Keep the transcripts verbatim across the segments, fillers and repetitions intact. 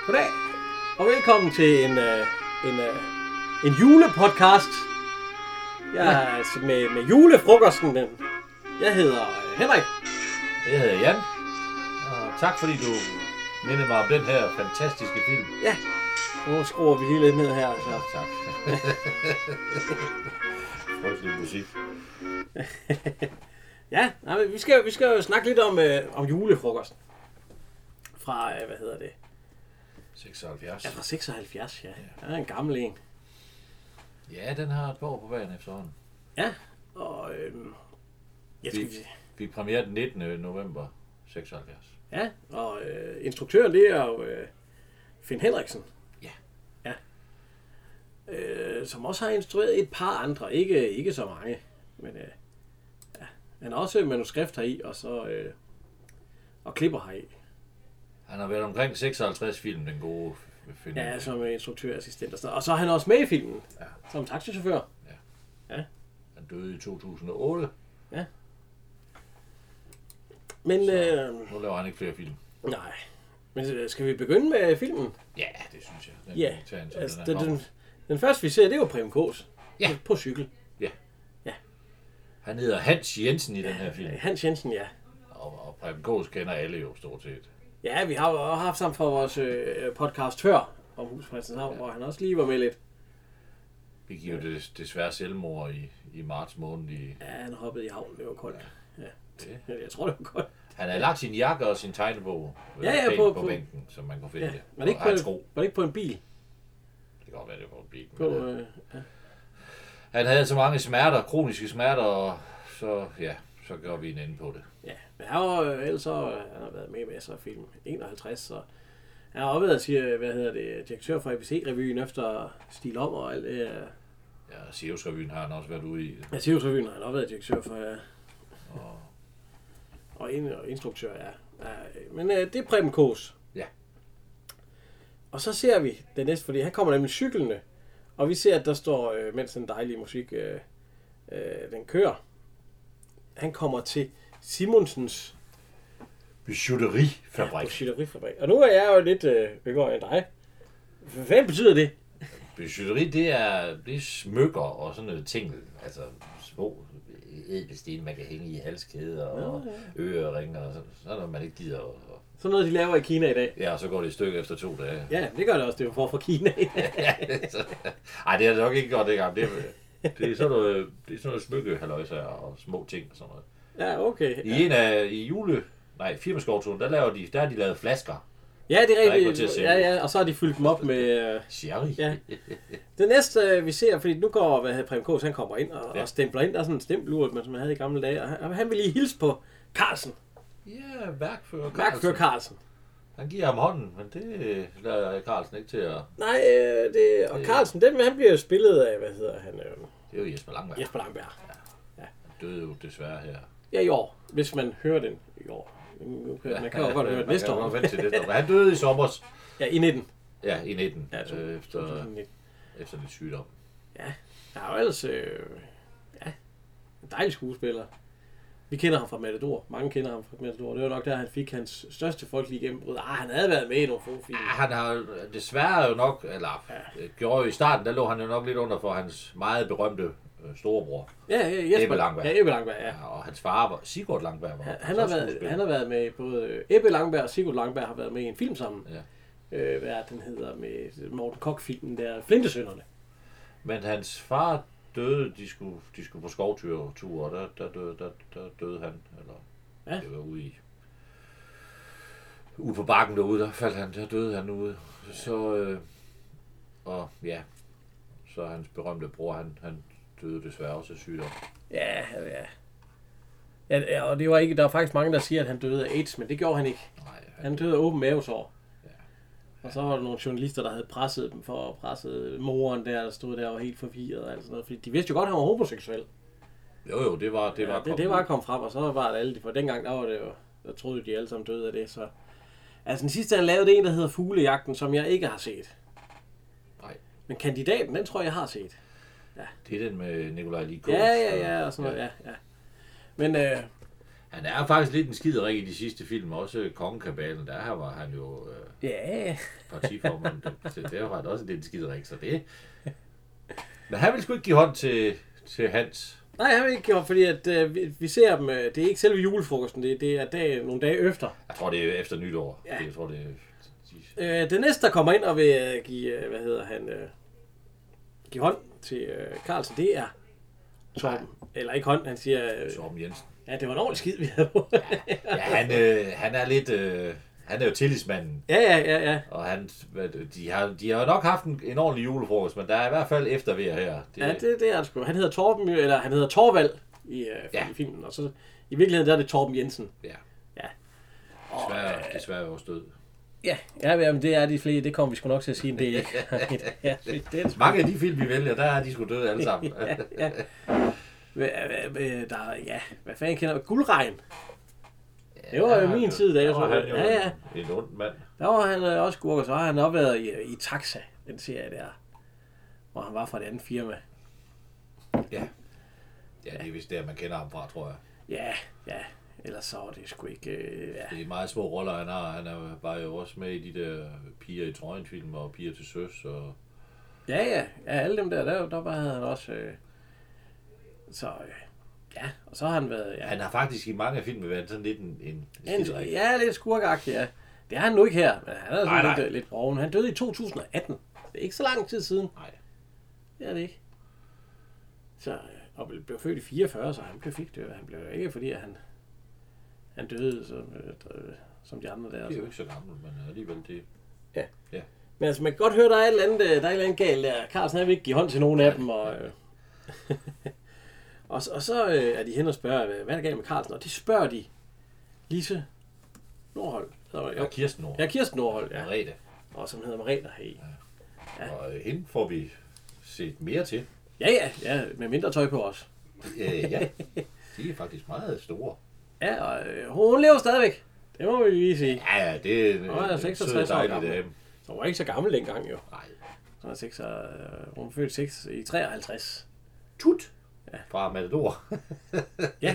Goddag, og velkommen til en, uh, en, uh, en julepodcast. Jeg er ja. altså med, med julefrokosten. Jeg hedder Henrik. Jeg hedder Jan. Og tak fordi du mindede mig om den her fantastiske film. Ja, nu skruer vi lige lidt ned her. Så. Ja, tak. Frygtelig musik. Ja, nej, vi skal vi skal jo snakke lidt om, øh, om julefrokosten. Fra, øh, hvad hedder det? seksoghalvfjerds. Ja, fra seksoghalvfjerds, ja. Det er en gammel en. Ja, den har et par år på bagen efterhånden. Ja, og øh, jeg skal... Vi, vi premierede den nittende november seksoghalvfjerds. Ja, og øh, instruktøren, det er jo øh, Finn Henriksen. Ja. Ja. Øh, som også har instrueret et par andre. Ikke, ikke så mange, men øh, ja. Han har også manuskript heri, og så øh, og klipper heri. Han har været omkring seksoghalvtreds film, den gode Finn. Ja, som instruktørassistent og sådan. Og så er han også med i filmen, ja. Som taxichauffør. Ja. Ja. Han døde i to tusind og otte. Ja. Men så, øh, nu laver han ikke flere film. Nej. Men skal vi begynde med filmen? Ja, det synes jeg. Den ja. Tage en, altså, den, den, den, den første vi ser, det er jo Preben Kaas. Ja. På cykel. Ja. Ja. Han hedder Hans Jensen i ja, den her film. Hans Jensen, ja. Og, og Preben Kaas kender alle jo stort set. Ja, vi har jo haft sammen for vores øh, podcast før om Huspræstenshavn, ja. Hvor han også lige var med lidt. Vi giver jo des, desværre selvmord i, i marts måned. I... Ja, han hoppede i havnen, det var koldt. Ja. Ja. Det. Jeg tror, det var koldt. Han havde lagt sin jakke og sin tegnebog ja, ja, på, på, på bænken, så man kunne finde ja. det. Var det, ikke på, en, var det ikke på en bil? Det kan godt være, det var på en bil. På, øh, ja. Han havde så mange smerter, kroniske smerter, og så, ja, så gør vi en ende på det. Ja, men han har jo ellers så, han har været med i masser af film, enoghalvtreds, så han har også været, siger, hvad hedder det, direktør for A B C-revyen efter Stil Om og alt det. Ja, Sirius-revyen har han også været ude i. Ja, Sirius-revyen har han også været direktør for, ja. Og, og, en, og instruktør, ja. ja men øh, det er Preben Kaas. Ja. Og så ser vi det næste, fordi han kommer nemlig cyklende, og vi ser, at der står, øh, mens den dejlige musik, øh, øh, den kører, han kommer til Simonsens bijouterifabrik. Ja, bijouterifabrik. Og nu er jeg jo lidt øh, yngre end dig. Hvad betyder det? Bijouteri, det er, det er smykker og sådan noget ting. Altså små ædelsten, man kan hænge i halskæder og ja, ja. Øreringer og sådan, sådan noget, man ikke gider. Og, sådan noget, de laver i Kina i dag. Ja, og så går det et stykke efter to dage. Ja, det gør det også. Det er jo for fra Kina. Nej, det er nok ikke godt, det gang. Det er, det er sådan noget, det er sådan noget smykkehalløjser og små ting og sådan noget. Ja, okay. I ja. en af i jule, nej, firmaskovturen, der laver de, der har de lavet flasker. Ja, det er rigtigt. Ja, ja, og så har de fyldt dem op med uh, sherry. Ja. Det næste vi ser, fordi nu går hvad hedder Preben Kaas, han kommer ind og, ja. og stempler ind. Der er sådan en stempelur, som man havde i gamle dage. Og han, han vil lige hilse på Carlsen. Ja, værkfører Carlsen. Værkfører Carlsen. Han giver ham hånden, men det lader Carlsen ikke til at... Nej, det, og Carlsen, den, han bliver jo spillet af, hvad hedder han? Øh... Det er jo Jesper Langberg. Jesper Langberg. Ja. Ja. Han døde jo desværre her. Ja, i år. Hvis man hører den i år. Man kan jo godt høre det næste år. Vente til det år. Han døde i sommer. Ja, i nitten. Ja, i nitten. Ja, øh, efter, efter lidt sygdom. Ja, der er jo ellers øh, ja, en dejlig skuespiller. Vi kender ham fra Matador. Mange kender ham fra Matador. Det var nok der, han fik hans største folkelige gennembrud. Ah, han havde været med i nogle få film. Ja, han har desværre jo nok, eller ja. gjorde jo i starten, der lå han jo nok lidt under for hans meget berømte storebror. Ja, ja, Jesper. Ebbe Langberg. Ja, Ebbe Langberg, ja. ja. Og hans far var Sigurd Langberg. Var han, han, har været, han har været med, både Ebbe Langberg og Sigurd Langberg har været med i en film sammen. Ja. Øh, hvad den hedder, med Morten Koch-filmen der, Flintesønnerne. Men hans far døde, de skulle, de skulle på skovtur, og der, der, døde, der, der døde han, eller ja. Det var ude i, ude på bakken derude, der faldt han, der døde han ude. Så, øh, og ja, så hans berømte bror, han, han døde desværre også af sygdom. Ja, ja. Ja, og det var ikke, der er faktisk mange, der siger, at han døde af AIDS, men det gjorde han ikke. Nej, han, han døde af åben mavesår. Ja. Og så var der nogle journalister, der havde presset dem for at presse moren der, der stod der og var helt forvirret og alt sådan noget. Fordi de vidste jo godt, at han var homoseksuel. Jo jo, det var det var ja, det, det var kommet frem, og så var det alle de, for dengang der var det jo, der troede de alle sammen døde af det. Så altså den sidste, han lavede en, der hedder Fuglejagten, som jeg ikke har set. Nej. Men kandidaten, den tror jeg, jeg har set. Ja. Det er den med Nikolaj Lie. Ja, ja, ja, og sådan noget, ja, ja. Men øh, Han er faktisk lidt en skiderik i de sidste film, også Kongekabalen, der her var han jo øh, Ja. partiformand, så der var han også lidt en skiderik, så det... Men han vil sgu ikke give hånd til, til Hans. Nej, han vil ikke give hånd, fordi at, øh, vi, vi ser dem, øh, det er ikke selve julefrokosten, det, det er dag, nogle dage efter. Jeg tror, det er efter nytår. Ja. Jeg tror, det er... Øh, det næste, der kommer ind og vil øh, give, øh, hvad hedder han, øh, give hånd til øh, Carlsen, det er Torben. Eller ikke hånd, han siger... Øh, Torben Jensen. Ja, det var en ordentlig skid, vi havde på. Ja, han, øh, han er lidt... Øh, han er jo tillidsmanden. Ja, ja, ja, ja. Og han, de, har, de har jo nok haft en, en ordentlig julefrokost, men der er i hvert fald eftervejr her. Det, ja, det, det er han sgu. Han hedder Torben, eller han hedder Torvald i, øh, ja. i filmen, og så i virkeligheden der er det Torben Jensen. Ja. Ja. Og, desværre, øh, desværre også død. Ja, ja, men det er de flere, det kommer vi sgu nok til at sige, det ikke. Ja, det er mange af de film, vi vælger, der er de sgu døde alle sammen. Ja, ja. Der, ja, hvad fanden kender du? Guldregn. Ja, det var jo min tid, da jeg så. Han jo ja, ja. En ond mand. Der var han øh, også skurk, og så har han også været i, i Taxa, den serie der, hvor han var fra det andet firma. Ja. Ja, det er vist der, man kender ham fra, tror jeg. Ja, ja. Ellers så er det sgu ikke... Øh, ja. Det er meget små roller, han har. Han er, var jo også med i de der Piger i trøjen-film og Piger til søs. Og... Ja, ja. Ja, alle dem der, der, der var han også... Øh, så... Øh, ja, og så har han været... Ja. Han har faktisk i mange film været sådan lidt en... en, en ja, lidt skurkagtig, ja. Det er han nu ikke her, men han er sådan nej, lidt, nej. lidt broven. Han døde i to tusind og atten. Det er ikke så lang tid siden. Nej. Det er det ikke. Så, og blev født i fireogfyrre, så han blev fik det. Han blev ikke, fordi han, han døde som, øh, som de andre der. Det er jo ikke så gammel, men alligevel det... Ja. Ja. Men altså, man kan godt høre, der er et eller andet, der er et eller andet galt der. Carlsen vil ikke give hånd til nogen af dem, og... Øh, og, og så øh, er de hen og spørger, hvad er der galt med Carlsen? Og det spørger de Lise Nordhold. Ja, Kirsten Nordhold. Ja, Kirsten Nordhold, ja. Merete. Og som hedder Merete, hey. Ja. Ja. Og hende får vi set mere til. Ja, ja, ja, med mindre tøj på os. Øh, ja, de er faktisk meget store. Ja, og øh, hun lever stadigvæk. Det må vi lige sige. Ja, ja, det er en, er en sød dejlig dame. Så hun var ikke så gammel dengang jo. Nej. Hun er seks, øh, hun er født seks i treoghalvtreds. Tut! Ja. Fra Matador. Ja.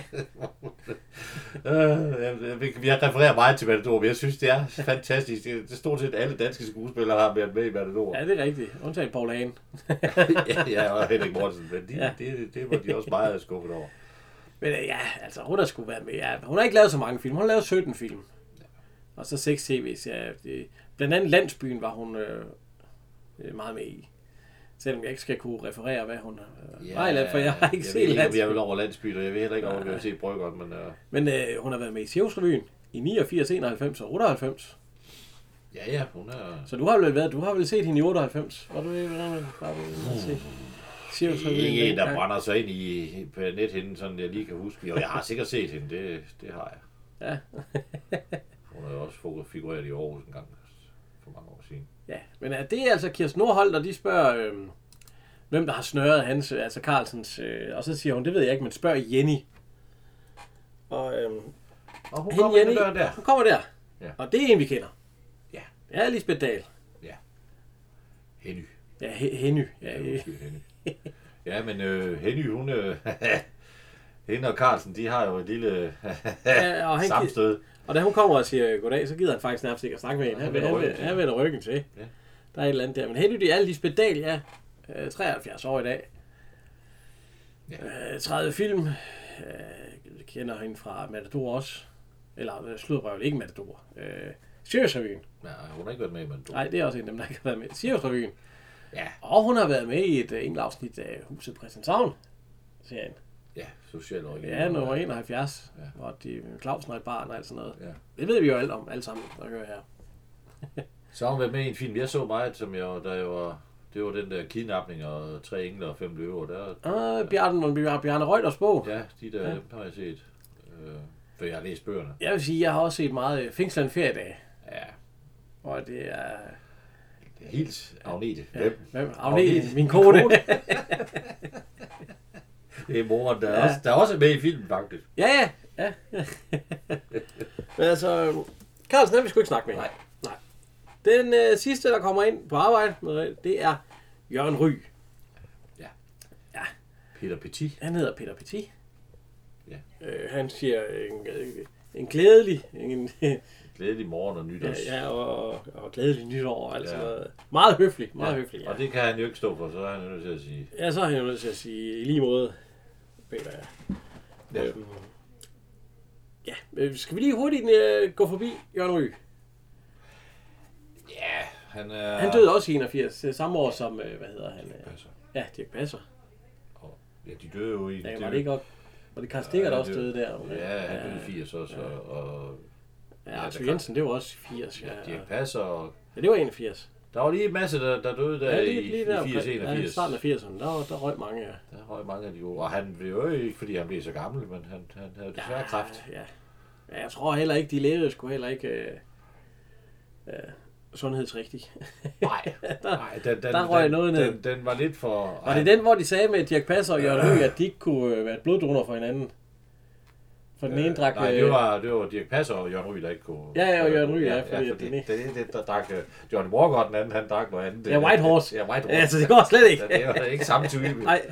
øh, vi har refereret meget til Matador, men jeg synes, det er fantastisk. Det er stort set alle danske skuespillere har været med i Matador. Ja, det er rigtigt. Undtagen Paul Hagen. ja, ja, og Henrik Mortensen. Men de, ja. det, det var de også meget skuffet over. Men ja, altså hun har sgu været med. Ja, hun har ikke lavet så mange film. Hun har lavet sytten film. Ja. Og så seks tv-serier. Ja, blandt andet Landsbyen var hun øh, meget med i. Selvom jeg ikke skal kunne referere, hvad hun øh, ja, var i, for jeg har ikke jeg set Landsbyen. Jeg vil over Landsbyen, og jeg ved heller ikke, om jeg har set Bryggeren. Men, øh... men øh, hun har været med i Cirkusrevyen i niogfirs, enoghalvfems og otteoghalvfems. Ja, ja, hun er... Så du har vel været, du har vel set hende i otteoghalvfems? Var du ikke hvordan var du at se Cirkusrevyen? Ikke en, der brænder sig ind i på nethænden, sådan jeg lige kan huske. Jo, jeg har sikkert set hende, det, det har jeg. Ja. Hun har jo også figureret i Aarhus en gang for mange år siden. Ja, men er det er altså Kirsten Nordhold, og de spørger, øh, hvem der har snøret hans, altså Carlsens, øh, og så siger hun, det ved jeg ikke, men spørg Jenny. Og, øh, og hun kommer Jenny, der. Hun kommer der, ja. Og det er en, vi kender. Ja. Det er Lisbeth Dahl. Ja. Henny. Ja, he- Henny. Ja, ja, Henny. Ja, men øh, Henny, hun... Øh, hende og Carlsen, de har jo et lille ja, og han sammenstød. Og da hun kommer og siger goddag, så gider han faktisk nærmest ikke at snakke med hende. Han, han, han, han, han vender ryggen til. Ja. Der er et eller andet der. Men Henny, det er Lisbeth Dahl, ja. treoghalvfjerds år i dag. Ja. tredive film. Jeg kender hende fra Matador også. Eller Sludrøvel, ikke Matador. Cirkusrevyen. Ja, hun har ikke været med i Matador. Nej, det er også en af dem, der ikke har været med. Cirkusrevyen. Ja. Og hun har været med i et enkelt afsnit af Huset Christianshavn. Serien. Ja, social original. Ja, nummer enoghalvfjerds, ja. Hvor de Clausen og et barn og alt sådan noget. Ja. Det ved vi jo alt om, alle sammen, der hører her. Så har hun været med i en film, jeg så meget, som jeg, der jo var, det var den der kidnapning og tre engler og fem løver. Der, ah, Bjarne, Bjarne Reuters bog. Ja, de der ja. Har jeg set, øh, for jeg har læst bøgerne. Jeg vil sige, jeg har også set meget Fængsland Feriedag. Ja. Og det er... Det er helt Agnete. Ja. Hvem? Hvem? Agnete, Agnete, min kone. Det er moren, der, ja. også, der er også med i filmen, faktisk. Ja, ja. ja. Men altså, Carlsen, vi sgu ikke snakke med. Nej. Nej. Den øh, sidste, der kommer ind på arbejde, det er Jørgen Ry. Ja. Ja. Peter Petit. Han hedder Peter Petit. Ja. Øh, han siger en, en glædelig... En, Glædelig morgen og nytårs. Ja, ja og, og glædelig nytår og alt sådan noget. Meget høfligt, meget ja. høfligt. Ja. Og det kan han jo ikke stå for, så er han jo nødt til at sige. Ja, så er han jo nødt til at sige i lige måde. Peter, ja. Ja. Øhm, ja, skal vi lige hurtigt uh, gå forbi Jørgen Ryg? Ja, han er... Han døde også i enogfirs, samme år som, uh, hvad hedder han? Dirch Passer. Ja, Dirch Passer. Og, ja, de døde jo i... Ja, var det ikke også? Var det Karl Stikker, der også døde der? Ja, han døde i firs også, ja. og... Ja, Arthur Jensen, det var også firs. Ja, Dirch Passer og... Ja, det var enogfirs. Der var lige en masse, der, der døde der ja, lige, i, lige der, i firs enogfirs. Ja, i starten af firserne, der, der røg mange, ja. Der røg mange af de gode. Og han blev jo ikke, fordi han blev så gammel, men han, han havde desværre ja, kræft. Ja. ja, jeg tror heller ikke, de levede sgu heller ikke øh, øh, sundhedsrigtigt. Nej, der, nej den, den, der røg den, noget ned. Den, den var lidt for... Var det den, hvor de sagde med Dirch Passer og Jørgen Ryg, at de ikke kunne øh, være bloddonor for hinanden? For den ene drak... Nej, det var, det var Dirch Passer og Jørgen Ryg, der ikke kunne... Ja, ja, og Jørgen Ryg, ja, fordi... Ja, fordi det, det, det, der drak... Johnny Walker og den anden, han drak noget andet. Ja, White Horse. Ja, White Horse. Ja, så det går slet ikke. Ja, det var ikke samme type. Nej.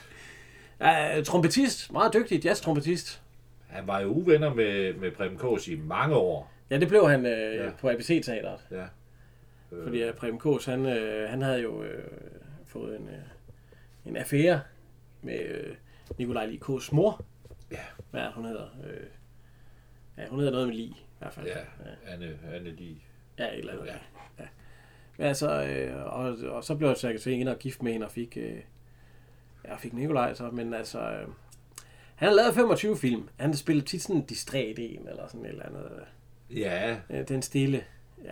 Ja, trompetist. Meget dygtig jazz-trompetist. Han var jo uvenner med, med Preben Kaas i mange år. Ja, det blev han øh, ja. på A B C-teateret. Ja. Øh. Fordi uh, Preben Kaas, han, øh, han havde jo øh, fået en, øh, en affære med øh, Nikolaj Lie Kaas' mor. Ja. Hvad hun hedder? Øh, ja, hun hedder noget med Lie, i hvert fald. Ja, ja. Anne, Anne Lie. Ja, et eller andet. Ja. Ja. Men altså, øh, og, og så blev jeg sikkert ind og gift med hende og fik, øh, ja, fik Nikolaj så, men altså... Øh, han har lavet femogtyve film. Han har spillet tit sådan en distræt en, eller sådan et eller andet. Ja. Ja, den stille. Ja.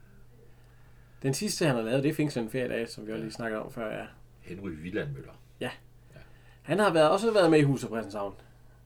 Den sidste, han har lavet, det er Fængsel en feriedag, som vi også lige snakkede om før, ja. Henry Villandmøller. Ja. ja. Han har været, også været med i Huset på Christianshavn.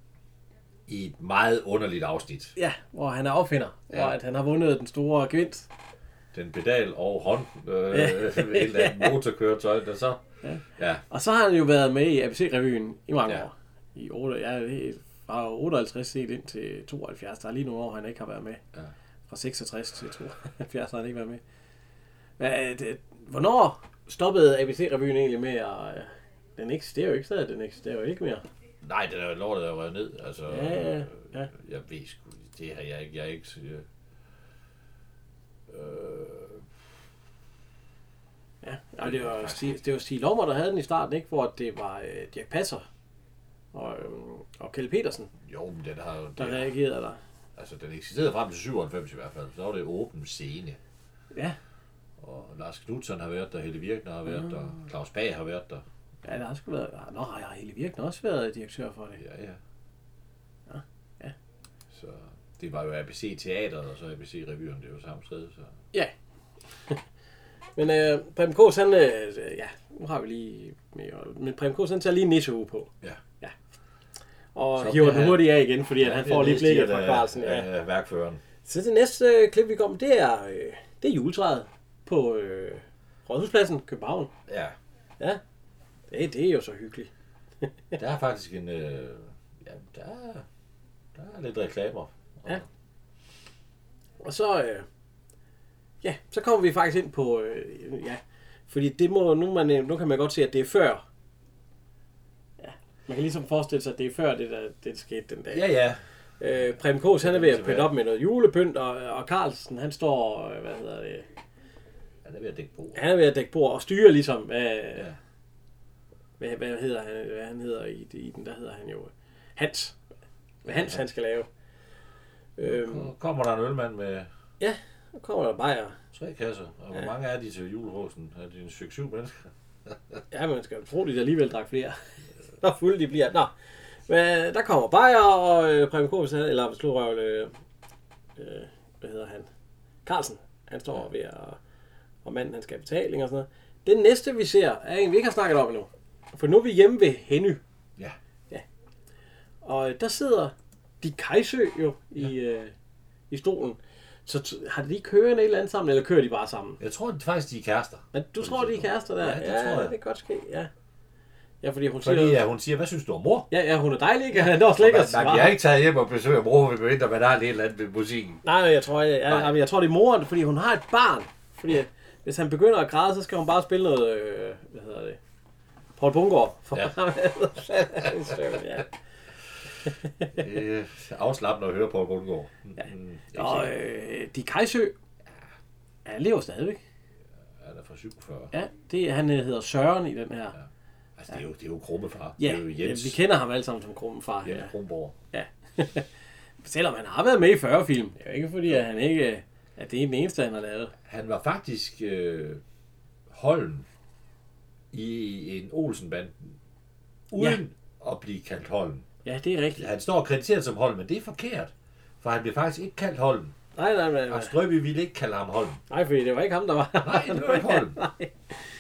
I et meget underligt afsnit. Ja, hvor han er opfinder. Ja. Og at han har vundet den store gevinst. Den pedal og hånd. Øh, ja. Et eller andet motorkøretøj, der så... Ja. ja. Og så har han jo været med i A B C-revyen i mange ja. år. I otte, ja, fra otteoghalvtreds set ind til tooghalvfjerds. Der er lige nogle år, han ikke har været med. Ja. Fra seksogtres til tooghalvfjerds har han ikke været med. Hvad, det, hvornår stoppede A B C-revyen egentlig med at... Den eksisterer jo ikke stadig, den eksisterer jo ikke mere. Nej, den er jo lortet, der røget ned. Altså, ja, ja, ja. Jeg ved sgu, det har jeg ikke... Jeg ikke øh, ja, og det var, Stig, det var Stig Lommer, der havde den i starten, ikke? Hvor det var øh, Dirch Passer og, øhm, og Kjeld Petersen, jo, men den har jo... der reagerede der. Altså, den eksisterede frem til syvoghalvfems i hvert fald. Så var det åben scene. Ja. Og Lars Knudsen har været der, Helle Virkner har været mm. der, Claus Bag har været der. Ja, der har sgu været... Nå, har Helle Virkner også været direktør for det? Ja, ja. Ja, ja. Så det var jo A B C Teateret, og så A B C Revyen, det var samme sted, så... Ja. Men øh, Preben Kaas, han... Øh, ja, nu har vi lige... Men Preben Kaas, han tager lige en nissehue på. Ja. Ja. Og så hiver den hurtigt af igen, fordi ja, at han får lige blikket fra Carlsen. Ja, ja, værkføreren. Så det næste øh, klip, vi kommer, det er, øh, det er juletræet på øh, Rådhuspladsen, København. Ja. Ja. Det, det er jo så hyggeligt. Der er faktisk en... Øh, ja, der er, der er lidt reklamer. Ja. Og så... Øh, ja, så kommer vi faktisk ind på... Øh, ja, fordi det må... Nu, man, nu kan man godt se, at det er før... Ja, man kan ligesom forestille sig, at det er før det, der, det, der skete den dag. Ja, ja. Øh, Preben Kaas, han er ved at pynte op med noget julepynt, og, og Carlsen, han står... Hvad hedder det... Han er ved at dække bord. Han er ved at dække bord og styre ligesom... Øh, ja. Hvad, hvad hedder han, hvad han hedder i, i den, der hedder han jo Hans. Hvad Hans ja. Han skal lave. Øhm, kommer der en ølmand med... Ja, nu kommer der bajer. Tre kasser. Og hvor ja. mange er de til julerosen? Er det en syv syv mennesker? Ja, man skal tro, de alligevel drak flere. Hvor fulde de bliver. Nå, men der kommer bajer, og øh, Preben Kaas, eller slurøvle, øh, øh, hvad hedder han? Carlsen. Han står ja. ved at, og manden han skal have betaling og sådan noget. Det næste vi ser, er en vi ikke har snakket om endnu. For nu er vi hjemme ved Henny. Ja. Ja. Og der sidder de Kajsø jo i, ja. øh, i stolen. Så t- har de kørende et eller andet sammen, eller kører de bare sammen? Jeg tror faktisk, de er kærester. Men du tror, de er kærester der? Ja, det ja, tror jeg. det kan godt ske, ja. Ja, fordi hun fordi, siger... ja, hun siger, hvad synes du om mor? Ja, ja, hun er dejlig, ikke? Han er også lækker. Nej, jeg har ikke taget hjem og besøger mor, hvis man man har et eller andet med musikken. Nej, jeg tror, jeg, jeg, jeg tror, det er moren, fordi hun har et barn. Fordi hvis han begynder at græde, så skal hun bare spille noget, øh, hvad hedder det? Poul Bundgaard. Ja. ja. øh, afslappende at høre på at undgå. Ja. Og øh, de Kajsø, ja, han lever stadigvæk. Han er fra syvogfyrre. Ja, det, han hedder Søren i den her. Ja. Altså, det er jo, det er jo Krummefar. Ja, det er jo Jens, vi kender ham alle sammen som Krummefar. Jens Kronborg. Ja. Selvom han har været med i fyrre film. Det er jo ikke fordi, at han ikke at det er den eneste, han har lavet. Han var faktisk øh, Holm i en Olsen-banden, uden ja. at blive kaldt Holm. Ja, det er rigtigt. Han står krediteret som Holm, men det er forkert. For han blev faktisk ikke kaldt Holm. Nej, nej, nej. Og Strøby ville ikke kalde ham Holm. Nej, fordi det var ikke ham, der var. Nej, det var ikke Holm. Nej.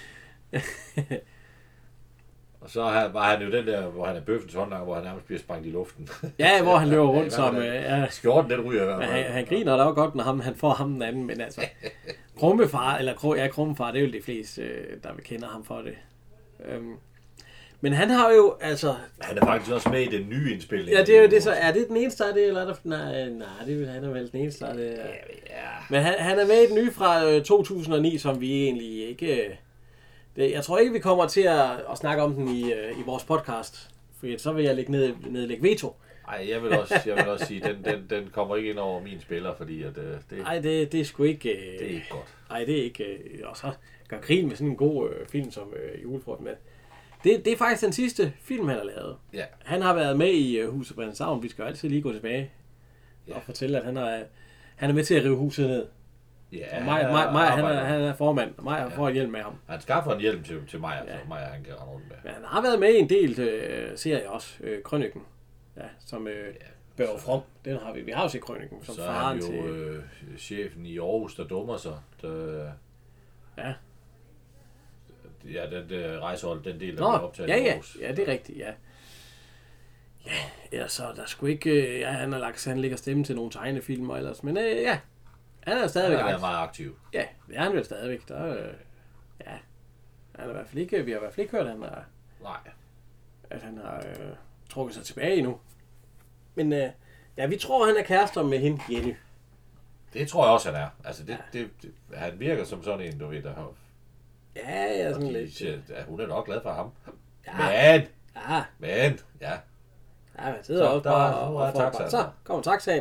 Og så var han jo den der, hvor han er bøffens håndlanger, hvor han nærmest bliver sprængt i luften. Ja, hvor han løber rundt som... Ja, skjorten, den ryger i hvert fald. Han, han griner da også godt, når ham, han får ham den anden, men altså... Krummefar, eller ja, Krummefar, det er jo de fleste, der vil kende ham for det. Øhm, men han har jo, altså... Han er faktisk også med i den nye indspilning. Ja, det er jo det så. Er det den eneste af det, eller er der... Nej, nej, det han er vel den eneste af det. Ja. Ja. Men han, han er med i den nye fra to tusind og ni, som vi egentlig ikke... Det, jeg tror ikke, vi kommer til at, at snakke om den i, i vores podcast, for så vil jeg lægge ned, nedlægge veto. Nej, jeg vil også, jeg vil også sige, den, den, den kommer ikke ind over min spiller, fordi at, det... Nej, det, det er sgu ikke... Det er ikke godt. Nej, det er ikke... Og så gør grin med sådan en god øh, film som øh, Julefrokost med. Det, det er faktisk den sidste film, han har lavet. Ja. Han har været med i uh, Huset Brændesavn. Vi skal jo altid lige gå tilbage ja. og fortælle, at han er, han er med til at rive huset ned. Ja, og Maja, Maja, Maja han, er, han er formand. Maja ja. får en hjelm med ham. Han skaffer en hjelm til, til Maja, ja. så Maja han kan rende rundt med. Men han har været med i en del øh, serier også. Øh, Krøniken, ja, som øh, ja, Børge From. Den har vi. Vi har jo set Krøniken som så faren til... Så er han jo til... øh, chefen i Aarhus, der dummer sig. Der, ja. Ja, den der rejsehold, den del, der Nå, bliver optaget ja, i ja. Aarhus. Ja, det er rigtigt, ja. Ja, ja, så der skulle ikke... Ja, han har lagt han lægger stemme til nogle tegnefilmer ellers, men øh, ja, han er stadigvæk... Han er meget aktiv. Ja, det er han vel stadigvæk. Der, øh, ja, han er i hvert fald ikke... Vi har i hvert fald ikke hørt, at han har... Nej. At han har øh, trukket sig tilbage endnu. Men øh, ja, vi tror, han er kærester med hende, Jenny. Det tror jeg også, han er. Altså, det, ja. det, det, han virker som sådan en, du ved, der har... Ja, jeg er sådan de, lidt... Ja, hun er nok glad for ham. Ja. Men! Ja. Men! Ja. Ja, man sidder også bare og, og, og, og så kommer taxaen.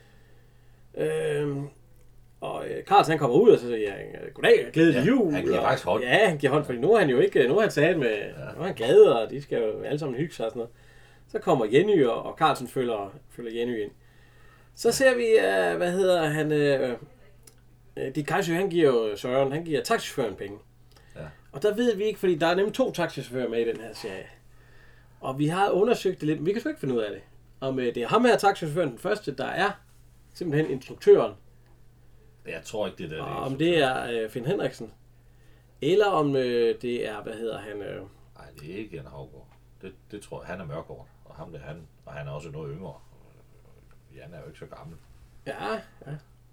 Øhm, og øh, Carlsen han kommer ud og så siger han, goddag, glædelig ja, jul. Han giver og, faktisk hånd. Ja, han giver hånd, fordi nu er han jo ikke, nu er han sat med, ja. nu er han glad, og de skal jo alle sammen hygge sig og sådan noget. Så kommer Jenny, og, og Carlsen følger, følger Jenny ind. Så ser vi, uh, hvad hedder han, øh, de Kajsø, han giver jo Søren, han giver taxichaufføren penge. Ja. Og der ved vi ikke, fordi der er nemlig to taxichauffører med i den her serie. Og vi har undersøgt det lidt, men vi kan sgu ikke finde ud af det. Om det er ham her, taxichaufføren, den første, der er simpelthen instruktøren. Jeg tror ikke, det der og det er. om det er øh, Finn Henriksen. Eller om øh, det er, hvad hedder han? Øh... Nej, det er ikke Jan Havgård. Det, det tror jeg, han er mørkhåret. Og ham det han, og han er også noget yngre. Jan er jo ikke så gammel. Ja, ja.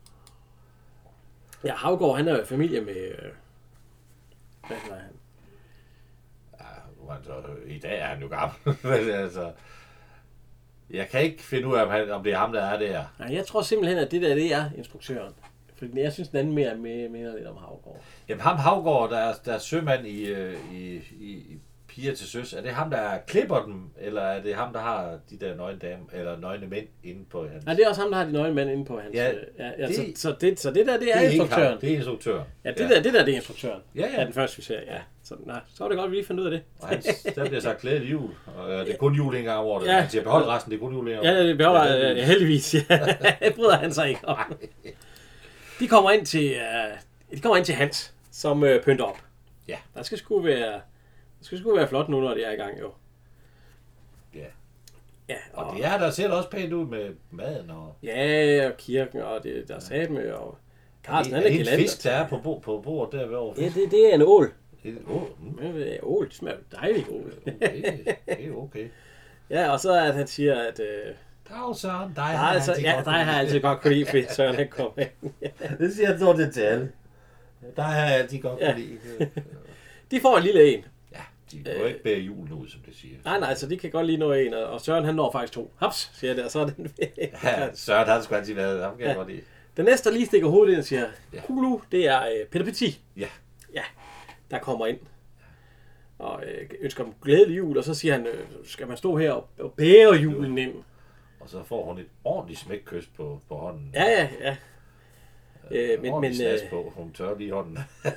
Ja, Havgård, han er jo familie med... Øh... Hvad hedder han? Ja, altså, i dag er han jo gammel. altså, jeg kan ikke finde ud af, om det er ham, der er der. Nej, jeg tror simpelthen, at det der, det er instruktøren. Fordi jeg synes, den anden mere minder lidt om Havgård. Jamen ham Havgård, der er, der er sømand i, i, i, i Piger til Søs. Er det ham, der klipper dem, eller er det ham, der har de der nøgne dame, eller nøgne mænd inde på hans... Nej, det er også ham, der har de nøgne mænd inde på hans... Ja, ja, ja, det, så, så, det, så det der, det er, det er instruktøren. Ham, det er instruktøren. Ja, det, ja. Der, det der, det er instruktøren. Ja, ja. Ja, den første, vi ser, ja. Så, nej, så var det godt, at vi lige fandt ud af det. Og hans, der bliver sagt glædelig jul, og det er kun jul en gang over det. Ja. Han siger, behold resten, det er kun jul en gang. Ja, det beholder ja, ja, heldigvis, ja. Det bryder han sig ikke om. De kommer ind til, uh, de kommer ind til Hans, som uh, pynter op. Ja. Der skal sgu være, der skal sgu være flot nu, når det er i gang, jo. Ja. Ja, og, og det er, der ser også pænt ud med maden og... Ja, og kirken, og det der sat med, og Carlsen, han er er gelander. Det er en fisk, der er på, bo, på bordet der ved over. Ja, det, det er en ål. Det er ål? Mm. Ja, ål, det smager dejligt ål. Okay, det er okay. Ja, og så at han siger, at... Øh, Dag Søren, dig har altså, altid ja, dig har jeg altid godt kunne lide, fordi Søren han kom ind. Det siger jeg stort det til alle. Der har jeg altid godt kunne lide. De får en lille en. Ja, de kan jo ikke bære julen ud, som det siger. Nej, nej, så de kan godt lige nå en, og Søren han når faktisk to. Haps, siger det, og så er den væk. Ja, Søren han skulle altid været, ham kan jeg godt lide. Den næste, der lige stikker hovedet ind og siger, Hulu, det er øh, Peter Petit. Ja. Ja, der kommer ind. Og øh, ønsker dem glædelig jul, og så siger han, øh, skal man stå her og, og bære julen ind? Og så får hun et ordentligt smækkys på, på hånden. Ja, ja, ja. Øh, men, men, snas på. Hun tør lige hånden.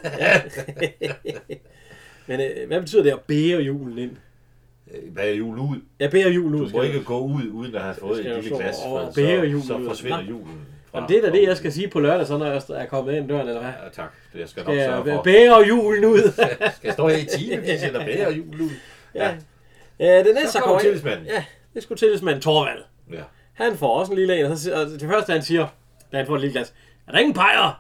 Men øh, hvad betyder det at bære julen ind? Bære julen ud. Ja, bære julen ud. Du må ikke gå ud, uden at have fået et lille glas, for så, så forsvinder julen. Jamen, det er da det, jeg skal sige på lørdag, så når jeg er kommet ind døren, eller hvad? Ja, tak. Det jeg skal nok sørge for. Bære julen ud. Skal jeg stå her i timevis, eller bære julen ud? Ja. Ja, det næste så kommer tillidsmanden. Ja, det skulle tillidsmanden Torvald. Ja. Han får også en lille en, og, så, og det første han siger, da han får et lille glas, er der ingen pejer?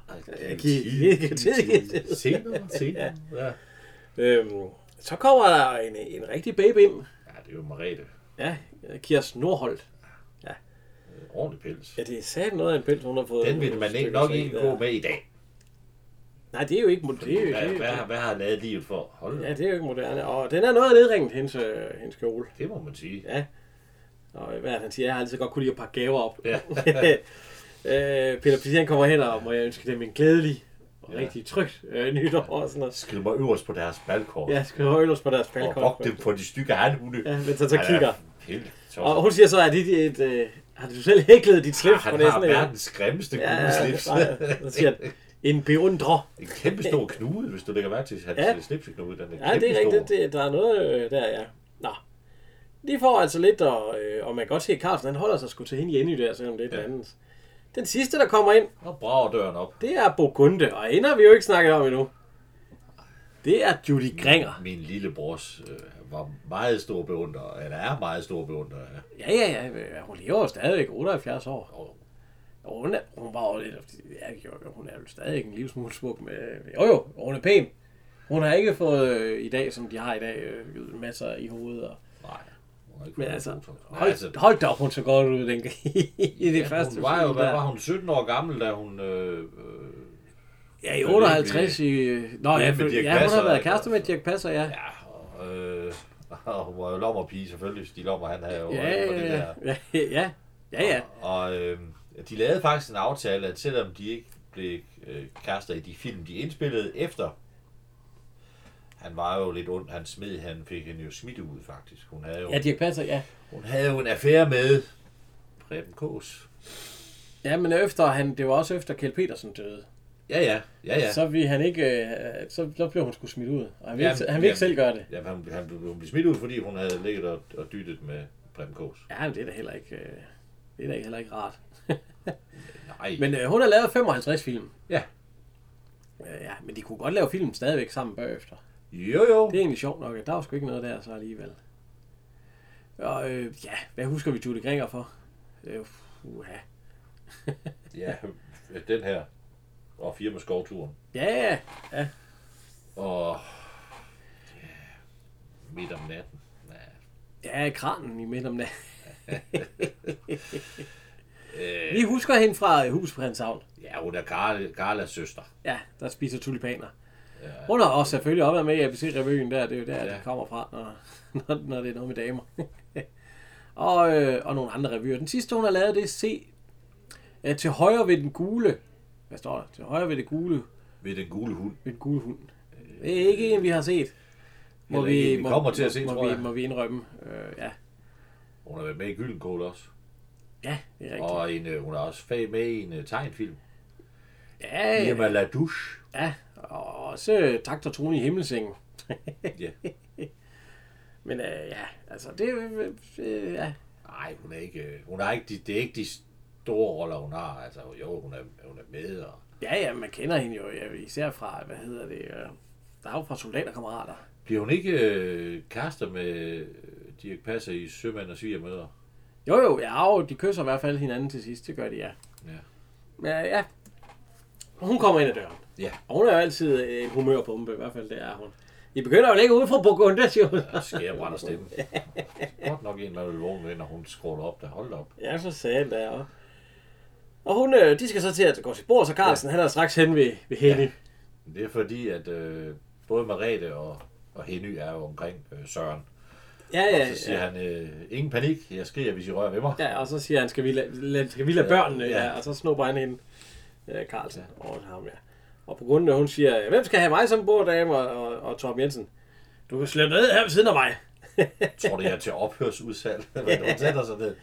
Senere, senere. Ja. Øhm, så kommer der en, en rigtig baby ind. Ja, det er jo Merete. Ja, Kirsten Nordholt. Ja. Ordentlig pels. Ja, det er sat noget af en pels, hun har fået. Den vil man ikke nok ikke gå med i dag. Nej, det er jo ikke moderne. Hvad, hvad, hvad har lavet livet for? Hold ja, det er jo ikke moderne. Og den er noget nedringet, hendes, hendes kjole. Det må man sige. Ja. Og hvad han siger, jeg har altid godt kunne lide at pakke gaver op. Ja. øh, Peter Plessian kommer hen, og må jeg ønske dem en glædelig og ja. rigtig trygt øh, nytår. Og sådan noget. Skriv mig øverst på deres balkort. Ja, skriv mig øverst på deres balkort. Og bok dem på de stykke handhunde. Ja, mens han så kigger. Ja, og hun siger så, at det et, et, har du selv hæklet dit slips ja, på næsen? Han har verdens grimmeste ja, slips. Så siger han, en beundrer. En kæmpe stor knude, hvis du lægger mærke til hans ja. slipseknude. Den er ja, det er rigtigt. Det, der er noget der, ja. Nå. De får altså lidt, og, øh, og man kan godt se, at Carlsen han holder sig sgu til hende Jenny der, selvom det er den ja. andens. Den sidste, der kommer ind, og brager døren op. Det er Burgunde, og hende har vi jo ikke snakket om endnu. Det er Judy Gringer. Min, min lillebrors øh, var meget stor beundrer, eller er meget stor beundrer. Ja, ja, ja. ja. Hun lever jo stadigvæk otteoghalvfjerds år. Og hun, er, hun var jo lidt... Ja, hun er jo stadig en lille smule smuk med... Jo jo, hun er pæn. Hun har ikke fået øh, i dag, som de har i dag, øh, masser i hovedet. Og... Nej. Men altså, hold, altså, hold da op, hun så godt ud den i det ja, første hun var jo, hvad var hun, sytten år gammel, da hun... Øh, øh, ja, i otteoghalvtreds i... Nå, ja, for, ja, hun har været kæreste med Dirch Passer, ja. Ja, og, øh, og hun var jo lommerpige, selvfølgelig, de lommer, han havde jo... Ja, på det der. ja, ja, ja, ja. Og, og øh, de lavede faktisk en aftale, at selvom de ikke blev øh, kærester i de film, de indspillede efter... Han var jo lidt ondt, han smed, han fik hende jo smidt ud faktisk. Hun havde jo, ja, Dirch Passer, ja. Hun havde jo en affære med Preben Kaas. Ja, men efter han, det var også efter Kjeld Petersen døde. Ja, ja, ja, ja. Så ville han ikke, så, så blev hun sgu smidt ud. Og han ville, jamen, ikke, han ville ikke selv gøre det. Ja, han, han, hun blev smidt ud, fordi hun havde ligget og, og dyttet med Preben Kaas. Ja, men det er da heller ikke, det er da heller ikke rart. Nej. Men øh, hun har lavet femoghalvtreds film. Ja. Øh, ja, men de kunne godt lave film stadigvæk sammen bagefter. Jo, jo. Det er egentlig sjovt nok, at der var sgu ikke noget der så alligevel. Og øh, ja, hvad husker vi Judy Gringer for? Øh, uha. Ja, den her. Og Firma Skovturen. Ja, ja, ja. Og ja, midt om natten. Ja, ja kranen i midt om natten. Vi husker hende fra Hus på Frederikshavn. Ja, hun er Carla, Carlas søster. Ja, der spiser tulipaner. Ja, hun har også selvfølgelig også været med i A B C-revyen der. Det er jo der, ja. det kommer fra, når, når, når det er noget med damer. og, øh, og nogle andre revyer. Den sidste, hun har lavet, det er C. Øh, til højre ved den gule. Hvad står der? Til højre ved det gule. Ved den gule hund. Ved den gule hund. Det er ikke en, vi har set. Må vi, vi kommer må, til at se, må, tror må jeg. Vi, må vi indrømme. Øh, ja. Hun har været med i Gyldenkål også. Ja, det er rigtigt. Og en, hun har også med i en uh, tegnfilm. Ja. Irma La Douche. Ja, og også Takt og Tone i Himmelsengen. Ja. Men øh, ja, altså det øh, ja. Nej, hun er ikke, hun er ikke de, det er ikke de store roller, hun har. Altså jo, hun er, hun er med. Og... Ja, ja, man kender hende jo ja, især fra, hvad hedder det, øh, der er jo fra Soldaterkammerater. Bliver hun ikke øh, kærester med Dirch Passer i Sømand og Svigermødre? Jo, jo, ja, de kysser i hvert fald hinanden til sidst, det gør de, ja. Ja. Ja, ja. Hun kommer ind ad døren. Ja. Og hun er jo altid en humørpumpe, i hvert fald det er hun. I begynder jo at lægge ud fra Burgunde, siger hun. Ja, skærebrænder stemme. Godt nok en, man vil vågne ved, når hun scroller op, der holder op. Ja, så sagde han der. Og, og hun, de skal så til at gå til bord, så Carlsen, ja. han er straks hen ved, ved Henny. Ja. Det er fordi, at øh, både Merete og, og Henny er jo omkring øh, Søren. Ja, ja, og så siger ja. han, øh, ingen panik, jeg skriger, hvis I rører ved mig. Ja, og så siger han, skal vi lade, skal vi lade børnene, ja. ja, og så snupper han hende, ja, Carlsen, ja. over til ham, ja. Og på grund af, hun siger, hvem skal have mig som borddame, og, og, og Torben Jensen, du kan slippe ned her ved siden af mig. Tror det, jeg er til ophørsudsalg, men hun sætter sig ned.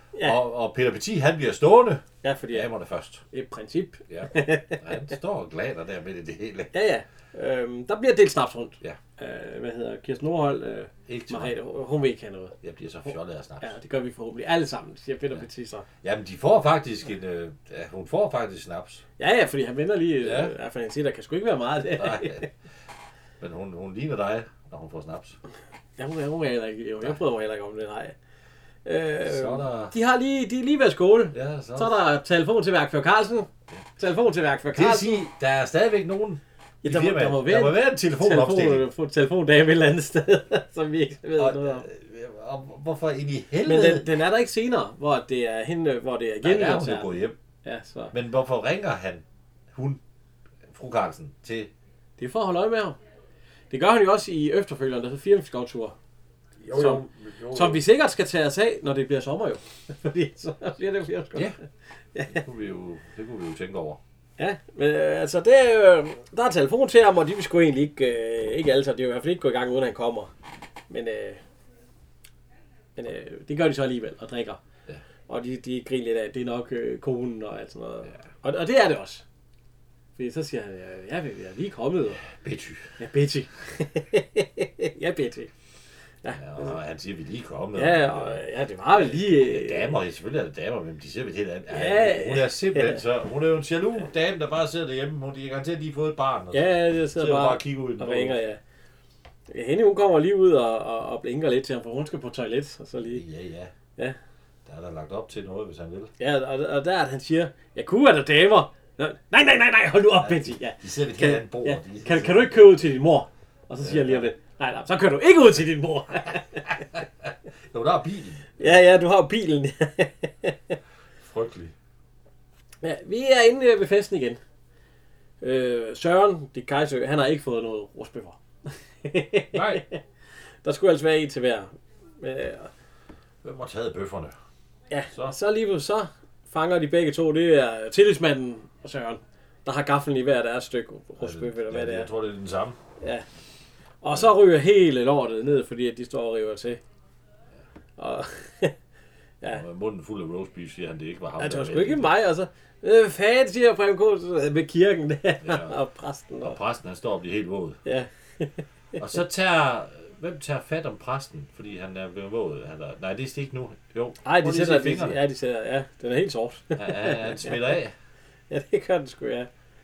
Ja. Og, og Peter Petit, han bliver stående. Ja, fordi Damerne først. et princip. Ja. Han står og glader der midt i det hele. Ja, ja. Øhm, der bliver delt snaps rundt. Ja. Øh, hvad hedder Kirsten Nordhold? Øh, Ikke til Margrethe, hun vil ikke have noget. Jeg bliver så fjollet af snaps. Ja, det gør vi forhåbentlig alle sammen, siger Peter Ja. Petit så. Jamen, de får faktisk en... Øh, ja, hun får faktisk snaps. Ja, ja, fordi han vender lige. Ja. Ja. Øh, for han siger, der kan sgu ikke være meget. Nej. Men hun, hun ligner dig, når hun får snaps. Ja, hun, hun er heller ikke. Jo, jeg bryder mig heller ikke om det, nej. Øh, Så er der... de har lige, de er lige ved at skåle. Ja, så... Så er der telefon til værk for Carlsen. Telefon til værk for Det vil Carlsen. sige, der er stadigvæk nogen... Ja, i der, må, firmaet. der, må der være må være en telefonopstilling. telefon, telefondame et eller andet sted, som vi ikke ved Og, noget om. øh, og hvorfor ind i Men helvede? den, den er der ikke senere, hvor det er hende, hvor det er Nej, igen. der er hun jo gået hjem. Ja, så Men hvorfor ringer han, hun, fru Carlsen, til... det er for at holde øje med ham. Det gør han jo også i efterfølgende, der hedder Firmskovtur. Jo, Som, som vi sikkert skal tage os af, når det bliver sommer jo. Fordi så bliver det jo Firmskovtur. Ja, det kunne vi jo, det kunne vi jo tænke over. Ja, men øh, altså, det, øh, der er telefon til ham, og de vil sgu egentlig ikke, øh, ikke alle, så det er jo i hvert fald ikke gå i gang, uden han kommer. Men, øh, men øh, det gør de så alligevel, og drikker. Ja. Og de, de griner lidt af, det er nok øh, konen og alt sådan noget. Ja. Og, og det er det også. Fordi så siger han, ja, jeg er lige kommet. Og, Betty. ja, Betty. ja, Betty. Ja, og han siger, at vi lige er kommet. Ja, og, ja, det var jo lige... Øh, Ja, damer, selvfølgelig er det damer, men de ser ved et helt andet. Ja, hun er simpelthen ja. så... Hun er jo en jaloux dame, der bare sidder derhjemme. Hun de kan garanteret lige fået et barn. Og så ja, det sidder sidder bare, bare og kigger ud i den og blå. ringer, ja. Ja, Henny, hun kommer lige ud og, og, og blinker lidt til ham, for hun skal på toilet, og så lige... Ja, ja. Ja. Der er der lagt op til noget, hvis han vil. Ja, og, og der er at han siger, jeg kunne være der damer. Nå, nej, nej, nej, nej, hold nu op, Betty. Ja. De sidder ved et Kan, helt andet bord. ja. De- Kan, kan du ikke køre ud til din mor? Og så siger jeg lige om det. Nej, nej, så kører du ikke ud til din mor. Jo, der er bilen. ja, ja, du har jo bilen. Frygtelig. ja, vi er inde ved festen igen. Øh, Søren, de Kajsø, han har ikke fået noget rostbøffer. Nej. Der skulle altså være en til hver. Øh, Hvem har taget bøfferne? ja, Så. så, så lige så fanger de begge to. Det er tillidsmanden og Søren, der har gaflen i hver deres stykke rostbøf, eller hvad Ja, det er. Jeg tror, det er den samme. Ja. Og så ryger hele lortet ned, fordi at de står og river til. Og ja, Og med munden fuld af roast beef, siger han, det ikke var ham. ja det der var sgu valgte ikke det. mig, og så øh, fan, siger Preben K. med kirken der, Ja. og præsten. Og Og, præsten, han står og bliver helt våd. ja. Og så tager... Hvem tager fat om præsten, fordi han er blevet våd? Han er, nej, det er ikke nu. Jo. Ej, Prøv de lige at sætter, se de, fingrene. ja, de sætter, ja, den er helt sort. Ja, han, han smitter af. ja, det gør den sgu, ja.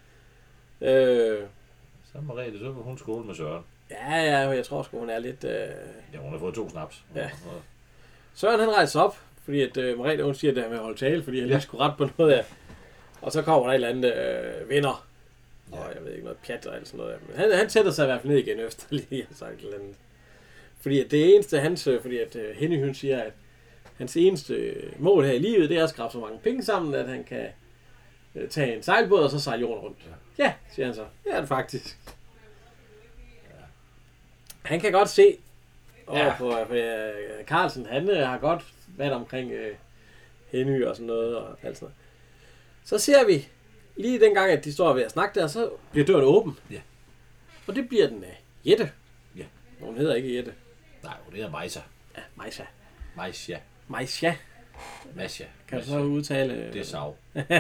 Øh, Så Margrethe, så vil hun skåle med Søren. ja, ja, jeg tror sgu, hun er lidt... Øh... Ja, hun har fået to snaps. Ja. Og- Søren, han rejser op, fordi at øh, Margrethe, hun siger, at det er med at holde tale, fordi han Ja. lige skulle ret på noget af. Og så kommer der et eller andet øh, vinder. Ja. Og jeg ved ikke, noget pjat og alt sådan noget. Men han, han sætter sig i hvert fald ned igen efter lige at sagt et eller andet. Fordi at det eneste hans, øh, fordi at øh, Henny hun siger, at hans eneste øh, mål her i livet, det er at skrabe så mange penge sammen, at han kan øh, tage en sejlbåd og så sejle jorden rundt. Ja, ja siger han så. Ja, det faktisk. Ja. Han kan godt se, over Ja. på øh, Carlsen, han øh, har godt været omkring øh, Henny og sådan noget og alt sådan noget. Så ser vi, lige dengang, at de står ved at snakke der, så bliver døren åben. Ja. Og det bliver den af Jette. Ja. Hun hedder ikke Jette. Nej, det er Majsa. Ja, Majsa. Majsa. Majsa. Masha. Kan du så udtale... Det er sav.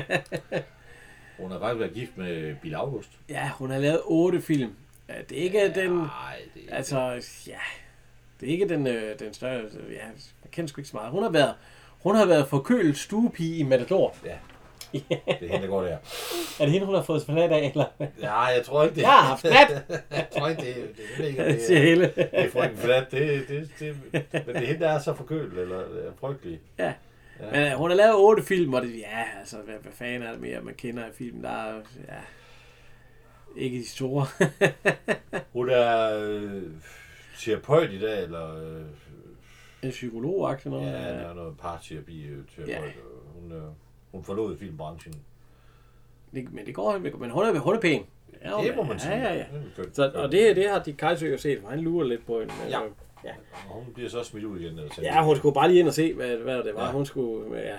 Hun har faktisk været gift med Bill August. Ja, hun har lavet otte film. Ja, det er ikke ja, den... Nej, det er Altså, ja... Det er ikke den, øh, den større... Ja, jeg kender sgu ikke så meget. Hun har været, hun har været forkølet stuepige i Matador. Ja. Det er hende, der går der. Er det hende, hun har fået spinat af, eller? Ja, jeg tror ikke det. Jeg har haft flat! Jeg tror ikke, det, det, det, ikke, det, Til er, hele. det er frygten flat. Det, det, det, men det er hende, der er så forkølet, eller er frygtelig. Ja. Ja. Men øh, hun har lavet otte film, og det, ja, altså, hvad, hvad fanden er det mere, man kender af filmen? Der er, ja, ikke de store. Hun er øh, terapeut i dag, eller... Øh, En psykolog, noget. ja, der er noget parterapi øh, terapeut. Ja. Hun, øh, hun forlod filmbranchen. Det, men det går ikke, men hun er, hun er pæn. Ja, Det må man sige. Ja, ja, ja. Det er Så, og det, det har de Kajsø jo set, for han lurer lidt på hende. Men, Ja. øh, ja. Og hun bliver så smidt ud igen. Altså. Ja, hun skulle bare lige ind og se, hvad, hvad det var. Ja. Ja. Hun skulle, ja.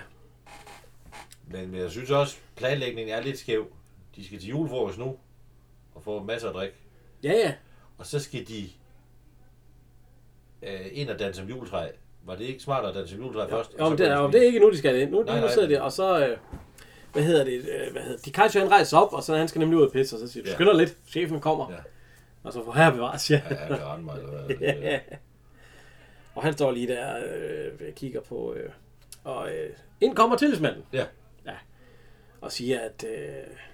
Men, men jeg synes også, planlægningen er lidt skæv. De skal til julefrokost nu, og få masser af drik. Ja, ja. Og så skal de øh, ind og danse som juletræ Var det ikke smartere, at danse juletræ først? Jo, men det, er, det er ikke nu, de skal ind. Nu, nej, nu nej, sidder de, og så... Øh, hvad hedder det? Øh, hvad hedder det? De Kaiser, han rejser op, og så han skal nemlig ud og pisse, og så siger du, ja. skynder lidt, chefen kommer. Ja. Og så får her bevares, ja. Ja, jeg kan rende mig, eller hvad? Ja. Og han står lige der øh, og kigger på... Øh, og øh, ind kommer tillidsmanden. Ja. Ja. Og siger, at, øh,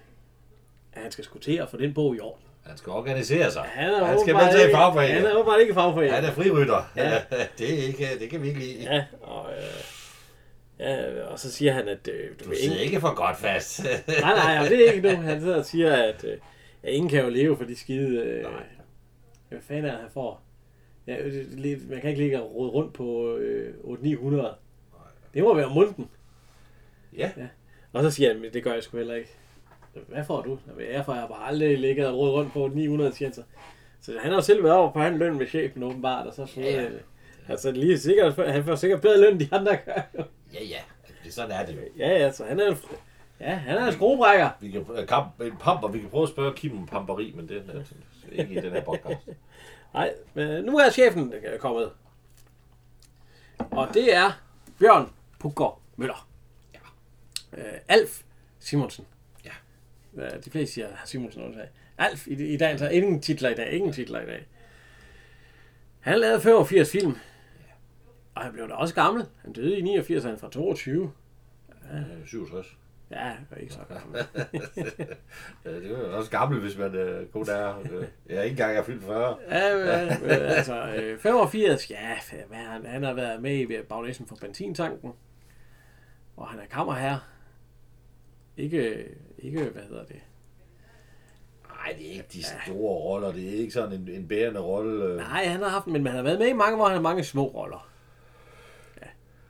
at han skal skutere for den bog i orden. Han skal organisere sig. Han, er han skal med til fagforening. Han er åbenbart ikke fagforening. Han er frirytter. Ja. det, er ikke, det kan vi ikke lide. Ja, og, øh, ja, og så siger han, at... Øh, du sidder ikke, ikke for godt fast. nej, nej, nej, det er ikke nu. Han sidder og siger, at, øh, at ingen kan jo leve for de skide... Øh, nej. Hvad fanden er det, han får? Ja, man kan ikke ligge og rode rundt på øh, otte ni hundrede. Det må være munden. Ja. ja. Og så siger han, det gør jeg sgu heller ikke. Hvad får du? Jeg får jeg bare aldrig ligget og rode rundt på ni hundrede tjenester. Så han har jo selv været over på han løn med chefen åbenbart, og så får ja, ja. Altså lige sikkert, han får sikkert bedre løn, de andre gør. Ja, ja. Det, sådan er det jo. Ja, ja, så han er jo... Ja, han er en skruebrækker. Vi kan, kamp, en pamper, vi kan prøve at spørge Kim om pamperi, men det er ikke i den her podcast. Nej, men nu er chefen kommet. Og det er Bjørn Puggaard Møller. Ja. Øh, Alf Simonsen. Ja. De fleste siger Simonsen også. Alf i, i dag, så ingen titler i dag, ingen titler i dag. Han lavede femogfirs film. Ja. Og han blev da også gammel. Han døde i niogfirs, han fra toogtyve. Ja. syvogtres. Ja, det var ikke så gammel. Ja, det er også gammel, hvis man øh, kun er... Øh, jeg er ikke engang er fyldt fyrre. Ja, øh, altså øh, femogfirs, ja, han, han har været med i bagnæsen for benzintanken. Og han er kammerherre. Ikke, ikke, hvad hedder det? Nej, det er ikke de store ja. roller. Det er ikke sådan en, en bærende rolle. Øh. Nej, han har haft, men han har været med i mange, hvor han har mange små roller. Ja.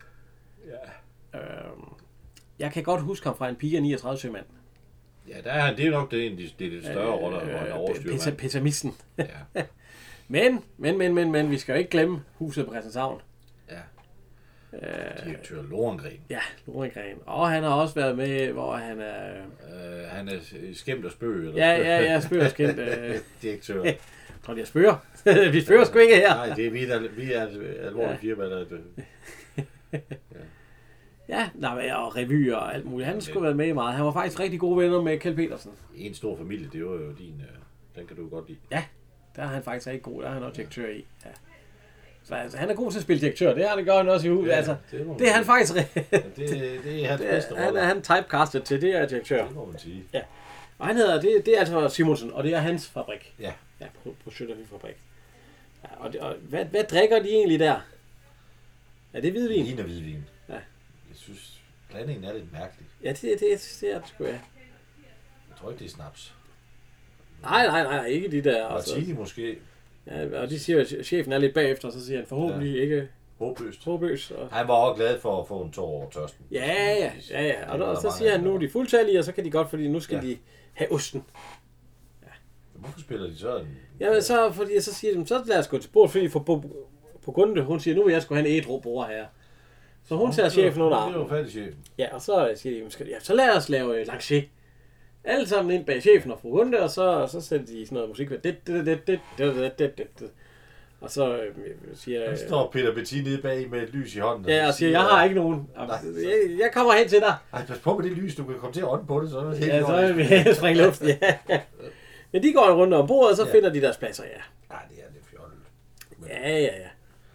Ja. Øhm, jeg kan godt huske ham fra en pige af niogtredive sømand. Ja, der er han. Det er nok det, det, det, det større øh, roller, hvor han overstyrer. Pessimisten. Ja. men, men, men, men, men, vi skal jo ikke glemme huset på Christianshavn. Ja. Øh, Direktør Lorengren. Ja, Lorengren. Og han har også været med, hvor han er... Øh, han er skæmt og spøg. Eller ja, ja, ja, spøg og skæmt. Øh... Direktør. Jeg tror, de er spøger. Vi spøger sgu ikke her. Nej, det er vi, der, vi er alvorlige ja. firma, der... ja. Ja, nej, og revyer og alt muligt. Han skulle være med i meget. Han var faktisk rigtig gode venner med Kjeld Petersen. En stor familie, det var jo din... Den kan du godt lide. Ja, der er han faktisk rigtig god. Der er han også direktør i. Ja. Så altså, han er god til at spille direktør. Det har han gjort også i huset. Ja, altså, det, det er han faktisk... ja, det, det er hans bedste rolle. Han er han typecastet til, det er direktør. Det må man sige. Ja. Og han hedder, det, det er altså Simonsen, og det er hans fabrik. Ja. Ja, på, på Søndervig-fabrik. Ja, og, det, og hvad, hvad drikker de egentlig der? Er det hvidvin? Det ligner hvidvin. Ja. Jeg synes, blandingen er lidt mærkelig. Ja, det, det, det, det er det sgu, ja. Jeg tror ikke, det er snaps. Nej, nej, nej, ikke de der. Martini altså. Måske. Ja, og de siger, at chefen er lidt bagefter, og så siger han forhåbentlig ja. ikke... Håbløst. Håbløst. Og... Han var også glad for at få en tår over tørsten. Ja, ja, ja, ja. Og, og så siger han, nu er de fuldtallige, og så kan de godt, fordi nu skal ja. de have osten. Ja. Hvorfor spiller de så en... Ja, men så, fordi, så siger de, så lad os gå til bord, fordi for, på, på Gunde, hun siger, nu vil jeg sgu have en ædru bord her. Så hun tager chefen under armen. Det var fattig chefen. Ja, og så siger de, skal, ja, så lad os lave lancé. Alle sammen ind bag chefen og fru Gunde, og så, så sætter de sådan noget musik. Det, det, det, det, det, det, det, det, det. Og så øh, siger... Han står Peter Bettini nede bag med et lys i hånden. Ja, og siger, jeg har ikke nogen. Jeg, jeg kommer hen til dig. Ej, pas på med det lys, du kan komme til at ånde på det, så er det helt ja, så er vi springe luft, ja. Men de går rundt om bordet, og så ja. finder de deres pladser, ja. Nej, det er lidt fjollet. Ja, ja, ja.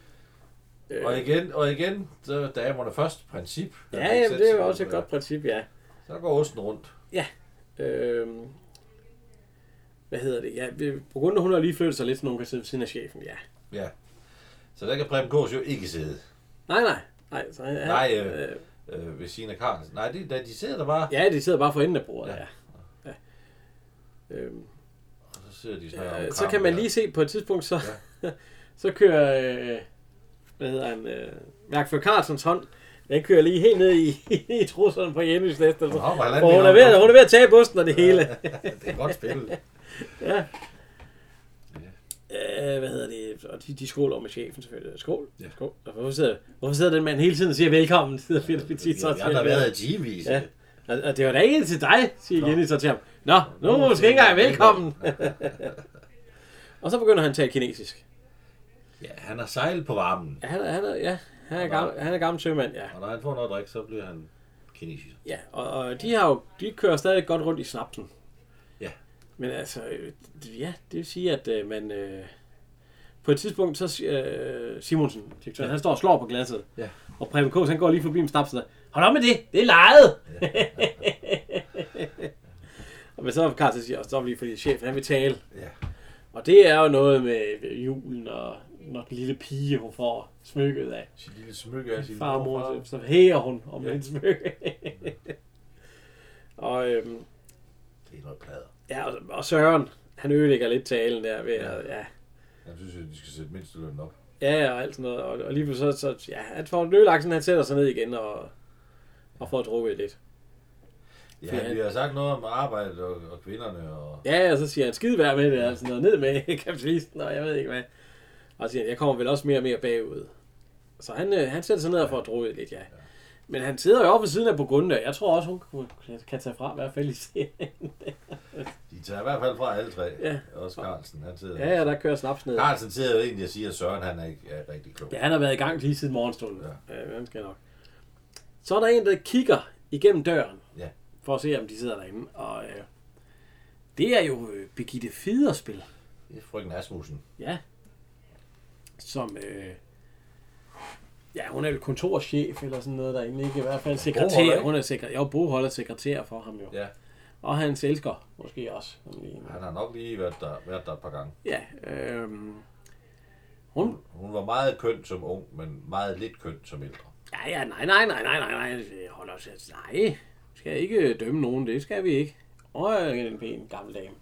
Og igen, og igen, så damerne først, princip. Ja, jamen, det er jo også et godt princip, ja. Så går osten rundt. Ja. Øhm, hvad hedder det? Ja, på grund af, hun har lige flyttet sig lidt, så nogen kan sidde ved siden af chefen, ja. Ja. Så der kan Preben Kaas jo ikke sidde. Nej, nej. Nej, så han, nej øh, øh, øh, ved siden af Carlsen. Nej, de, de sidder der bare. Ja, de sidder bare for enden af bordet, ja. ja. ja. Øhm, og så sidder de sådan øh, Så kan man lige se på et tidspunkt, så, ja. så kører, øh, hvad hedder han, øh, Mærk for Carlsens hånd. Den kører lige helt ned i, i trusserne på hjemmeslæst. Altså. Nå, hun, er ved, hun er ved at tage bussen og det hele. Det er godt spillet. ja. Øh, hvad hedder det? Og de, de skåler med chefen selvfølgelig. Skål. Ja. Skål. Og hvorfor sidder, hvorfor sidder den mand hele tiden og siger velkommen? Sidder ja, vi, vi, vi har været i timevis. Ja. Og, og det var da ikke til dig, siger Jenny så til ham. Nå, nu Nå, skal ikke engang velkommen. Og så begynder han at tale kinesisk. Ja, han har sejlet på varmen. Ja, han er, han er, ja. Han er, gammel, han er gammel sømand, ja. Og når han får noget drik, så bliver han kinesisk. Ja, og, og de har jo, de kører stadig godt rundt i snapsen. Ja. Men altså, ja, det vil sige, at øh, man... Øh, på et tidspunkt, så øh, Simonsen, direktøren, ja. Han står og slår på glasset. Ja. Og Preben Kaas, han går lige forbi med snapsen. Hold op med det, det er lejet! Ja. Men så er Carlsen siger, og så lige fordi chefen, han vil tale. Ja. Og det er jo noget med julen, og når den lille pige, hun får smykket af. Sin lille smykke af sin farmor, far. så hæger hun om ja. hendes smykke. og, øhm, det er noget plader. Ja, og, og Søren, han ødelægger lidt talen der ved ja. at, ja. Jeg synes, at de skal sætte mindstelønnen op. Ja, og alt sådan noget. Og, og lige så, så, ja, han får ødelagt sådan, han sætter sig ned igen og, og får drukket lidt. Ja, han, vi har sagt noget om arbejdet og, og kvinderne. Og... Ja, og så siger han, skide værd med det, altså noget ned med kapitalisten, og jeg ved ikke hvad. Og så siger han, jeg kommer vel også mere og mere bagud. Så han, øh, han sætter sig ned og får drukket lidt, ja. ja. Men han sidder jo oppe ved siden af Burgunder. Jeg tror også, hun kan tage fra, i hvert fald i serien. De tager i hvert fald fra alle tre. Ja. Også Carlsen, han sidder. Ja, ja, der kører snaps ned. Carlsen sidder jo egentlig og siger, at Søren han er ikke er rigtig klog. Ja, han har været i gang lige siden morgenstunden. Ja. Ja, hvem skal nok. Så er der en, der kigger igennem døren. Ja. For at se, om de sidder derinde. Og øh, det er jo øh, Birgitte Fiderspil. Det er frøken Asmussen. Ja. Som... Øh, ja, hun er jo kontorchef eller sådan noget derinde. Ikke? I hvert fald sekretær. Hun er sekretær. Jo, bogholder sekretær for ham jo. Ja. Og hans elsker måske også. Han har nok lige været der, været der et par gange. Ja. Øh, hun... Hun, hun var meget køn som ung, men meget lidt køn som ældre. Ja, ja, nej, nej, nej, nej, nej, nej. Hold op, nej. Vi skal ikke dømme nogen, det skal vi ikke. Åh, en pæn gammel dame.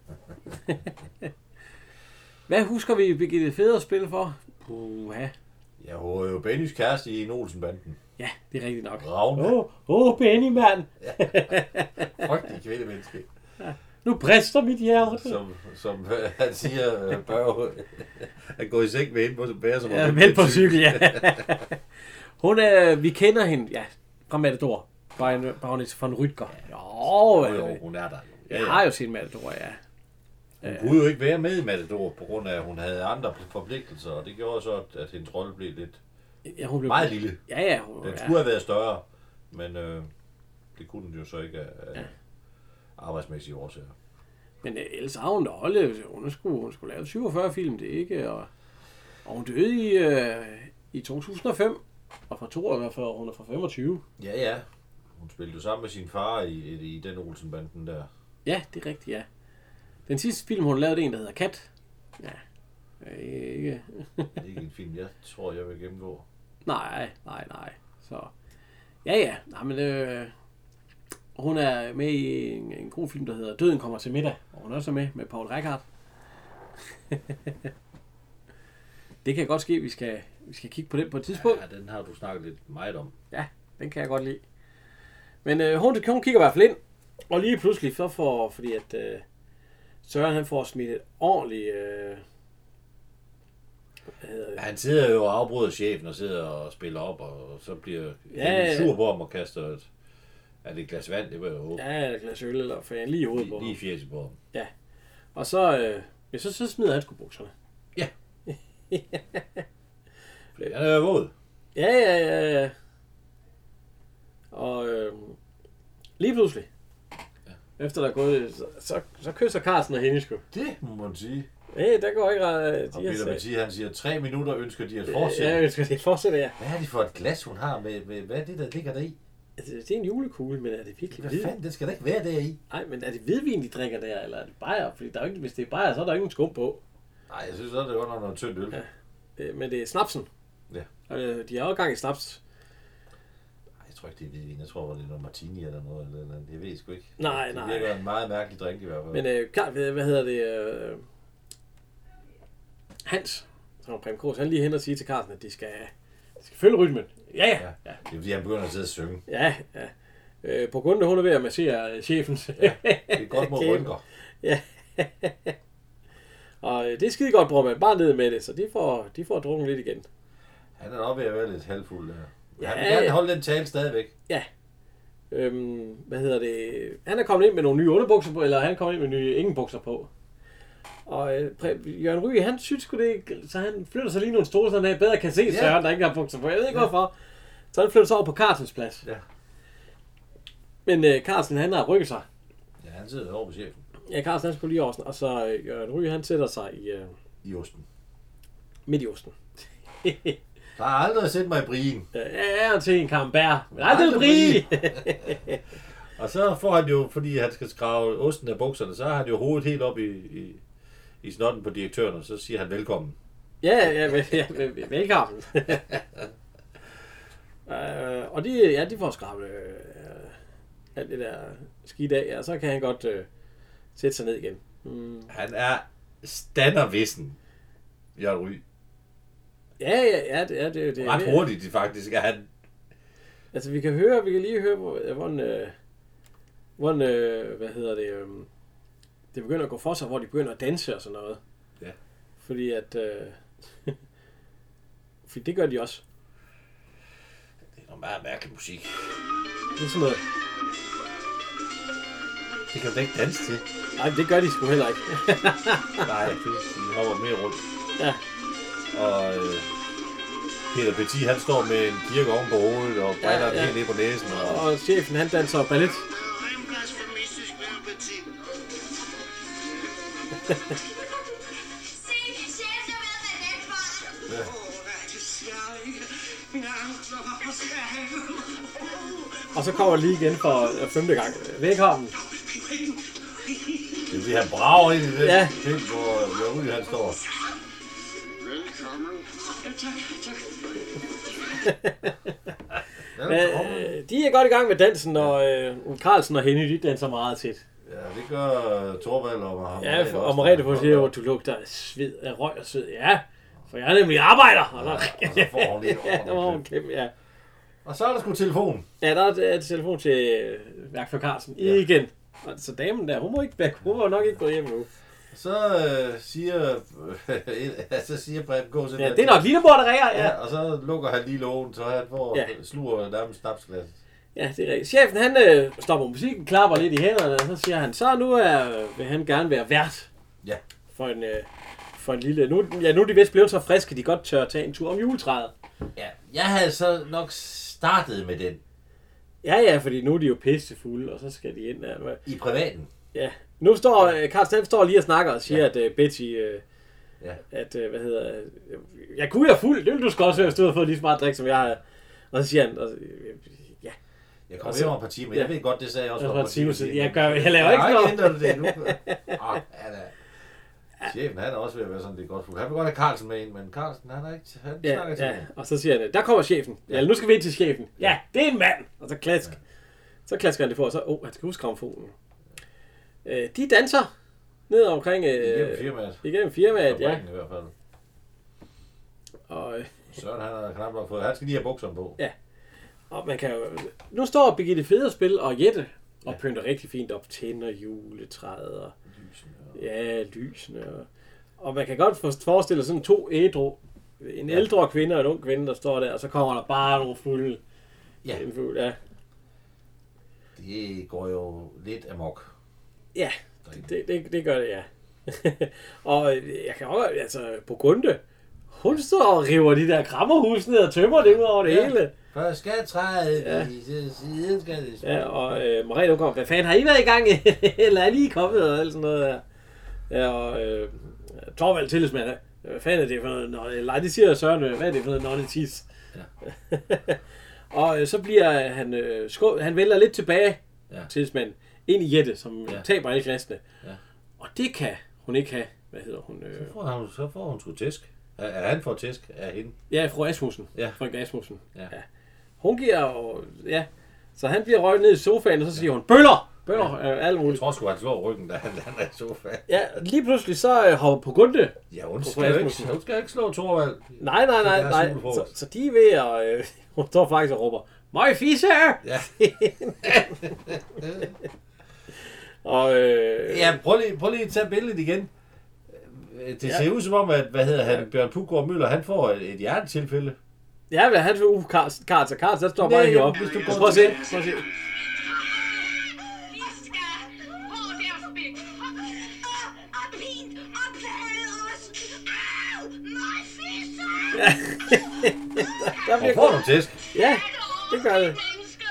Hvad husker vi Birgitte Fiderspil for? Puha. Ja, hun er jo Bennys kæreste i Olsen-banden. Ja, det er rigtigt nok. Ravne. Åh, oh, oh, Benny, mand. Frygtelig kvindemenneske. Ja. Nu brister mit hjerte. Som, som han siger, Børge, han går i seng med hende på bære som ja, vel på cykel, ja. Hun er, vi kender hende, ja, fra Matador. Baroness von Rütger. Jo, jo, jo, hun er der. Ja, jeg har jo set Matador, ja. Hun kunne jo ikke være med i Matador, på grund af, at hun havde andre forpligtelser, og det gjorde så, at hendes rolle blev lidt ja, hun blev meget lille. Ja, ja. Hun, den ja. skulle have været større, men øh, det kunne den jo så ikke af ja. arbejdsmæssige årsager. Men øh, ellers har hun da holdt, hun skulle, hun skulle lave syvogfyrre film, det ikke, og, og hun døde i, øh, i to tusind og fem, og fra toogfyrre, hun er fra femogtyve. Ja, ja. Hun spillede jo sammen med sin far i, i, i den Olsen-banden der. Ja, det er rigtigt, ja. Den sidste film, hun lavede, det er en, der hedder Kat. Ja, ikke. Det er ikke en film, jeg tror, jeg vil gennemgå. Nej, nej, nej. Så, ja, ja. Nej, men øh, hun er med i en, en god film, der hedder Døden kommer til middag. Og hun er også med med Paul Reichhardt. Det kan godt ske, vi skal, vi skal kigge på den på et tidspunkt. Ja, den har du snakket lidt meget om. Ja, den kan jeg godt lide. Men øh, hun, hun kigger i hvert fald ind. Og lige pludselig, så får, fordi at øh, Søren han får smidt et ordentligt... Øh, hvad hedder det? Han sidder jo og afbryder chefen og sidder og spiller op, og så bliver ja, han sur på ham og kaster et, er det et glas vand, det var jo ja, et glas øl eller fan lige i hovedet på ham. Lige fjæset på ham. Ja, og så, øh, ja, så, så smider han sgu bukserne. Ja. Han er jo våd. Ja, ja, ja, ja. Og øh, lige pludselig, ja. Efter der er gået, så, så, så kysser Carsten og hende sgu. Det må man sige. Hey, der går ikke ret... Og Peter Mathis, han siger, tre minutter ønsker de at fortsætte. Ja, ønsker de at fortsætte, ja. Hvad er det for et glas, hun har med, med hvad er det, der ligger der i? Altså, det er en julekugle, men er det virkelig Hvad fanden, det skal da ikke være der i. Nej, men er det hvidvin, de drikker der, eller er det bajer? Fordi der er ikke, hvis det er bajer, så er der ingen skum på. Nej, jeg synes så, det var noget tyndt øl. Ja. Men det er snapsen. Ja. Og de er jo i gang i snaps. Nej, jeg tror ikke, det er hvidvin. Jeg tror, det er noget martini eller noget. Eller noget. Jeg ved sgu ikke. Nej, det nej. Det virker en meget mærkelig drink i hvert fald. Men øh, klart, hvad hedder det... Øh, Hans, som Preben Kaas, han lige hen og siger til Carsten, at de skal, de skal følge rytmen. Ja, ja, ja. Det er fordi, han begynder at sidde og synge. Ja, ja. Øh, på grund af, hun er ved at massere chefens. Ja, det er godt mod rynker. Ja. Og det er skide godt, bror, man. Bare ned med det, så de får, de får drukket lidt igen. Han er nok ved at være lidt halvfuld der. Ja, han vil gerne holde den tale stadigvæk. Ja. Øhm, hvad hedder det? Han er kommet ind med nogle nye underbukser på, eller han er kommet ind med nye ingen bukser på. Og øh, Jørgen Ryg, han synes sgu det, så han flytter sig lige nogle stole, så han bedre kan se Søren, yeah. der ikke har bukser på. Jeg ved ikke ja. hvorfor. Så han flytter sig over på Carlsens plads. Ja. Men øh, Carlsen, han har rykket sig. Ja, han sidder over på chefen. Ja, Carlsen han skulle lige over, og så øh, Jørgen Ryg, han sætter sig i... Øh, I osten. Midt i osten. Der har aldrig set mig i brien. Ja, jeg er til en Camembert, men aldrig en brie. Og så får han jo, fordi han skal skrave osten af bukserne, så har han jo hovedet helt op i, i, i snotten på direktøren, og så siger han velkommen. Ja, ja, vel, ja vel, velkommen. uh, og de, ja, de får skrabet uh, alt det der skidt af, og ja, så kan han godt uh, sætte sig ned igen. Mm. Han er standervissen, Jørgen Ryg. Ja, ja, ja, det er det. det ret hurtigt, faktisk, er han. Altså, vi kan høre, vi kan lige høre, hvor, hvordan, øh, hvordan øh, hvad hedder det, øh, det begynder at gå for sig, hvor de begynder at danse og sådan noget. Ja. Fordi at, øh, fordi det gør de også. Det er noget meget mærkelig musik. Det er sådan noget. Det kan du da ikke danse til. Nej, det gør de sgu heller ikke. Nej, det, de hopper mere rundt. Ja. Og øh, Peter Petit, han står med en kirke oven på hovedet og brænder ja, ja. helt ned på næsen. Og, og chefen, han danser ballet. ja. Og så kommer lige igen for femte gang. Velkommen. Det vil sige, han brager ind i det, ja. ting, hvor Jørgen han står. øh, de er godt i gang med dansen, og øh, Carlsen og Henny, de danser meget tit. Ja, det gør Thorvald og ham. Ja, for, og Merete på siger, at du lugter af sved, af røg og sved. Ja, for jeg er nemlig arbejder. Og så, ja, og så får hun lige ja, der var hun kæmpe, ja. Og så er der sgu telefon. Ja, der er et telefon til øh, værk for Carlsen. Ja. Igen. Og så damen der, hun må ikke være, hun må nok ikke gå hjem nu. Så øh, siger, øh, så siger Preben gå til ja, det er nok lille mor, der ringer, ja. ja. Og så lukker han lige lågen, så han får ja. sluger nærmest snapsglas. Ja, det er rigtigt. Chefen, han øh, stopper musikken, klapper lidt i hænderne, og så siger han, så nu er, vil han gerne være vært. Ja. For en, øh, for en lille, nu, ja, nu er de vist blevet så friske, de godt tør tage en tur om juletræet. Ja, jeg havde så nok startet med den. Ja, ja, fordi nu er de jo pissefulde, og så skal de ind der. I privaten? Ja. Nu står øh, Carlsen står lige og snakker og siger, ja. at øh, Betty, øh, ja. at, øh, hvad hedder, øh, jeg kunne være fuld, det ville du skal også have stået og fået lige så meget drik, som jeg har. Og så siger han, og, øh, ja. Jeg kommer hjem om et par timer, jeg ved godt, det sagde jeg også. Det var et par timer siden. Jeg, gør, jeg laver ikke noget. Jeg har ikke det nu. Åh, han er... Chefen, han er også ved at være sådan lidt godt fuld. Han vil godt have Carlsen med ind, men Carlsen, han er ikke... Han ja, snakker til ja. Og så siger han, der kommer chefen. Ja, nu skal vi ind til chefen. Ja, det er en mand. Og så klask. Ja. Så klasker han det for, og så, åh, oh, han skal huske grammofonen. Øh, de danser ned omkring... Øh, igennem firmaet. Igennem firmaet, ja. I hvert fald. Og... Øh, Søren, han har knap nok fået... Han skal lige have bukserne på. Ja. Og man kan jo... Nu står Birgitte Federspil og Jette og ja. pynter rigtig fint op. Tænder juletræet og... Lysene. Og... Ja, lysene og... Og man kan godt forestille sådan to ædru. En ja. ældre kvinde og en ung kvinde, der står der, og så kommer der bare nogle fulde... Ja. Fuld, ja. Det går jo lidt amok. Ja, det, det, det gør det, ja. Og jeg kan også, altså, på Gunde, hun står og river de der krammerhus ned og tømmer det ud over det ja. hele. Først skal træet ja. i siden skal det. Ja, og øh, Merete, hun kommer, hvad fanden har I været i gang? Eller er I lige kommet og alt sådan noget der? Ja, og øh, Thorvald tillidsmand, hvad fanden er det for noget? Nej, det siger Søren, hvad er det for noget nonnetis? Ja. Og øh, så bliver han, øh, skå, han vælger lidt tilbage, ja. tillidsmanden, ind i Jette, som ja. taber alle glasene. Ja. Og det kan hun ikke have. Hvad hedder hun? Øh... Så, får han, så får hun sgu tæsk. Er, er han får tæsk af hende? Ja, fru Asmussen. Ja. Fru Asmussen. Ja. Ja. Hun giver, og, ja. Så han bliver røget ned i sofaen, og så siger hun, bøller! Bøller, ja. øh, alt muligt. Jeg tror sgu, han slår ryggen, da han lander i sofaen. Ja, lige pludselig så øh, hopper på Gunde. Ja, hun skal, ikke, hun skal ikke slå Thorvald. Nej, nej, nej, nej. Så, så de er ved at, øh, hun står faktisk og råber, Møj fisse! Ja. og, øh, ja, prøv lige, prøv lige at tage billedet igen. Det ja. ser ud som om, at, hvad hedder han, Bjørn Puggaard Møller, han får et, et hjertetilfælde. Ja, men han får uh, Carlsen, Carlsen, Carlsen, der står bare her op. Hvis du prøv at se, prøv at se. der Og får nogle tæsk. Ja, det gør det.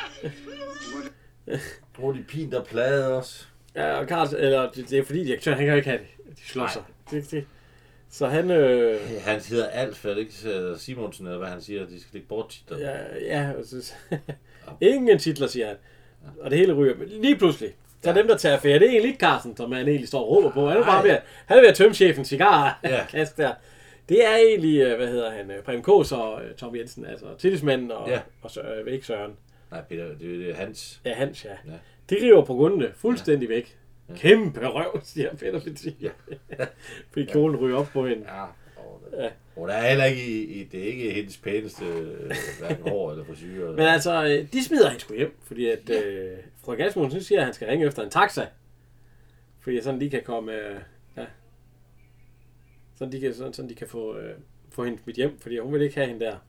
Tror de pin, der plade også. Ja, og Karl, eller det, det er fordi direktøren, han kan jo ikke have det. De slår sig. Det, det. Så han... Øh... Han hedder Alf, er det ikke Simonsen, eller hvad han siger, de skal ligge bort titler. Ja, ja. Så, ingen titler, siger han. Og det hele ryger. Lige pludselig. Så ja. Dem, der tager ferie, det er egentlig ikke Carsten, som han egentlig står og råber på. Han er bare ved at, han er ved at tømme chefen cigar. Ja. Kast der. Det er egentlig, hvad hedder han, Preben Kaas og Tom Jensen, altså tillidsmanden og, ja. og Søren, ikke Søren. Nej, Peter, det er Hans. Ja, Hans, ja. ja. De river på grunde fuldstændig ja. væk. Ja. Kæmpe røv, siger Peter Petit. Ja. Fordi kjolen ryger op på hende. Ja. Ja. Og der er heller ikke, i, det er ikke hendes pæneste hverken hår eller frisyre. Men altså, de smider hende sgu hjem, fordi at ja. øh, Frøken Asmussen siger, at han skal ringe efter en taxa. Fordi sådan de kan komme, øh, ja, sådan de kan, sådan, sådan de kan få, øh, få hende mit hjem, fordi hun vil ikke have hende der.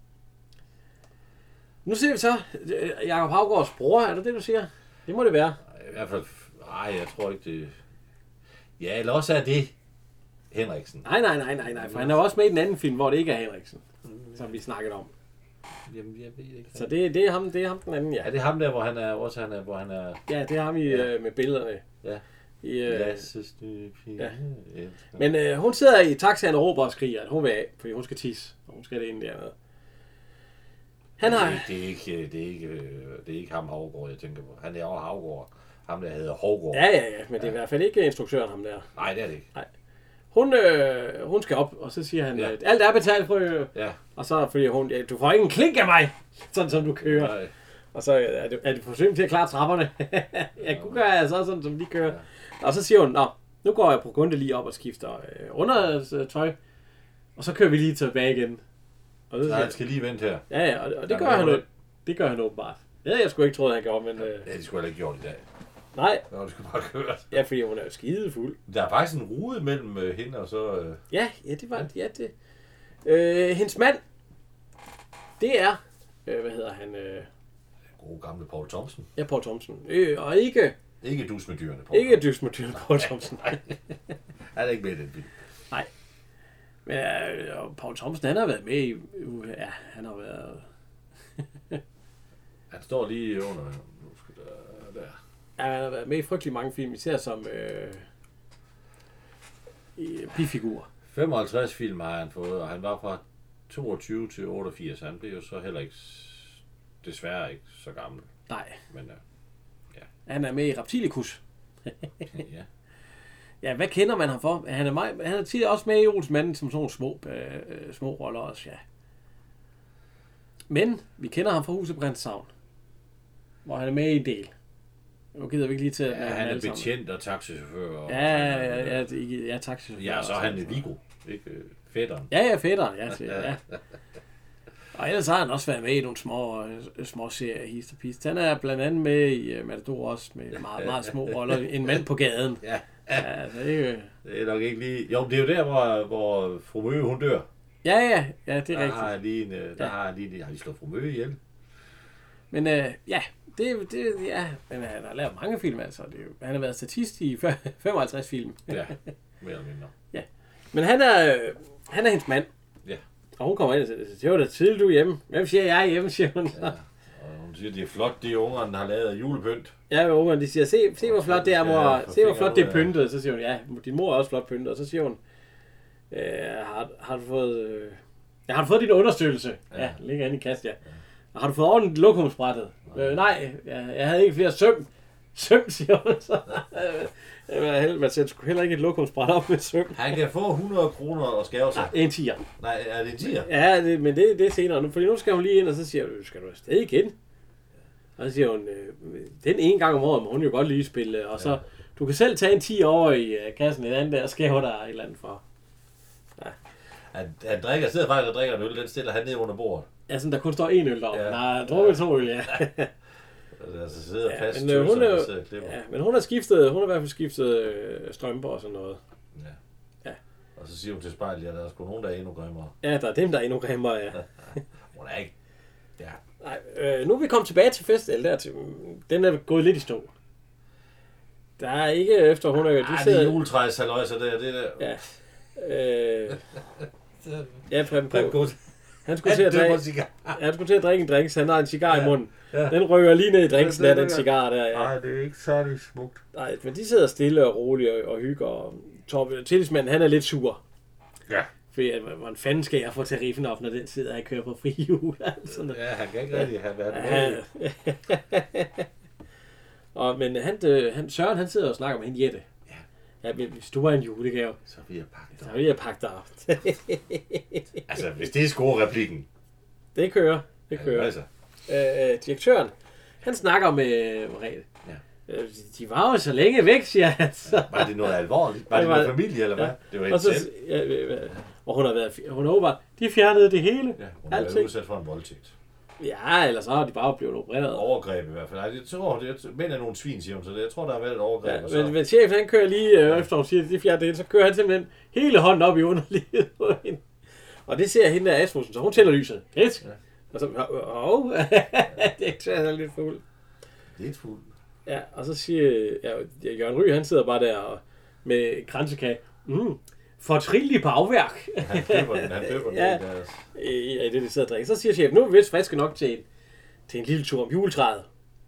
Nu ser vi så, øh, Jacob Haugaards bror, er det det, du siger? Det må det være. I hvert fald, nej, jeg tror ikke det. Ja, eller også er det Henriksen. Nej, nej, nej, nej, nej, for han er også med i den anden film, hvor det ikke er Henriksen, mm. som vi snakkede om. Jamen, jeg ved ikke. Så det, det er ham, det er ham den anden, ja. Ja, det er ham der, hvor han er, også han er, hvor han er. Ja, det er ham i, ja. øh, med billederne. Ja. I, øh, Lasses ja. Men øh, hun sidder i taxaen og råber og skriger, at hun vil af, fordi hun skal tisse, og hun skal det ind dernede. Han har... Det er ikke, det er ikke, det er ikke ham Haugaard, jeg tænker på. Han er også Haugaard. Ham der hedder Haugaard. Ja, ja, ja, men det er ja. i hvert fald ikke instruktøren ham der. Nej, det er det ikke. Nej. Hun, øh, hun skal op, og så siger han, ja. at alt er betalt, frø. Ja. Og så fordi hun, ja, du får ikke en klink af mig, sådan som du kører. Nej. Og så er det, er det forsøgt til at klare trapperne. Jeg kunne gøre altså sådan, som de kører. Ja. Og så siger hun, nå, nu går jeg på Gunde lige op og skifter øh, undertøj, og så kører vi lige tilbage igen. Og så Nej, han skal lige vente her. Ja, ja, og, og det, gør han, det. det gør han åbenbart. Det havde jeg sgu ikke troet, han gjorde, men... Øh... Ja, det skulle jeg ikke gjort i dag. Nej. Nå, det skulle bare køre. Ja, fordi hun er jo skidefuld. Der er faktisk en rude mellem øh, hende og så... Øh... Ja, ja, det var... Ja, det... Øh, hendes mand, det er... Øh, hvad hedder han? Øh... God gamle Poul Thomsen. Ja, Poul Thomsen. Øh, og ikke... Ikke dus med dyrene, Poul Ikke dus med dyrene, Poul Thomsen. Nej, han er ikke med i den film. Nej. Men øh, Poul Thomsen, han har været med i... Uh, ja, han har været... han står lige under... Der. Ja, han har været med i frygtelig mange film, især som øh, bifigur. femoghalvtreds film har han fået, og han var fra toogtyve til otteogfirs. Han blev jo så heller ikke, desværre ikke så gammel. Nej. Men øh, ja. Han er med i Reptilicus. Ja. Ja, hvad kender man ham for? Han er, meget, han er tidligere også med i Olsmanden som sådan nogle små, øh, små roller også, ja. Men vi kender ham fra Huset Brændshavn, hvor han er med i en del. Nu gider vi ikke lige til at... Ja, han er betjent og taxichauffør. Og ja, ja, ja, ja, ja, ja, taxichauffør. Ja, så er han i Viggo, ikke? Fætteren. Ja, ja, fætteren, ja. ja. Og ellers har han også været med i nogle små, små serier, hist og pist. Han er blandt andet med i uh, Matador også, med meget, meget små roller. En mand på gaden. Ja. Ja, altså, det, det er nok ikke lige... Jo, det er jo der, hvor, hvor fru Møge, hun dør. Ja, ja, ja, det er der rigtigt. Har lige en, der ja. har han lige... Har de slået fru Møge ihjel? Men uh, ja, det, det, ja, men han har lavet mange film, altså. Det er jo, han har været statist i femoghalvtreds film. Ja, mere eller mindre. Ja, men han er, øh, han er hendes mand. Ja. Og hun kommer ind og siger, det var da tidligt, du er hjemme. Hvem siger jeg er hjemme, siger hun så. Ja. Og hun siger, det er flot, de ungerne har lavet julepynt. Ja, ungerne, de siger, se, se hvor flot det er, mor. Ja, se, hvor flot det er pyntet. Så siger hun, ja, din mor er også flot pyntet. Og så siger hun, øh, har, har du fået... Øh, ja, har du fået din understøttelse? Ja, ja ligger inde i kast, ja. ja. Har du fået ordentligt lokumsbrættet? Nej, øh, nej jeg, jeg havde ikke flere søm. Søm, siger hun så. Man sætter sgu heller ikke et lokumsbræt op med søm. Han kan få hundrede kroner og skæve sig. Ja, en tier. Nej, er det en tier? Ja, det, men det, det er senere nu. Fordi nu skal hun lige ind, og så siger hun, skal du afsted igen? Og så siger hun, den ene gang om året må hun jo godt lige spille. Og så, ja. Du kan selv tage en tier over i kassen et andet der, og skæve der et eller andet for. Ja. Han, han drikker, sidder faktisk og drikker en øl, den stiller han ned under bordet. Ja, sådan der kun står en øl derovre. Ja. Nej, jeg tror vi to øl, ja. Altså sidder ja, fast men, øh, hun er, ja, men hun har skiftet, hun har i hvert fald skiftet øh, strømper og sådan noget. Ja. Ja. Og så siger hun til spejlet, at der er sgu nogen, der er endnu grimmere. Ja, der er dem, der er endnu grimmere, ja. Hun er ikke... Ja. Nej, øh, nu er vi kommet tilbage til fest, eller der til, den er gået lidt i stå. Der er ikke efter, hun er... De Ej, det er juletræshalløjser der, det der. Ja. Øh, ja, Preben Kaas. Han skulle, til at, drikke, han skulle til at drikke en drink, så han har en cigar ja. i munden. Ja. Den rykker lige ned i drinksen af den cigar der. Ja. Nej, det er ikke særlig smukt. Nej, men de sidder stille og roligt og, og hygger. Og tillidsmanden, han er lidt sur. Ja. Fordi, hvordan fanden skal jeg få tariffen op, når den sidder og kører på fri jul? Altså, ja, han kan ikke rigtig have været med. og, men han, han, Søren, han sidder og snakker med hende Jette. Ja, men hvis du var en julegave, så vil jeg pakke dig op. Så vil jeg pakke dig op. altså, hvis det er score-replikken. Det kører. Det kører. Ja, altså. øh, direktøren, han snakker med Merete. Ja. Øh, de var jo så længe væk, siger han. Ja, var det noget alvorligt? Var det, det var, noget familie, eller hvad? Ja. Det var og, så, ja, og hun har været, hun har åbenbart, de fjernede det hele. Ja, hun har været udsat for en voldtægt. Ja, eller så har de bare blevet opereret. Overgreb i hvert fald. Nej, jeg tror, det er mænd af nogle svin, siger hun, så det, jeg tror, der har været et overgreb. Ja, men, men chefen, han kører lige, øh, efter hun siger, at de fjernede det, så kører han simpelthen hele hånden op i underlivet på hende. Og det ser hende der Asmussen, så hun tænder lyset. Fedt. Ja. Og så, åh, det er lidt fuld. Lidt fuld. Ja, og så siger ja, Jørgen Ryg, han sidder bare der og, med kransekage. Mm. Fortrinlig bagværk. Han døber den, han døber den. ja, i, i det, de sidder og drikker. Så siger chefen, nu er vi vist friske nok til en, til en lille tur om juletræet.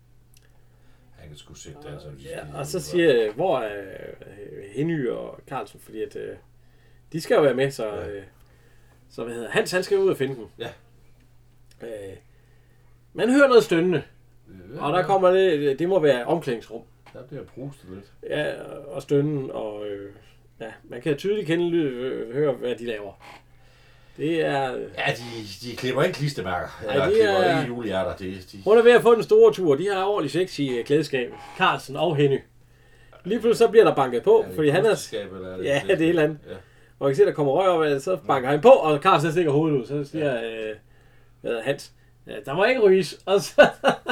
Han kan sgu sætte det, altså. Ja, og så siger, hvor er Henny og Carlsen, fordi at, øh, de skal jo være med, så, ja. øh, så hvad hedder Hans, han skal ud og finde dem. Ja. Øh, man hører noget stønnende, ja, og der kommer det, det må være omklædningsrum. Der bliver brustet lidt. Ja, og stønnen, og øh, ja, man kan tydeligt kende lyd, øh, høre, hvad de laver. Det er... Ja, de, de klipper ikke klistermærker. Ja, eller det klipper er... ikke julehjerter. De, de... Hun er ved at få den store tur. De har ordentligt sex i klædeskab. Carlsen og Henny. Lige pludselig så bliver der banket på, er fordi han er... Eller er det ja, det er et eller andet. Ja. Og jeg kan se, der kommer røg op, så banker han på, og Carlsen stikker hovedet ud. Så siger ja. øh, hvad hedder Hans, ja, der må ikke ryges. Og så...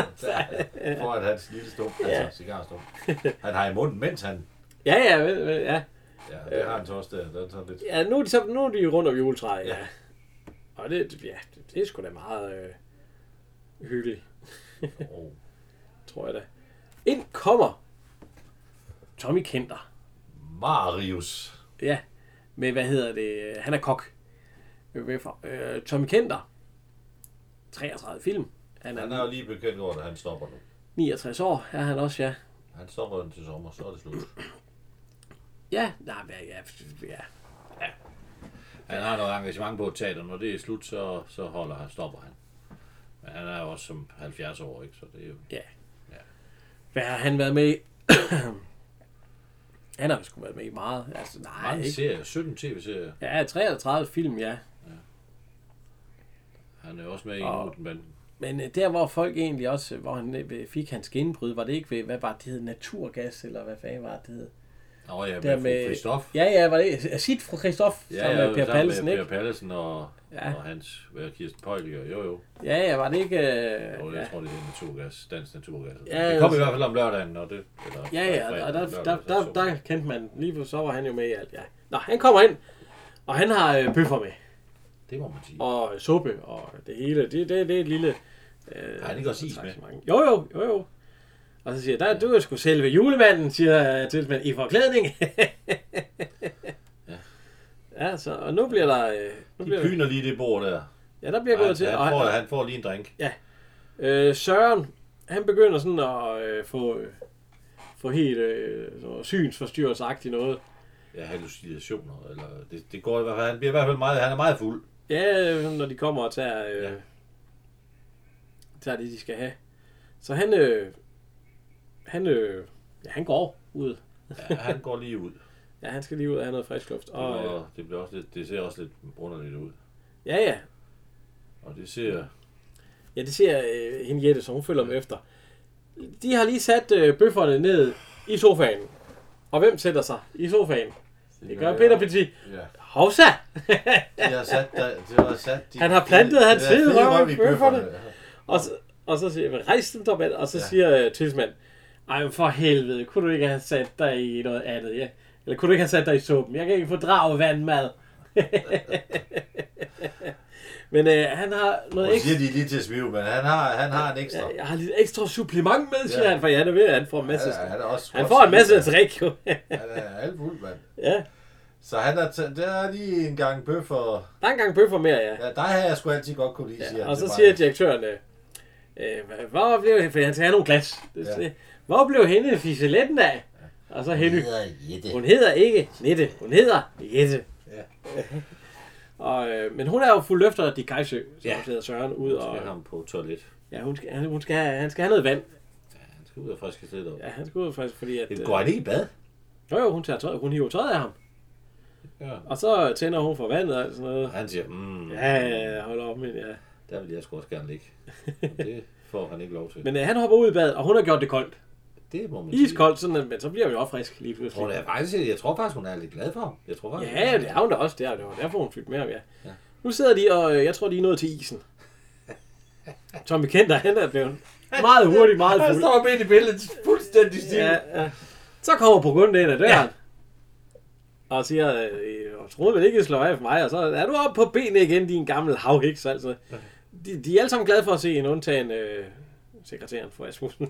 Foran hans lille stump, ja. Altså cigarstump. Han har i munden, mens han... Ja, ja, vel, vel, ja. Ja, det har han så også der. der er lidt... Ja, nu er, de, så, nu er de rundt om juletræet, ja. ja. Og det, ja, det, det er sgu da meget øh, hyggeligt. oh. Tror jeg da. Ind kommer Tommy Kenter. Marius. Ja, med hvad hedder det? Han er kok. Øh, Tommy Kenter. treogtredive film. Han er, han er jo lige bekendt over, at han stopper nu. niogtres år er han også, ja. Han stopper den til sommer, så er det slut. Ja, nej, ja, ja, ja. Han har noget engagement på teater, når det er slut, så, så holder han, stopper han. Men han er jo også som halvfjerds år, ikke? Så det er jo... Ja. ja. Hvad har han været med i? Han har sgu været med i meget. Altså, nej, mange ikke. serier, sytten tv-serier. Ja, treogtredive film, ja. ja. Han er også med i og, en band. Men der, hvor folk egentlig også, hvor han fik hans gennembrud, var det ikke ved, hvad var det hed, naturgas, eller hvad fanden var det hed? Nå ja, med, med Christoph. Ja, ja, var det Sit fra Christoph, ja, sammen ja, med Per Pallesen, ikke? Per Pallesen og, ja. og hans, hvad Kirsten Pøjliger, jo jo. Ja, ja, var det ikke... Øh, jo, jeg ja. tror, det er naturgas, dansk naturgas. Ja, det kom altså, i hvert fald om lørdagen, og det... Eller, ja, ja, fredag, og der, der, der, der, der kendte man, lige så var han jo med i alt, ja. Nå, han kommer ind, og han har øh, bøffer med. Det må man sige. Og suppe, og det hele, det, det, det er et lille... Øh, har han ikke også is med? Jo, jo, jo, jo. Og så siger jeg, du er sgu selve julemanden, siger tilsmanden, i forklædning. ja. Ja, så, og nu bliver der... Øh, nu De bliver pyner der, lige det bord der. Ja, der bliver gået til. Han, og får, han, han får lige en drink. Ja. Øh, Søren, han begynder sådan at øh, få, øh, få helt øh, synsforstyrrelsesagtigt noget. Ja, hallucinationer, eller det, det går i hvert fald, han bliver i hvert fald meget, han er meget fuld. Ja, når de kommer og tager, øh, ja. tager det, de skal have. Så han, øh, han, øh, ja, han går ud. Ja, han går lige ud. Ja, han skal lige ud og have noget frisk luft. Og, det, var, det, bliver også lidt, det ser også lidt underligt ud. Ja, ja. Og det ser... Ja, det ser øh, hende Jette, så hun følger dem efter. De har lige sat øh, bøfferne ned i sofaen. Og hvem sætter sig i sofaen? Det gør Peter Petit. Ja. Hovsa! de har sat, der, de har sat de, han har plantet de, hans fede røv i bøfferne. bøfferne. Og, så, og så siger jeg, rejs dem derop, og så ja. siger uh, tilsmanden, ej, for helvede, kunne du ikke have sat dig i noget andet? Ja? Eller kunne du ikke have sat dig i suppen? Jeg kan ikke fordrage vandmad. Men øh, han har noget ekstra... siger de lige til at svive, men han har, han har en ekstra... Ja, jeg har lidt ekstra supplement med, siger ja. han, for han er ved, at han får en masse... Ja, han, er også han får en masse at drikke, jo. han er halvfuld, mand. Ja. Så han er, t- der er lige en gang bøffer. Der er en gang bøffer mere, ja. Ja, der har jeg sgu altid godt kunne lide, ja, siger og han. så siger direktøren, øh, øh, hvor blev, for han skal have nogle glas. Ja. Hvor blev hende fiseletten af? Ja. Og så Henny. Hun hedder Jette. Hun hedder ikke Nette, hun hedder Jette. Ja. og, øh, men hun er jo fuld løfter af de Kajsø, som ja. hedder Søren ud. Hun og skal ham på toilet. Ja, hun skal, han, hun skal have, han skal have noget vand. Ja, han skal ud og friske lidt op. Ja, han skal ud og friske, fordi at... Går han ikke i bad? Jo, jo, hun tager tøj, hun hiver tøjet af ham. Ja. Og så tænder hun for vandet og sådan noget. Og han siger, mm, ja, ja, hold op, men ja. Der vil jeg sgu også gerne ligge. Det får han ikke lov til. Men øh, han hopper ud i badet, og hun har gjort det koldt. Det må man Iskoldt, sådan, at, men så bliver vi jo frisk lige pludselig. Hun er faktisk, jeg tror faktisk, hun er lidt glad for ham. Jeg tror faktisk, ja, det er hun da også. Det er, det var derfor, hun fyldte med ham, ja. ja. Nu sidder de, og øh, jeg tror, de er nået til isen. Tommy Kenter, han er blevet meget hurtigt, meget fuld. Han står midt i billedet, fuldstændig stiv. Ja, ja. Så kommer Burgunder ind ad døren. Ja. Og siger, jeg troede vel ikke, at slå af for mig. Og så er du oppe på benene igen, din gamle havhiks. Altså. De, de er alle sammen glade for at se en undtagen øh, sekretæren for Asmussen.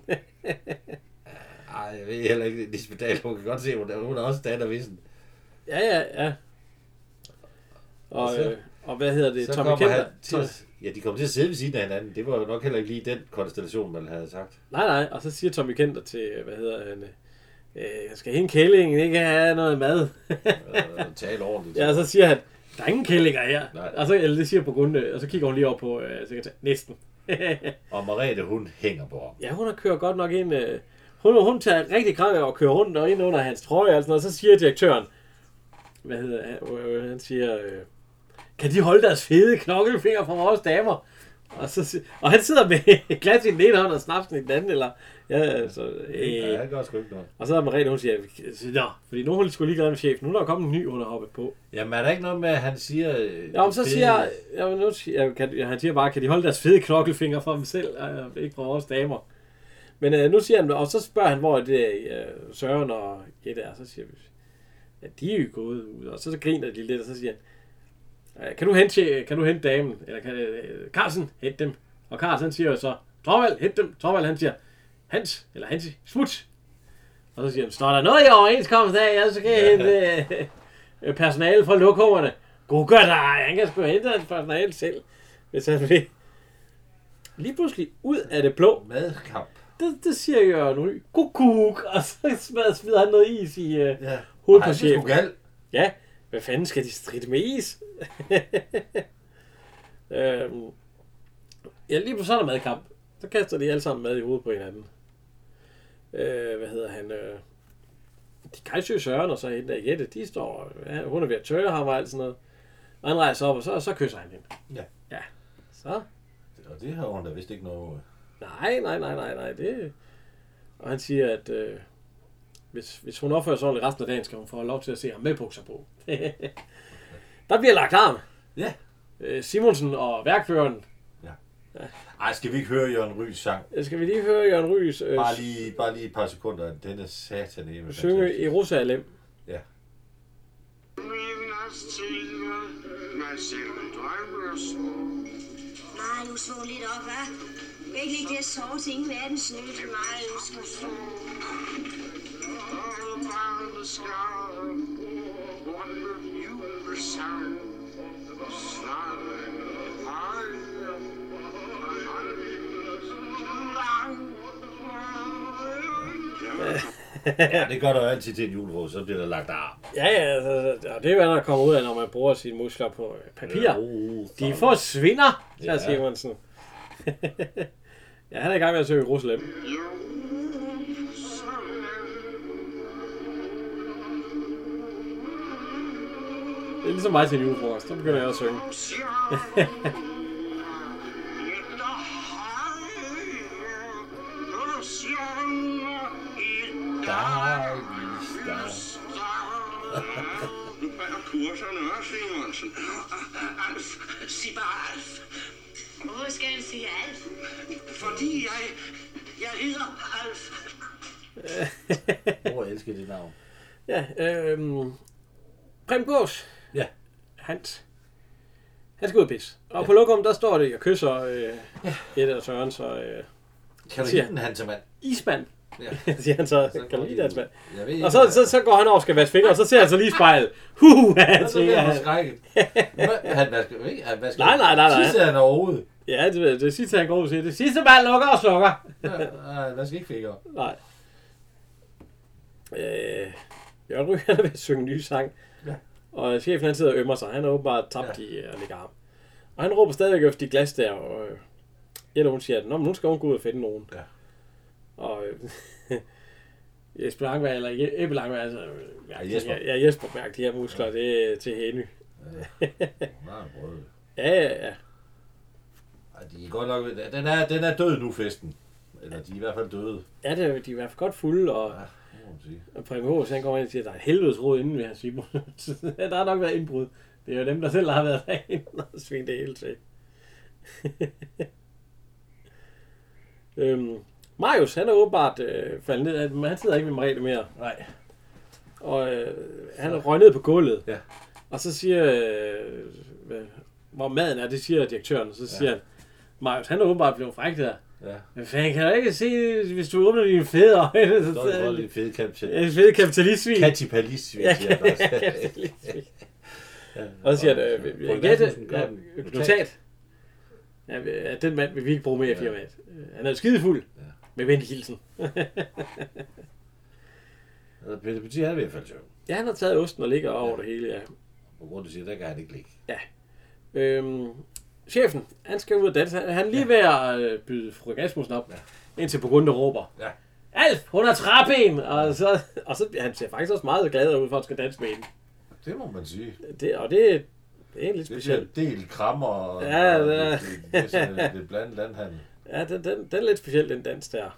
Ej, jeg ved heller ikke, Lisbeth Dahl, hun kan godt se, hun er, hun er også dattervissen. Ja, ja, ja. Og, og, så, øh, og hvad hedder det? Så Tommy kommer Kenter. han til at, ja, de kommer til at sidde ved siden af hinanden. Det var jo nok heller ikke lige den konstellation, man havde sagt. Nej, nej. Og så siger Tommy Kenter til, hvad hedder han... Øh, skal hende kællingen ikke have noget mad? og tale ordentligt. Ja, og så siger han, der er ingen kællinger her. Nej. Og så, eller det siger Burgunder, og så kigger hun lige over på øh, sekretæren. Næsten. og Merete, hun hænger på ham. Ja, hun har kørt godt nok ind. Øh, hun, hun tager rigtig krank og kører rundt og ind under hans trøje og sådan noget. Og så siger direktøren, hvad hedder han, øh, han siger, øh, kan de holde deres fede knokkelfinger fra vores damer? Og, så, og han sidder med et glas i den ene hånd og snapsen i den anden, eller... Ja, altså... Øh, ja, det gør sgu ikke noget. Og så er Merete, hun siger, nå, fordi nu er hun skulle lige glad med chefen. Nu er der kommet en ny, hun har hoppet på. Jamen, er der ikke noget med, at han siger... Ja, men så siger jeg, nu siger, kan, han siger bare, kan de holde deres fede knokkelfinger fra dem selv, øh, ikke fra vores damer. Men øh, nu siger han, og så spørger han, hvor er det øh, Søren og Jette er, så siger vi, ja, de er jo gået ud, og så, så griner de lidt, og så siger han, kan du hente, kan du hente damen, eller kan øh, Carlsen, hente dem, og Carlsen siger jo så, Torvald, hente dem, Torvald han siger, Hans, eller Hansi, smut, og så siger han, står der noget i overenskomst af, ja, så kan jeg hente øh, personale fra lokummerne. God gør dig, han kan sgu hente hans personale selv, hvis han vil. Lige pludselig ud af det blå. Madkamp. Det, det siger Jørgen Ry. Kukuk. Og så smider han noget is i uh, ja. hovedet på chefen. Ej, ja, hvad fanden skal de stride med is? øhm, ja, lige på sådan en madkamp. Så kaster de alle sammen mad i hovedet på hinanden. Øh, hvad hedder han? Øh, de Kajsø Søren og så hende der Jette, de står, ja, hun er ved at tørre ham og alt sådan noget. Og han rejser op, og så, så kysser han hende. Ja. Ja, så... Og det har hun da vist ikke noget... Nej, nej, nej, nej, nej, det... Og han siger, at øh, hvis, hvis hun opfører sig ordentligt resten af dagen, skal hun få lov til at se ham med bukser på. Der bliver lagt arm. Ja. Øh, Simonsen og værkføreren. Ja. Ja. Ej, skal vi ikke høre Jørgen Rys sang? Skal vi lige høre Jørgen Rys... Øh, bare, lige, bare lige et par sekunder. Den er satan. Synge i Jerusalem. Ja. Nej, nu svog lidt op, hva'? Du kan ikke ligge der og sove til ingen verdens nytte. Nej, du skal sove. Ja, det gør der jo altid til en julefrokost, så bliver der lagt arm. Ja, ja, altså, det er hvad der kommer ud af, når man bruger sine muskler på papir. Jo, de forsvinder, siger ja. Simonsen. Ja, han er i gang med at søge i Jerusalem. Det er ligesom mig til en julefrokost, så begynder jeg at synge. Nu falder kurserne også, Simonsen. Alf, sig bare Alf. Hvorfor skal han sige Alf? Fordi jeg, jeg hedder Alf. Hvor jeg elsker det navn. Ja, øhm... Preben Gås. Ja. Hans. Han skal ud og pisse. Og ja. På lokum, der står det, jeg kysser øh, ja. et af Søren, så... Øh, kan du hente den, Hansemand? Ismand. Ja. siger han så, Så kan du går lide de dansk ud. mand? Jeg ved ikke, Og så, så, så går han over og skal vaske fingre, og så ser han så lige i spejlet. Huh, han så bliver tænker han han. forskrækket. Han vasker ikke. Han vasker Nej, nej, nej, nej. Sidste han overhovedet. Ja, det, det sidste han går ud og siger, det sidste mand lukker og slukker. Nej, han vasker ikke fingre. Nej. Øh, Jørgen Ryg, han er ved at synge en ny sang. Ja. Og chefen han sidder og ømmer sig. Han er åbenbart tabt ja. i at lægge arm. Og han råber stadigvæk efter de glas der. Og øh, Jette, hun siger, at Nå, men nu skal hun gå ud og finde nogen. Ja. Og øh, Jesper Langberg, eller Ebbe Langberg, altså, Ja, Jesper. Ja, Jesper mærker de her muskler, det er til Henny. Nej, brød. Ja, ja, ja. Ej, de er godt nok... Den er, den er død nu, festen. Eller de er i hvert fald døde. Ja, det er, de er i hvert fald godt fulde, og, Ja, det må man sige. og Preben Hås, han kommer ind og siger, at der er et helvedesråd inden ved her Simon. Der har nok været indbrud. Det er jo dem, der selv har været derinde og svingt det hele til. øhm, Marius, han er åbenbart øh, faldet ned, men han sidder ikke med Merete mere. Nej. Og øh, han er røget ned på gulvet. Ja. Og så siger, øh, hvad, hvor maden er, det siger direktøren. Og så siger ja. han, Marius, han er åbenbart blevet fræk der. Ja. Men fanden, kan du ikke se, hvis du åbner dine fede øjne? Så Så er det en fed kapitalist. en fed kapitalistsvin. Kapitalist, vil Ja, jeg sige. kapitalistsvin. Og så siger han, øh, øh, Jette, ja, notat. Ja, at den mand vil vi ikke bruge mere i firmaet. Han er jo skidefuld. Ja. Med venlig hilsen. Peter Petit, han er i hvert fald sjov. Ja, han har taget osten og ligger over det hele, ja. På grund af siger, der kan han ikke ligge. Øhm, chefen, han skal ud og danse. Han han er lige ved at øh, byde fru Gasmussen op, Ja. indtil på grund af råber. Ja. Alf, hun har træben! Og så, og så han ser faktisk også meget glad ud for at skal danse med hende. Det må man sige. Det, og det, det er lidt Det bliver specielt. del krammer, og, Ja, og det er- det, det, det, er sådan, det er blandt landhandel. Ja, den, den, den er lidt speciel, den dans der.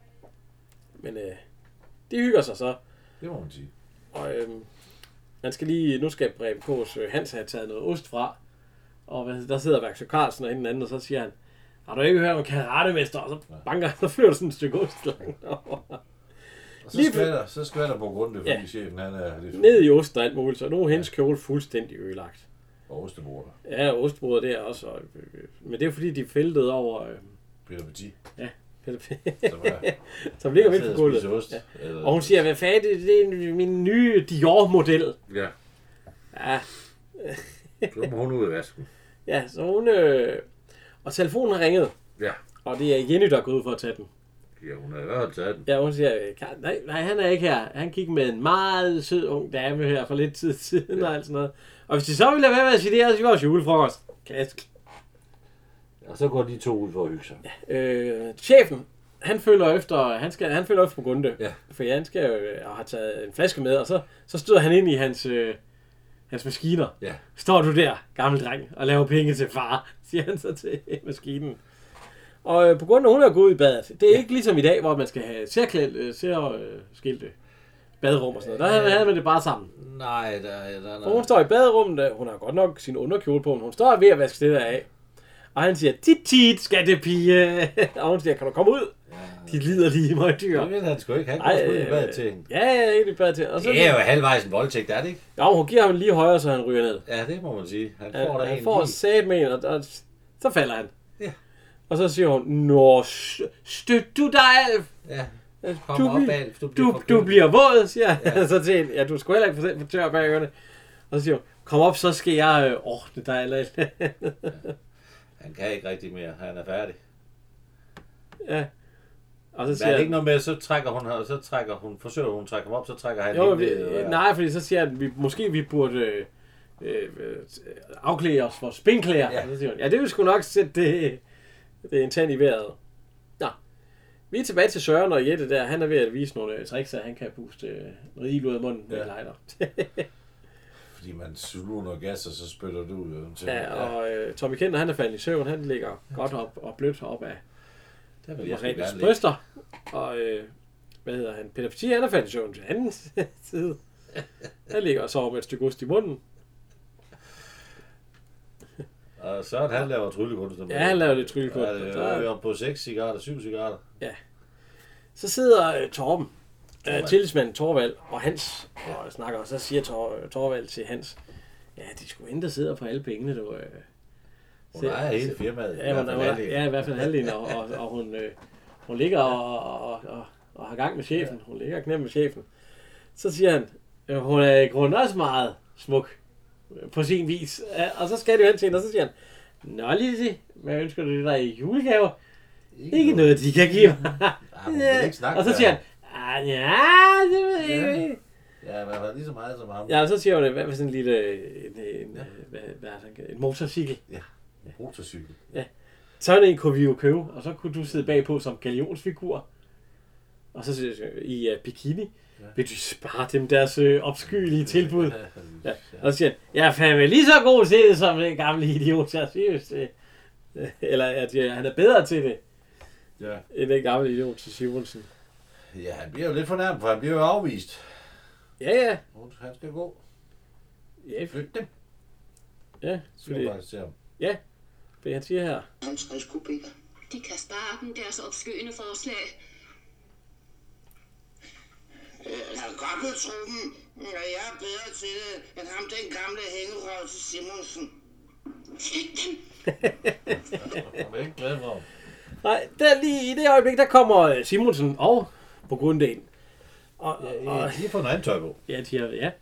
Men øh, de hygger sig så. Det må man sige. Og øhm, man skal lige, nu skal Preben Kås øh, Hans have taget noget ost fra. Og hvad, der sidder Værksø Carlsen og hende anden, og så siger han, har du ikke hørt om karatemester? Og så banker, så flyver der sådan et stykke ost langt over. Og så Lige- skvatter, så skvatter på grund af, fordi Ja. ja. chefen han er lidt Ned i ost og alt muligt, så nu er hendes kjole fuldstændig ødelagt. og osteborder. Ja, ostbrødet der også. Og, øh, men det er fordi, de fæltede over... Øh, Peter Petit, som som ligger er midt på gulvet. Ost, Ja. ja. Eller, Og hun siger, hvad fanden, det, det er min nye Dior-model. Ja, Ja, så må hun ud af vasken. ja, så hun... Øh, og telefonen har ringet, Ja. og det er Jenny, der er gået ud for at tage den. Ja, hun har i hvert fald taget den. Ja, hun siger, "Karl, nej, nej, han er ikke her. Han gik med en meget sød ung dame her for lidt tid siden ja. og alt sådan noget. Og hvis de så ville lade være med at sige det, så er vores julefrokost. Klask. Og så går de to ud for at hygge sig. Øh, chefen, han følger efter, han skal, han følger efter på Gunde. Ja. For han skal jo øh, have taget en flaske med, og så, så støder han ind i hans, øh, hans maskiner. Ja. Står du der, gammel dreng, og laver penge til far, siger han så til maskinen. Og øh, på grund af, hun er gået ud i badet. Det er ja. ikke ligesom i dag, hvor man skal have særklædt, øh, særskilte baderum og sådan noget. Der havde man det bare sammen. Nej, der, der, der. For hun står i baderummet, hun har godt nok sin underkjole på, men hun står ved at vaske det der af. Og han siger, tit tit, skattepige. Og hun siger, kan du komme ud? Ja. De lider lige meget dyr. Det ved han sgu ikke. Han går Ej, sgu ud i øh, bad til hende. Ja, ja, ikke i bad til. Og så, Det er jo halvvejs en voldtægt, er det ikke? ja, hun giver ham lige højere, så han ryger ned. Ja, det må man sige. Han får Han, der han en får lige. sat med en, og, og så falder han. Ja. Og så siger hun, nå, støt du dig, Alf. Ja. Du, Kom op, bliver- Alf. Du bliver du, forkølet. du bliver våd, siger han Ja. så til hende. Ja, du skal heller ikke få- få tør bag ørerne. Og så siger hun, kom op, så skal jeg øh, ordne dig. Eller Han kan ikke rigtig mere. Han er færdig. ja. Og så Men siger er det han, ikke noget med, så trækker hun, og så trækker hun, forsøger hun at trække ham op, så trækker han jo, hende vi, ned, eller hvad? nej, fordi så siger han, vi, måske vi burde øh, øh, afklæde os for spinklæder. Ja. Ja. Så siger hun, ja, det vil sgu nok sætte det, det er en tand i vejret. Nå, vi er tilbage til Søren og Jette der. Han er ved at vise nogle øh, tricks, at han kan puste øh, noget ild ud af munden med Ja. en lighter. Fordi man sluger noget gas, og så spytter det ud. Til. Ja, og øh, Tommy Kenter, han er faldet i søvn. Han ligger godt op og blødt op af Der vil jeg sgu Margrethes gerne ligge. bryster. Og øh, hvad hedder han? Peter Petit, han er faldet i søvn til anden side. Han ligger og sover med et stykke ost i munden. Og så han laver tryllekunst. Ja, han laver lidt tryllekunst. Ja, det Så- er jo på seks cigaretter, syv cigaretter. Så sidder øh, Torben, øh, Torvald. tillidsmanden Torvald og Hans og snakker, og så siger Tor, Torvald til Hans, ja, de skulle hende, der sidder på alle pengene, du. Øh, Hun ejer hele firmaet. Ja, hun, hun, ja, i hvert fald halvdelen, og, og, og hun, øh, hun ligger og, og, og, og har gang med chefen. Hun ligger og knæ med chefen. Så siger han, øh, hun er i grunden også meget smuk på sin vis. Ja, og så skal det jo hen til hende, og så siger han, nå Lizzie, hvad ønsker du dig i julegave? Ikke, ikke noget, de kan give mig. Ja, ikke snakke, og så siger han, ah, ja, det ved jeg ikke. Ja, men var lige så meget som ham. Ja, og så siger hun, hvad med sådan en lille, en, en, ja. hvad, hvad er det, en motorcykel? Ja, en motorcykel. Ja. Sådan en kunne vi jo købe, og så kunne du sidde bagpå som galionsfigur. Og så siger jeg, i uh, bikini, ja. Vil du spare dem deres øh, opskyelige tilbud? Ja. Og så siger han, jeg er fandme lige så god til det, som den gamle idiot, jeg synes. Eller at ja, han er bedre til det, ja. End den gamle idiot til Simonsen. Ja, han bliver jo lidt fornærmet, for han bliver jo afvist. Ja, ja. Han skal gå. Ja, flyt dem. Ja, fordi... Ja, for han siger her. halvtreds kubik. De kan spare dem deres opskyende forslag. Jeg kan godt betro dem, at jeg er bedre til det, end ham den gamle hængerøv til Simonsen. Flyt dem! Jeg er ikke glad for ham. Nej, der lige i det øjeblik, der kommer Simonsen og på grund ind. Og, ja, og, de har fået noget andet tøj på. Ja, de har, ja.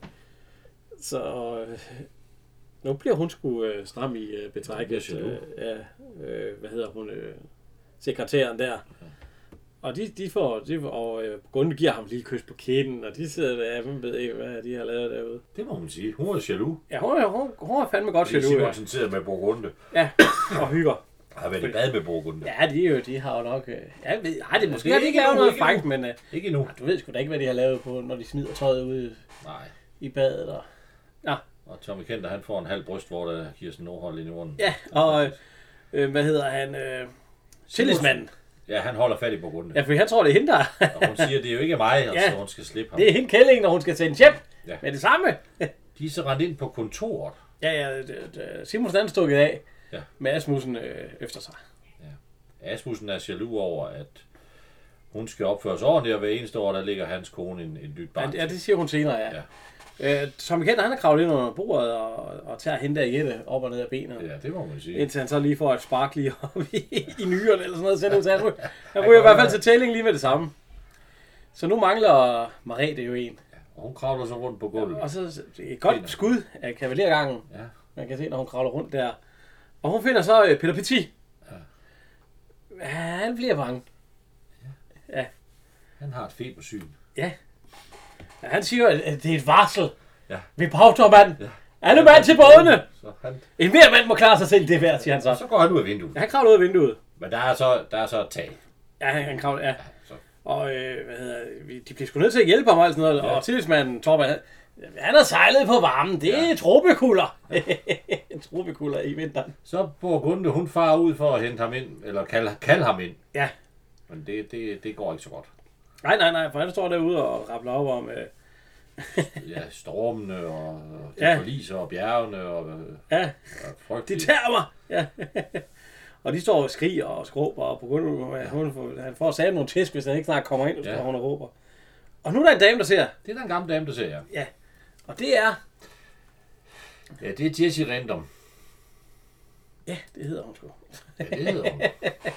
Så øh, nu bliver hun sgu øh, stram i øh, betrækket. Øh, ja, øh, hvad hedder hun? Øh, sekretæren der. Ja. Og de, de får, de, og øh, Gunde giver ham lige kys på kinden, og de sidder der, hvem ved ikke, hvad de har lavet derude. Det må man sige. Hun er jaloux. Ja, hun er, hun, hun er fandme godt jaloux. Simonsen sidder med Burgunde. Ja, og hygger. Har været i bad med Burgunde. Ja, de, jo, de har jo nok... Øh, jeg ved, ej, det måske har de ikke lavet noget frækt, men... Øh, ikke endnu. Ja, du ved sgu da ikke, hvad de har lavet på, når de smider tøjet ude Nej. I badet. Og, ja. Og Tommy Kenter, han får en halv bryst, hvor der Kirsten Nordhold ind i munden. Ja, og øh, hvad hedder han? Øh, Tillidsmanden. Ja, han holder fat i Burgunde. Ja, for han tror, det er hende, der... og hun siger, det er jo ikke mig, og ja, så hun skal slippe ham. Det er hende kællingen, når hun skal sende hjem ja. Med det samme. De er så rendt ind på kontoret. Ja, ja, Simonsen er stukket af ja. Med Asmussen øh, efter sig. Ja. Asmussen er jaloux over, at hun skal opføre sig ordentligt, og hver eneste år, der ligger hans kone en, en nyt barn. Ja, det siger hun senere, ja. ja. Øh, Tommy Kenter, han har kravlet ind under bordet og, og tager hende der Jette op og ned af benene. Ja, det må man sige. Indtil han så lige får et spark lige op i, i nyrerne eller sådan noget. Så han, han, han ryger i hvert fald til tælling lige med det samme. Så nu mangler Marete jo en. Ja, og hun kravler så rundt på gulvet. Ja, og så et godt skud af kavalergangen. Ja. Man kan se, når hun kravler rundt der. Og hun finder så uh, Peter Petit. Ja. Ja, han bliver bange. Ja. ja. Han har et febersyn. Ja. Ja. Han siger, at det er et varsel. Ja. Ved bagtormanden. Ja. Alle mand til bådene. Han... En hver mand må klare sig selv, det er værd, siger han så. Og så går han ud af vinduet. Ja, han kravler ud af vinduet. Men der er så, der er så et tag. Ja, han, han kravler, ja. ja så. Og øh, hvad hedder, de bliver sgu nødt til at hjælpe ham og sådan noget. Ja. Og tillidsmanden Torben, han, han har sejlet på varmen. Det er ja. Tropekulder. Ja. Tropekulder i vinteren. Så Burgunde, hun farer ud for at hente ham ind, eller kalde, kalde ham ind. Ja. Men det, det, det går ikke så godt. Nej, nej, nej, for han står derude og rappler op om... Øh... ja, stormene og, og de ja. Forliser og bjergene og... Ja, og de tager mig! Ja. Og de står og skriger og skråber, og på grund af, hun, han får sagt nogle tæsk, hvis han ikke snart kommer ind, og står ja. Hun og råber. Og nu er der en dame, der ser. Det er den gamle dame, der ser, ja. Ja, og det er... Ja, det er Jessie Random. Ja, det hedder hun sgu. Ja, det hedder hun.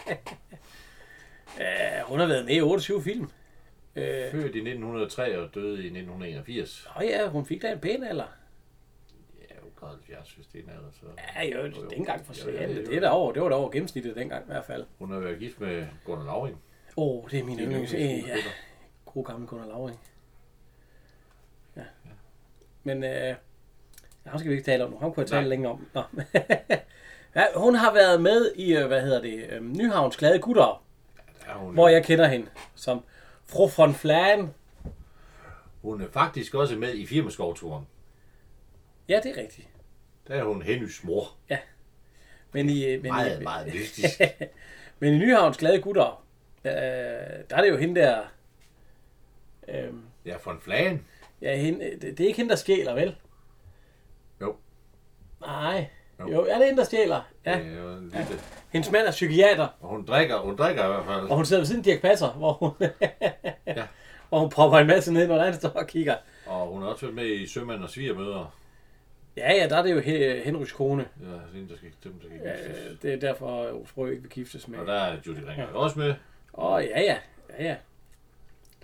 Ja, hun har været med i otteogtyve film. Født i nitten hundrede og tre og døde i nitten enogfirs. Åh ja, hun fik da en pæn alder. Ja, otteoghalvfjerds, hvis det er en alder, så... Ja, jo, det er ikke engang for sent. Det, det, er over, det var da over gennemsnittet dengang i hvert fald. Hun har været gift med Gunnar Lauring. Åh, oh, det er min yndlings. Ja, god gammel Gunnar Lauring. Ja. ja. Men, øh... Ja, ham skal vi ikke tale om nu. Ham kunne jeg tale længe om. Nå. Ja, hun har været med i, hvad hedder det, Nyhavns Glade Gutter. Ja, hun... Hvor jeg kender hende som Fru von Flaen. Hun er faktisk også med i Firmaskovturen. Ja, det er rigtigt. Der er hun Hennys mor. Ja. Men i, men meget, i, meget mystisk. Men i Nyhavns Glade Gutter, øh, der er det jo hende der... Øh, ja, von Flaen. Ja, hende, det, det er ikke hende, der stjæler, vel? Jo. Nej. Jo, jo er det hende, der stjæler? Ja. Det er jo en lille... ja. Hendes mand er psykiater. Og hun drikker, hun drikker i hvert fald. Og hun sidder ved siden af Dirch Passer, hvor hun, ja. hvor hun propper en masse ned, når han står og kigger. Og hun har også været med i Sømand og Svigermøder. Ja, ja, der er det jo Henrys kone. Ja, dem, der skal, dem, der skal giftes. Ja, det er derfor, Osbro ikke vil giftes med. Og der er Judy Ringer ja. også med. Åh, oh, ja, ja, ja, ja.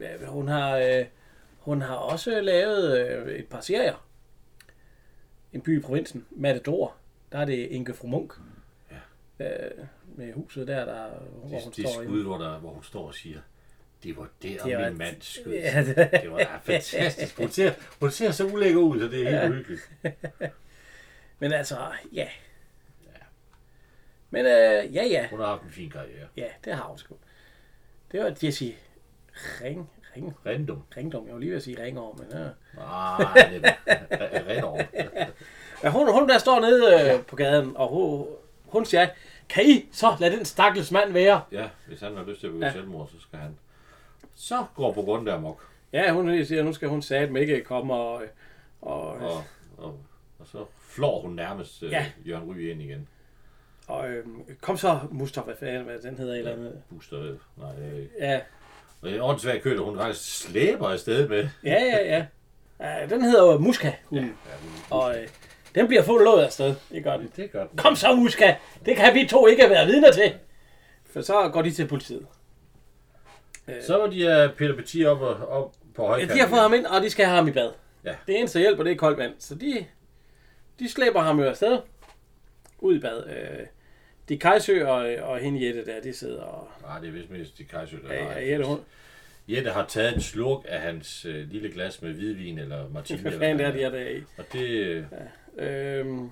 hun har, øh, hun har også lavet øh, et par serier. En by i provinsen, Matador. Der er det Inge Fru Munk. Ja. Øh, med huset der, der hvor det, hun det står skud, hvor, der, hvor hun står og siger, det var der, det var, min mand skød. Ja, det, det var da fantastisk. Hun ser, hun ser så ulækker ud, så det er helt ja. Uhyggeligt. Men altså, ja. ja. Men øh, ja, ja. Hun har haft en fin karriere. Ja, det har hun sgu. Det var Jessie Ring, Ring, Rindum. Ringdom. Jeg var lige ved at sige Ringår, men ja. Nej, det er Rindår. Ja, hun, hun der står nede øh, ja. på gaden, og hun, hun siger, kan I så lade den stakkels mand være? Ja, hvis han har lyst til at begå ja. selvmord, så skal han. Så går på grund der mok. Ja, hun siger, nu skal hun satme ikke komme og... Og, og, og, og så flår hun nærmest ja. øh, Jørgen Ryg ind igen. Og øh, kom så, Mustafa, hvad fanden, hvad den hedder, ja, eller andet. Buster, nej, det er ikke. Ja. Og det er ordentligt køler, hun faktisk slæber afsted med. Ja, ja, ja. ja den hedder jo Muska, hun. Ja, ja, og øh, den bliver fuldt lået afsted, det gør den. Det gør den. Kom så, Muska! Det kan vi to ikke være vidner til. For så går de til politiet. Så var de uh, Peter Petit op, og, op på højkanten. Ja, de har fået ham ind, og de skal have ham i bad. Ja. Det eneste hjælper, det er koldt vand. Så de, de slæber ham jo afsted. Ud i bad. Øh, de Kajsø og, og hende Jette der, de sidder og... Nej, det er vist mest de Kajsø, der ja, har... Ja, Jette, hun... Jette har taget en slurk af hans øh, lille glas med hvidvin eller martini. Hvad fanden er de er der i? Og det... Ja, øhm...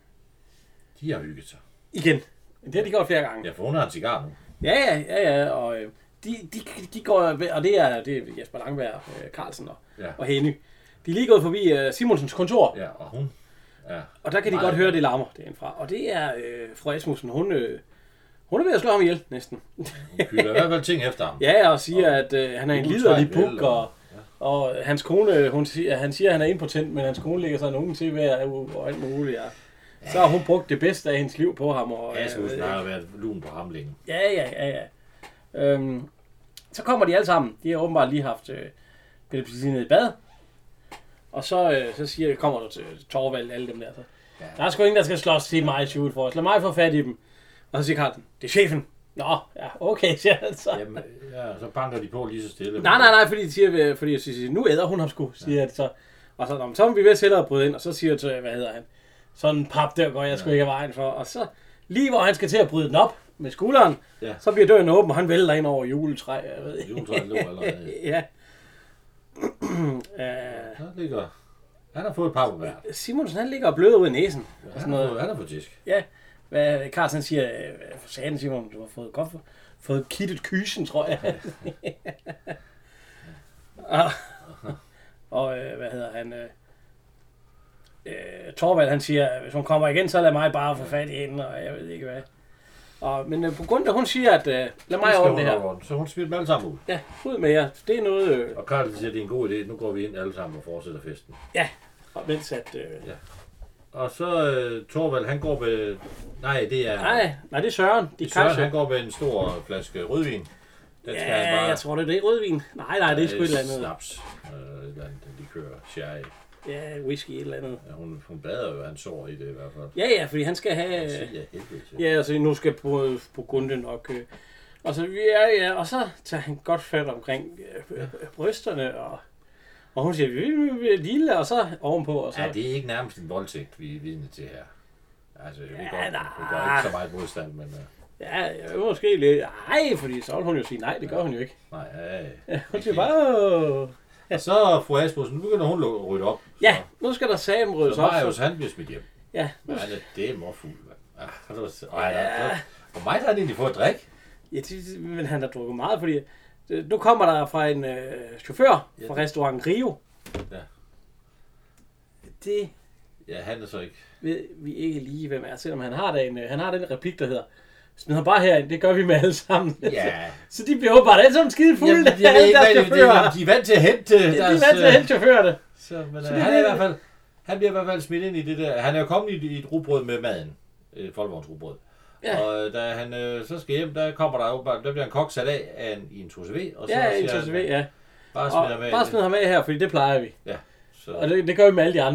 De har hygget sig. Igen. Det har de gjort flere gange. Ja, for hun har en cigar nu. Ja, ja, ja, ja, og øh, de, de, de går... Og det er, det er Jesper Langberg, øh, Carlsen og, ja. og Henny. De er lige gået forbi øh, Simonsens kontor. Ja, og hun... Ja, og der kan de godt høre, det larmer derindfra. Og det er øh, fru Asmussen, hun... Øh, Hun er ved at slå ham ihjel, næsten. Hun kylder i hvert fald ting efter ham. Ja, og siger, og, at øh, han er en liderlig puk, og, og, ja. og hans kone, hun siger, han siger, at han er impotent, men hans kone ligger sig nogen til ved at og alt muligt. Ja. Så har hun brugt det bedste af hendes liv på ham. Og, ja, så hun har været lun på ham længe. Ja, ja, ja, ja. Øhm, så kommer de alle sammen. De har åbenbart lige haft øh, Peter Petit ned i bad. Og så, øh, så siger, kommer der til Torvald, alle dem der. Så. Ja. Der er sgu ingen, der skal slås til mig shoot for os. Lad mig få fat i dem. Og så siger Carlsen, det er chefen. Nå, ja, okay, siger han så. Jamen, ja, så banker de på lige så stille. Nej, nej, nej, fordi de siger, fordi jeg siger, nu æder hun ham sgu, siger ja. så. Og så, så er vi ved at sætte og bryde ind, og så siger jeg, hvad hedder han? Sådan en pap, der går jeg sgu ja. ikke af vejen for. Og så, lige hvor han skal til at bryde den op med skulderen, ja. så bliver døren åben, og han vælter ind over juletræ. Jeg ved. Juletræet lå allerede. Ja. Så ligger... Han har fået et par på hver. Simonsen, han ligger og bløder ud i næsen. Ja, han, har fået, han har fået tisk. Ja. Hvad Carlsen siger, for satan Simon, du har fået godt for, fået kittet kysen, tror jeg. og, og øh, hvad hedder han? Øh, øh, Torvald, han siger, hvis hun kommer igen, så lad mig bare få fat i hende, og jeg ved ikke hvad. Og, men øh, på grund af, hun siger, at øh, lad mig ordne det her. Rundt. Så hun smider dem alle sammen ud. Ja, ud med jer. Det er noget... Øh... Og Carlsen siger, det er en god idé. Nu går vi ind alle sammen og fortsætter festen. Ja, og mens at... Øh... Ja. Og så øh, Torvald, han går med... Nej, det er... Nej, nej det er Søren. De det er Søren, han går med en stor flaske rødvin. Den ja, skal han bare... jeg tror, det er det rødvin. Nej, nej, det er sgu et eller andet. Snaps. Øh, et eller andet, de kører sherry. Ja, whisky et eller andet. Ja, hun, hun bader jo, han sår i det i hvert fald. Ja, ja, fordi han skal have... Han siger, helvede, ja, altså nu skal på, på Gunde nok... Øh. Og så, ja, ja, og så tager han godt fat omkring øh, ja. brysterne, og... Og hun siger, vi er lille, og så ovenpå, og så... Ja, det er ikke nærmest en voldtægt, vi er vidne til her. Altså, vi ja, går, vi går ikke så meget modstand, men... Uh... Ja, jeg vil måske lidt... Ej, fordi så vil hun jo sige nej, det gør ja. hun jo ikke. Nej, ja, ja. Hun siger bare... Ja. Og så fru Asmussen, nu begynder hun at rydde op. Så. Ja, nu skal der sammen ryddes så op. Så Marius, han bliver smidt hjem. Ja. Men han er dæmmerfuld, mand. Ah, og han er... Og mig, der har han egentlig fået at drikke. Ja, det, men han har drukket meget, fordi... Nu kommer der fra en øh, chauffør ja, fra restaurant Rio. Ja. Det... Ja, han er så ikke... Ved vi ikke lige, hvem er, selvom han har den, han har den replik, der hedder, smid ham bare herind, det gør vi med alle sammen. Ja. Så de bliver jo bare alle sammen skide fulde. Jamen, jeg ved ikke, hvad det er. De er vant til at hente deres... De er vant til at hente chaufførerne. Så, men så uh, han er i hvert fald... Han bliver i hvert fald smidt ind i det der... Han er jo kommet i, i et rugbrød med maden. Et folkevognsrugbrød. Ja. Og da han øh, så skal hjem, der kommer der jo bare... Der bliver en kok sat af, af en, i en tusse ved. Og så ja, en tusse ved, ja. Bare smid ham af. Bare smid ham af her, fordi det plejer vi. Ja. Så. Og det, det gør vi med alle de andre.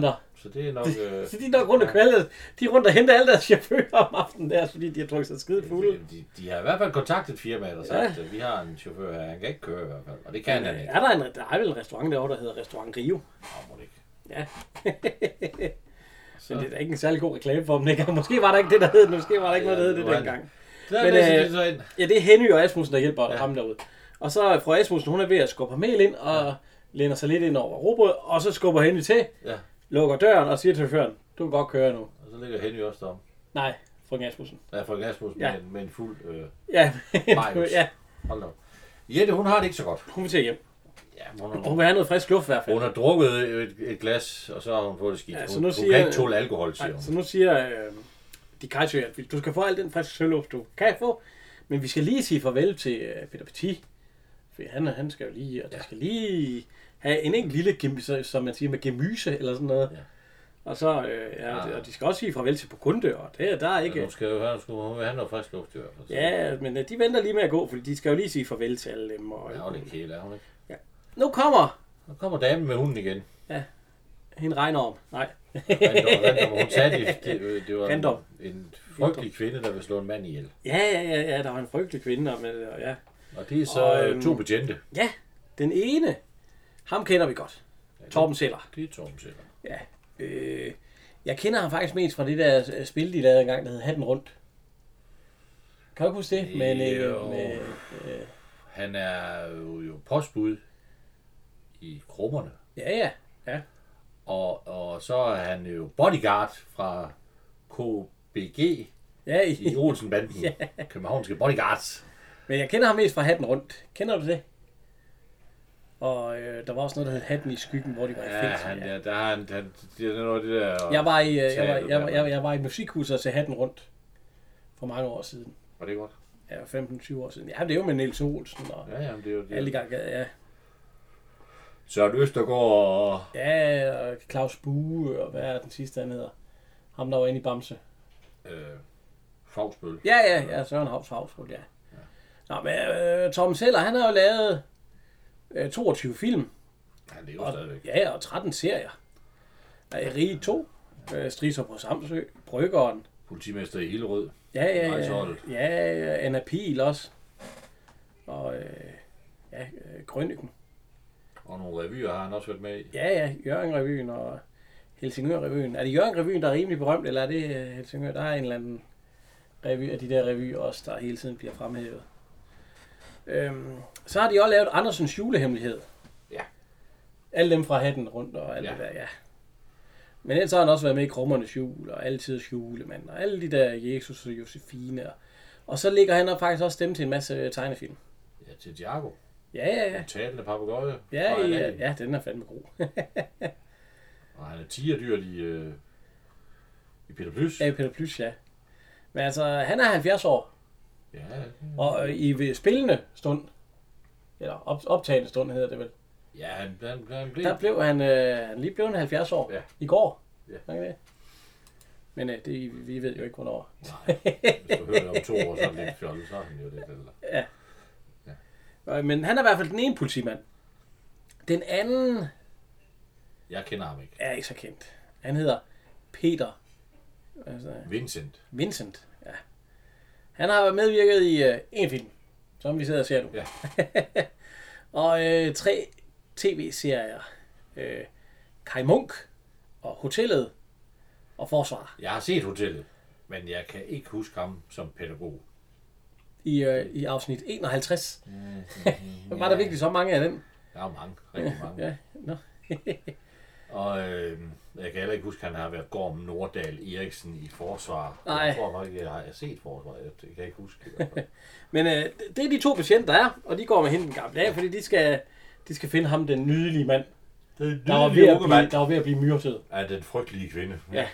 Så det er nok... Øh, så de er nok rundt og kvalde. De er rundt og henter alle deres chauffører om aftenen der, fordi de har drukket sig skide fulde. de, de har i hvert fald kontaktet firmaet og sagt, ja. at vi har en chauffør her, han kan ikke køre i hvert fald. Og det kan han ikke. Er der, en, der er vel en restaurant derovre, der hedder Restaurant Rio? Nå, må det ikke. Ja. Men det er da ikke en særlig god reklame for dem, ikke? Måske var der ikke det, der hed det. Måske var der ikke noget, der hed det dengang. Der Men, øh, øh, det så ind. ja, det er Henny og Asmussen, der hjælper ja. ham derude. Og så er fru Asmussen, hun er ved at skubbe Mel ind, og ja. læner sig lidt ind over robrød, og så skubber Henny til, ja. lukker døren og siger til chaufføren, du kan godt køre nu. Og så ligger Henny også derom. Nej, fru Asmussen. Ja, fru Asmussen ja. med, en, med en fuld øh, ja. ja. Hold da. Jette, hun har det ikke så godt. Hun vil til hjem. Ja, hun, har, hun vil have noget frisk luft i hvert fald. Hun har drukket et, et glas, og så har hun fået det skidt. Ja, hun, hun siger, kan ikke tåle alkohol, siger nej, hun. Så nu siger øh, de Kajsø, at du skal få al den friske søluft, du kan få. Men vi skal lige sige farvel til øh, Peter Petit. For han, han skal jo lige, og der ja. skal lige have en enkelt lille, gem, som man siger, med gemyse eller sådan noget. Ja. Og så, øh, ja, ja. Og de skal også sige farvel til Burgunde, og det, der er ikke... Ja, hun skal jo have, hun vil have noget frisk luft i hvert fald. Ja, men de venter lige med at gå, fordi de skal jo lige sige farvel til alle dem. Og, ja, og det kæle er hun ikke. Ja. Nu kommer... Nu kommer damen med hunden igen. Ja, hende regner om. Nej. Random, hun sagde, det, det, det var en, en, en frygtelig kvinde, der vil slå en mand ihjel. Ja, ja, ja, ja, der var en frygtelig kvinde. Med, og, ja. og det er så og, øhm, to betjente. Ja, den ene, ham kender vi godt. Ja, Torben Seller. Det er Torben Seller. Ja, øh, jeg kender ham faktisk mest fra det der spil, de lavede engang, der hed Hatten Rundt. Kan du huske det? Men, øh, med, øh, han er jo, jo postbud i Krummerne. Ja, ja, ja. Og, og så er han jo bodyguard fra K B G ja, i, i Olsenbanden. ja. Københavnske bodyguards. Men jeg kender ham mest fra Hatten Rundt. Kender du det? Og øh, der var også noget, der hed Hatten i skyggen, hvor de var i ja, fængsel. Han, ja, der er han, han, det er noget det der... Jeg var i, jeg var, jeg, var, jeg, jeg var i musikhuset til Hatten Rundt for mange år siden. Var det godt? Ja, femten til tyve år siden. Ja, det er jo med Niels Olsen og ja, ja, det er jo det. alle de gange, ja. Søren Østergaard og... Ja, og Claus Bue, og hvad er den sidste, han hedder? Ham, der var inde i Bamse. Øh, Fagsbøl. Ja, ja, ja, Søren Havs Fagsbøl, ja. ja. Nå, men øh, Torben Seller, han har jo lavet øh, toogtyve film. Ja, det er jo og, stadigvæk. Ja, og tretten serier. Der er Rige to, øh, Striser på Samsø, Bryggeren. Politimester i Hillerød. Ja, ja, ja. Ja, Anna Pihl også. Og øh, ja, øh, Grønningen. Og nogle revyer har han også været med i. Ja, ja, Jørgen-revyen og Helsingør-revyen. Er det Jørgen-revyen, der er rimelig berømt, eller er det Helsingør? Der er en eller anden revy af de der revyer også, der hele tiden bliver fremhævet. Øhm, så har de også lavet Andersens julehemmelighed. Ja. Alle dem fra Hatten Rundt og alt ja. det der, ja. Men ellers har han også været med i Krummernes Jul og Altidets Julemand og alle de der Jesus og Josefine. Og, og så ligger han faktisk også stemme til en masse tegnefilm. Ja, til Diago. Ja, ja, ja. Den talende papegøje. Ja, ja, ja, den er fandme god. Og han er tigerdyr i, øh, i Peter Plys. Ja, i Peter Plys, ja. Men altså, han er halvfjerds år. Ja. Og øh, i spillende stund, eller op, optagende stund hedder det vel. Ja, han, han, han blev... Der blev han, øh, han lige blevet halvfjerds år. Ja. I går. Ja. Det? Men øh, det, vi ved jo ikke, hvornår. Nej, hvis du hører det om to år, så er det lidt fjollet, så er han jo det. Eller? Ja. ja. Men han er i hvert fald den ene politimand. Den anden... Jeg kender ham ikke. Er ikke så kendt. Han hedder Peter... Altså, Vincent. Vincent, ja. Han har medvirket i øh, en film, som vi sidder og ser nu. Ja. og øh, tre tv-serier. Øh, Kai Munk og Hotellet og Forsvar. Jeg har set Hotellet, men jeg kan ikke huske ham som pædagog. I, øh, i afsnit enoghalvtreds. Mm, mm, var der virkelig så mange af dem? Der er mange, rigtig mange. ja, no. Og øh, jeg kan heller ikke huske, at han har været Gorm Nordahl Eriksen i Forsvar. Nej. Jeg tror nok ikke, jeg har set Forsvar. Det kan jeg ikke huske. Men øh, det er de to patienter, der er, og de går med hende den gamle dag, fordi de skal, de skal finde ham, den nydelige mand. Den der, var ved at blive, der var ved at blive myrdet. Ja, den frygtelige kvinde. Ja.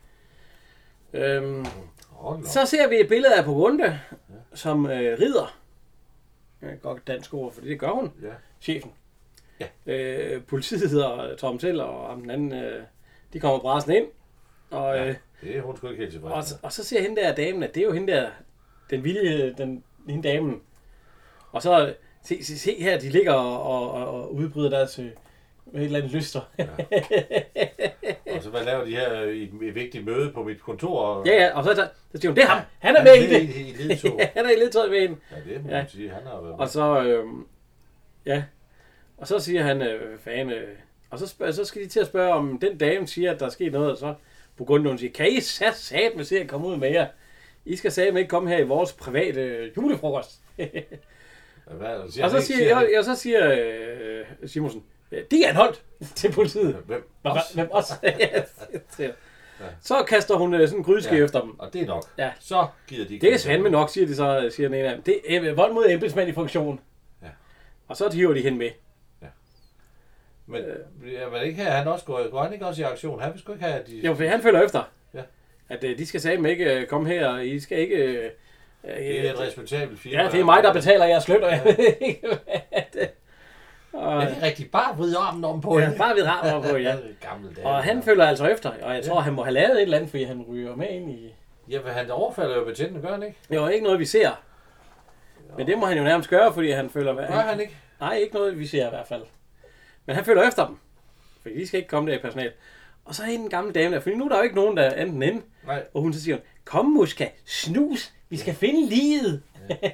Øhm, oh, så ser vi et billede af Burgunde, ja. som øh, rider. Godt dansk ord, for det gør hun. Ja. Chefen. Ja. Øh, politiet hedder Tom Teller, og den anden, øh, de kommer brassen ind. Og, ja, øh, det er hun sgu ikke helt tilfreds. Og, og så siger hende der damen, at det er jo hende der, den vilje, den, hende damen. Og så, se, se, se her, de ligger og, og, og udbryder deres øh, et eller andet lyster. Ja. Og så hvad laver de her i et vigtigt møde på mit kontor? Og... Ja, ja, og så, så, så siger hun, det er ham. Han er med i det. I, i ledtog. Han er i ledtøjet med hende. Ja, det må Ja. man sige. Han har været med. Og så, øh, ja, og så siger han, øh, fan, øh, og så, spørger, så skal de til at spørge, om den dame siger, at der er sket noget, og så Burgunden, hun siger, kan I så satme se at komme ud med jer? I skal satme ikke komme her i vores private øh, julefrokost. Hvad, og så siger, jeg, jeg, så siger øh, Simonsen, de er anholdt til politiet. Hvem? Hvem, hvem også? Ja. Så kaster hun øh, sådan en grydeske Ja. efter dem. Og det er nok. Ja. Så gider de Det er fandme nok, siger de så, siger den ene af dem. Det er øh, vold mod embedsmand i funktion. Ja. Og så hiver de hende med. Men jeg vil ikke have, han også går, går han ikke også i aktion? Han vil sgu ikke have, at de... Jo, for han følger efter. Ja. At øh, de skal satme ikke øh, komme her, og I skal ikke... Øh, Det er et respektabelt firma. ja, det er mig, der betaler jeres løn, og jeg ved ikke, hvad det og, Jeg kan rigtig bare vride armen om på ja, bare ved rammer på, ja. Gamle dage. Og han følger altså efter, og jeg tror, han må have lavet et eller andet, fordi han ryger med ind i... Ja, for han overfalder jo betjenten, gør han ikke? Det var ikke noget, vi ser. Men det må han jo nærmest gøre, fordi han følger... Gør han ikke? Nej, ikke noget, vi ser i hvert fald. Men han følger efter dem. For de skal ikke komme der i personal. Og så er en gammel dame der, for nu er der jo ikke nogen, der er enten inde. Nej. Og hun så siger, kom Muska, snus, vi skal finde liget. Ja.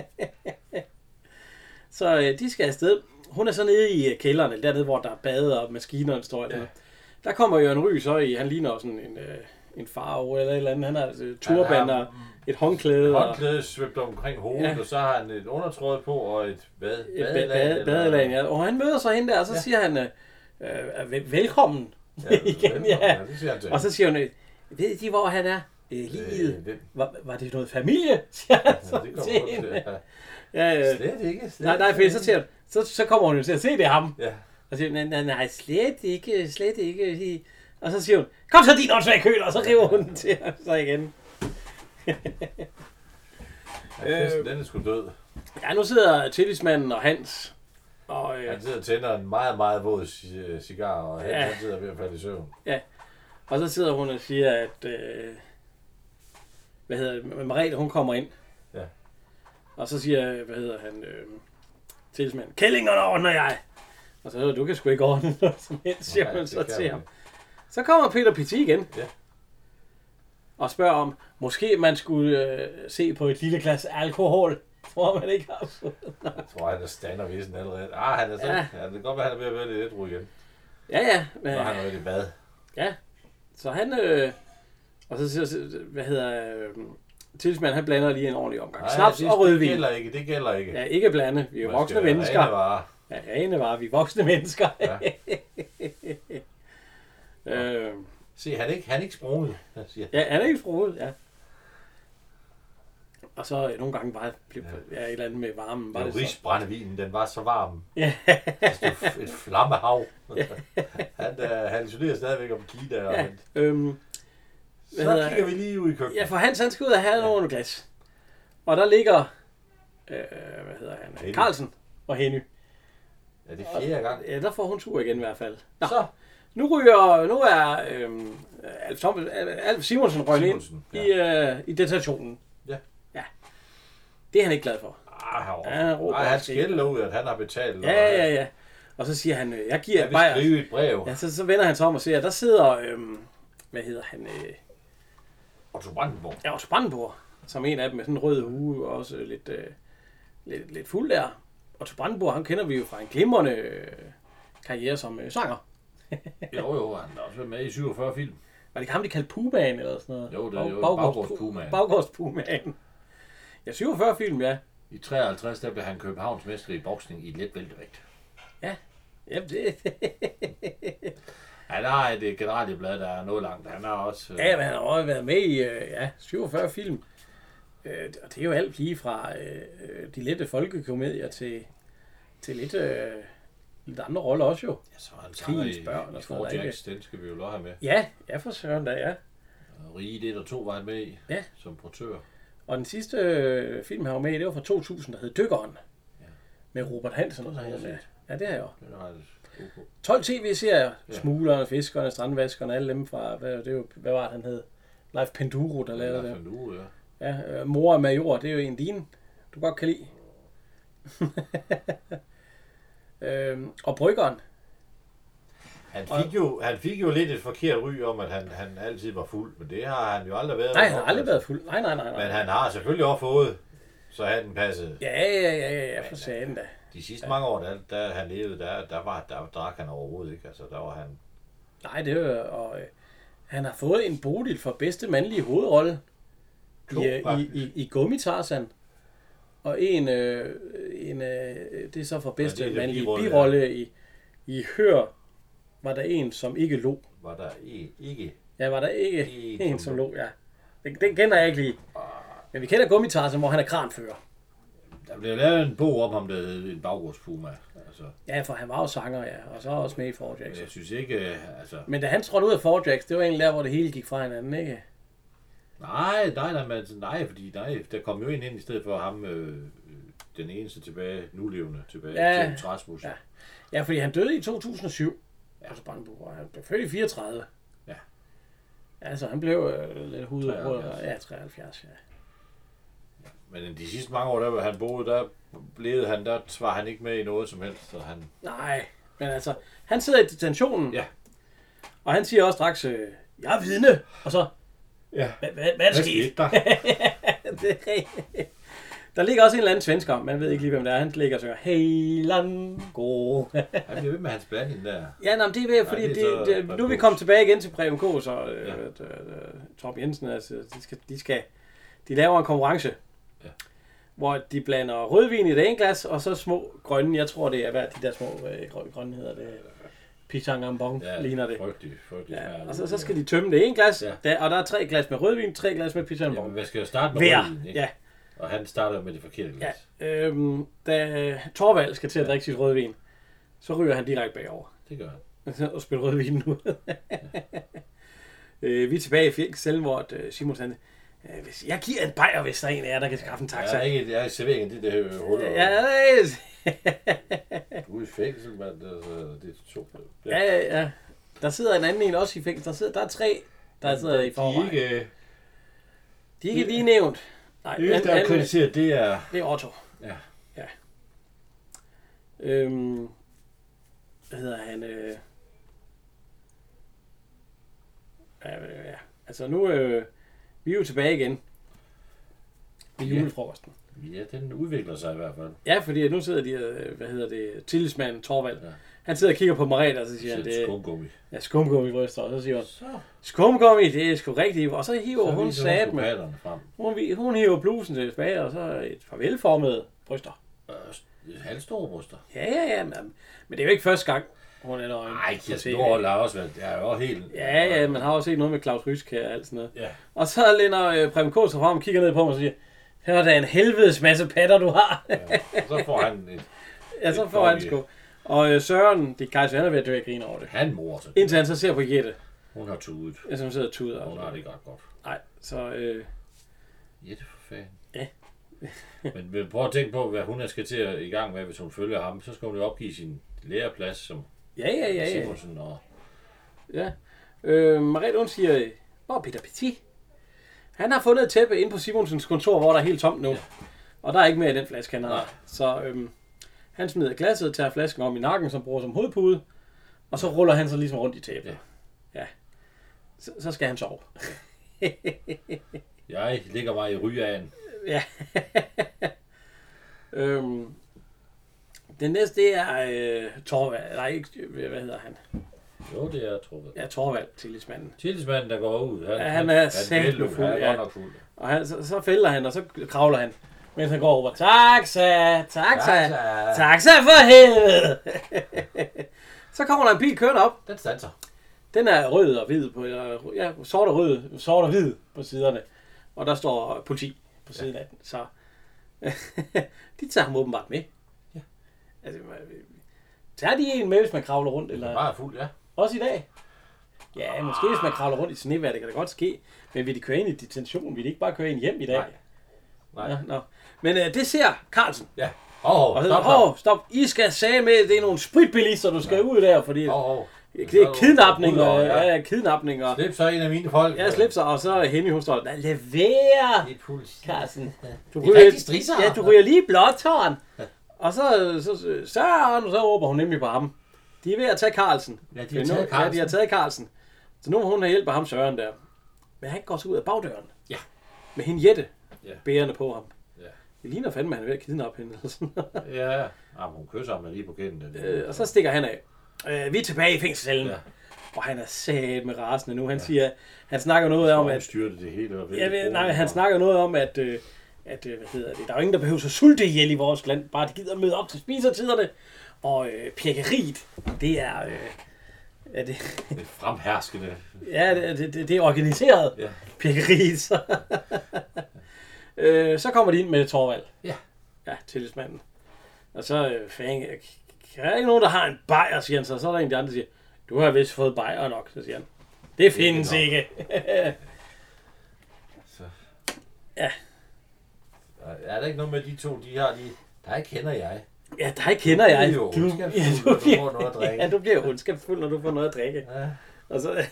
Så øh, de skal afsted. Hun er så nede i kælderen, eller dernede, hvor der er bade og maskinerne står. Ja. Der kommer jo en Ry så i, han ligner sådan en, øh, en farve eller et eller andet. Han har altså, turban og et håndklæde. Håndklæde svøbt omkring hovedet, ja. Og så har han et undertråd på og et bad, et badelag. Badelag, ja. Og han møder så hende der, og så ja. siger han, øh, øh, velkommen. Ja, igen, ja. Ja, det siger han til. Og så siger hun, ved de, hvor han er? Øh, livet. Øh, var, var det noget familie? Ja, så ja, det kommer til. Ja, ja. Slet ikke. Slet nej, nej, for så, siger, så, så kommer hun jo til at se, det er ham. Ja. Og siger, nej, nej, nej, slet ikke, slet ikke. Og så siger hun, kom så din åndssvage køler, og så river hun den til ham så igen. Ja, festen, den er sgu død. Ja, nu sidder tillidsmanden og Hans. Og, øh, han sidder og tænder en meget, meget våd cigar, og han, ja. han sidder ved at falde i søvn. Ja, og så sidder hun og siger, at øh, hvad hedder det, Merete, hun kommer ind. Ja. Og så siger, hvad hedder han, øh, tillidsmanden, kællingerne ordner jeg. Og så hedder du kan sgu ikke ordne noget som helst, siger hun så til ham. Så kommer Peter Petit igen. Ja. Og spørger om, måske man skulle øh, se på et lille glas alkohol. Tror man ikke har fået. Jeg tror, han er standardvisen allerede. Ah, han er så. Ja. Ja, det kan godt være, han er ved at være lidt ædru igen. Ja, ja. Men, når han er i bad. Ja. Så han... Øh, og så siger, hvad hedder... Øh, tillidsmanden, han blander lige en ordentlig omgang. Nej, snaps det, og rødvin. Det gælder ikke, det gælder ikke. Ja, ikke blande. Vi er jo voksne mennesker. Rene varer. Ja, rene varer. Vi er voksne mennesker. Ja. øh. Se, han er ikke, han er ikke sprunget. Ja, han er ikke sprunget, ja. Og så øh, nogle gange bare blev ja, et eller andet med varmen. Var det risbrændevinen, den var så varm. Ja. Altså, et flammehav. Han der hallucinerer stadigvæk om Kina. Og ja. øhm, så hedder, kigger vi lige ud i køkkenet. Ja, for Hans, han skal ud og have ja. nogle glas. Og der ligger, øh, hvad hedder han, Henny. Carlsen og Henny. Ja, det er fjerde gang. Ja, der får hun tur igen i hvert fald. Nå. Så. Nu ryger, nu er øhm, Alf, Thomas, Alf Simonsen røget ind ja. i, øh, i detentionen. Ja. Ja. Det er han ikke glad for. Ah, han, ja, han, han skælder ud, at han har betalt. Ja, ja, ja. Og så siger han, jeg giver jeg vil bajer. skrive et brev. Ja, så, så vender han sig om og siger, der sidder, øhm, hvad hedder han? Øh, Otto Brandenburg. Ja, Otto Brandenburg. Som en af dem med sådan en rød hue og også lidt, øh, lidt, lidt fuld der. Otto Brandenburg, han kender vi jo fra en glimrende øh, karriere som øh, sanger. jo, jo, han har også været med i syvogfyrre film. Var det ikke ham, de kaldte Pumaen eller sådan noget? Jo, det er jo Baggårdspumaen. Baggårdspumaen. Ja, syvogfyrre film, ja. I treoghalvtreds, der blev han Københavns mester i boksning i let væltevægt. Ja, jamen det... Han har et generalieblad, der er noget langt. Han har også... Øh... Ja, men han har også været med i øh, ja, syvogfyrre film. Øh, og det er jo alt lige fra øh, de lette folkekomedier til, til lidt, øh, lidt andre roller også jo. Ja, så han Krigens børn og sådan noget. Jacks, den skal vi jo lov have med. Ja, ja for søren da, ja. Rige et og to var han med i, ja. Som portør. Og den sidste øh, film, han var med i, det var fra to tusind, der hed Dykkeren. Ja. Med Robert Hansen og sådan noget. Ja, det er jo. tolv tv-serier, ja. Smuglerne, Fiskerne, Strandvaskerne, alle dem fra, hvad, det er jo, hvad var det, han hed? Leif Penduro, der ja, lavede det. Leif Penduro, ja. Ja, øh, Mor og Major, det er jo en din, du godt kan lide. øhm, og Bryggeren. Han fik, jo, han fik jo lidt et forkert ry om, at han, han altid var fuld, men det har han jo aldrig været. Nej, han har aldrig været fuld. Nej, nej, nej, nej. Men han har selvfølgelig også fået, så han den passet. Ja, ja, ja, ja, ja, for satan da. De sidste ja. mange år, der, der han levede, der, der, var, der drak han overhovedet ikke. Altså, der var han... Nej, det er og øh, han har fået en Bodil for bedste mandlige hovedrolle To, i, øh, i, i, i Gummitarsan. Og en, øh, en øh, det er så for bedste ja, mandlige birolle, birolle ja. i, i Hør, var der en, som ikke lå. Var der en, ikke? Ja, var der ikke en, en som lå, ja. Den, den kender jeg ikke lige. Men vi kender Gummitarsan, hvor han er kranfører. Der blev lavet en bog om ham, der hed en baggårdspuma. Altså. Ja, for han var jo sanger, ja. Og så også med i Four Jacks. Jeg synes ikke, altså... Men da han trådte ud af Four Jacks, det var egentlig der, hvor det hele gik fra hinanden, ikke? Nej, nej, nej, men, nej, fordi nej, der kom jo en ind i stedet for ham, øh, den eneste tilbage, nulevende tilbage, ja, James Rasmussen. Ja. ja, fordi han døde i to tusind og syv. Ja. Altså Brandenburg, og han blev født i fireogtredive. Ja. Altså, han blev øh, lidt hudet ja, treoghalvfjerds, ja. Men de sidste mange år, der han boede, der blev han, der var han ikke med i noget som helst. Så han... Nej, men altså, han sidder i detentionen, ja. Og han siger også straks, øh, jeg er vidne, og så, ja. hvad, hvad, hvad er der sket? Der? det er der ligger også en eller anden svensker, man ved ikke lige, hvem det er, han ligger og synger, hey, Lango. Han bliver ved med hans blanding der. Ja, nej, det er ved, fordi ja, det er det, det, nu er vi kommet tilbage igen til Preben Kaas og øh, ja. øh, øh, Torben Jensen, altså, de skal, de skal, de laver en konkurrence. Ja. Hvor de blander rødvin i det ene glas, og så små grønne, jeg tror det er hvad de der små øh, grønne hedder det, Pichangambong ja, ligner det. Frygtelig, frygtelig ja, og så, så skal de tømme det ene glas, ja. der, og der er tre glas med rødvin, tre glas med Pichangambong. Ja, man skal jo starte med Hver. rødvin, ikke? Ja. Og han starter med det forkerte glas. Ja, øhm, da Torvald skal til at drikke sit rødvin, så ryger han direkte bagover. Det gør han. Og spiller rødvin nu. ja. øh, vi er tilbage i Fjelkselden, hvor Simon sagde, hvis jeg giver en bajer, hvis der er en af jer, der kan skaffe en taxa. Jeg er ikke jeg er serveringen, det der huller. Ja, det er... Du er i fængsel, mand. Det er to. Ja, ja, ja. Der sidder en anden en også i fængsel. Der, sidder, der er tre, der sidder i forvejen. De er ikke... De er ikke lige nævnt. Nej, det eneste, der er kritiseret, det er... Det er Otto. Ja. Ja. Øhm... Hvad hedder han? Øh... Ja, ja. Altså nu... Øh... Vi er jo tilbage igen i julefrokosten. Ja, den udvikler sig i hvert fald. Ja, fordi nu sidder de, hvad hedder det, tillidsmanden Torvald. Ja. Han sidder og kigger på Merete, og så siger han, det er skumgummi. Ja, skumgummi bryster, og så siger hun, så. Skumgummi, det er sgu rigtigt. Og så hiver så hun sat med. Hun, hun hiver blusen tilbage, og så et farvelformede bryster. Øh, halvstore bryster. Ja, ja, ja, men, men det er jo ikke første gang. Hun er nøgen. Nej, Kirsten Nordholt har også været, det er jo helt... Ja, ja, man har også set noget med Claus Rysk og alt sådan noget. Ja. Og så lænder øh, Preben Kaas frem og kigger ned på mig og siger, her er da en helvedes masse patter, du har. Ja, så får han et... ja, så får han sgu. Og øh, Søren, dit kejser, han er ved at dø af grine over det. Han morer sig. Indtil han så ser på Jette. Hun har tudet. Ja, som sidder og tuder. Hun har det ikke ret godt. Nej, så... Øh... Jette for fanden. Ja. Men prøv at tænke på, hvad hun skal til at i gang med, hvis hun følger ham. Så skal hun jo opgive sin læreplads som... Ja, ja, ja, ja. Simonsen og... Ja. Øh, Merete, hun siger, hvor er Peter Petit? Han har fundet et tæppe inde på Simonsens kontor, hvor der er helt tomt nu. Ja. Og der er ikke mere i den flaske, han har. Nej. Så øhm, han smider glasset, tager flasken om i nakken, som bruger som hovedpude, og så ruller han sig ligesom rundt i tæppet. Ja. ja. Så, så skal han sove. Jeg ligger mig i rygeagen. Ja. øhm, den næste, det er øh, Torvald. Nej, ikke, hvad hedder han? Jo, det er Torvald. Ja, Torvald, tillidsmanden. Tillidsmanden, der går ud. Han, ja, han er sæt fuld. Han er ja. fuld. Og han, så, så fælder han, og så kravler han, mens han går over. Taxa, taxa, taxa, taxa for helvede. Så kommer der en bil kørende op. Den standser. Den er rød og hvid på, ja, sort og rød, sort og hvid på siderne. Og der står politi på siden ja. af den. Så de tager ham åbenbart med. Ja. Altså, tager de en med, hvis man kravler rundt? Eller? Det er bare fuld, ja. Også i dag? Ja, måske hvis man kravler rundt i snevejr, det kan da godt ske. Men vil de køre ind i detention? Vil de ikke bare køre ind hjem i dag? Nej. Nej. Ja, no. Men uh, det ser Carlsen. Ja. Åh, oh, stop, oh, stop. I skal sige med, det er nogle spritbilister, du skal ja. ud der, fordi oh, oh. det er kidnapning og ja. Ja, kidnapning og slip så en af mine folk. Ja, slip så, og så Henny, hun står der. Lever, Carlsen. Du ryger, det er rigtig strisser. Ja, du ryger lige blåtårn. Ja. Og så, så Søren, og så råber hun nemlig på ham. De er ved at tage Carlsen. Ja, de har taget Carlsen. Ja, de har taget Carlsen. Så nu må hun have hjælp af ham Søren der. Men han går så ud af bagdøren. Ja. Med hende Jette. Ja. Bærende på ham. Ja. Det ligner fandme, at han er ved at kidnappe hende. Ja, ja. Jamen, hun kysser ham lige på kinden. øh, og så stikker han af. Øh, vi er tilbage i fængselscellen. Ja. Og han er sat med rasende nu. Han ja. siger, han snakker noget om, at... styrte det hele. Ja, ved, nej, han snakker noget om, at... Øh, at hvad hedder det? Der er jo ingen, der behøver så sulte ihjel i vores land. Bare de gider møde op til spisertiderne. Og øh, pirkeriet, det er... Øh, er det... det er fremherskende. Ja, det, det, det er organiseret. Ja. Pirkeriet. Så, øh, så kommer de ind med Torvald. Ja. Ja, tillidsmanden. Og så øh, fæng, kan der ikke nogen, der har en bajer, siger han så. Så er der en af de andre, der siger, du har vist fået bajer nok, så siger han. Det findes det ikke. så. Ja. Er der ikke noget med de to, de har de... Der kender jeg. Ja, dig kender jeg. Du, du, ja, du, du får noget at drikke. Ja, du bliver ondskabsfuld, når du får noget at drikke. Ja. Og så...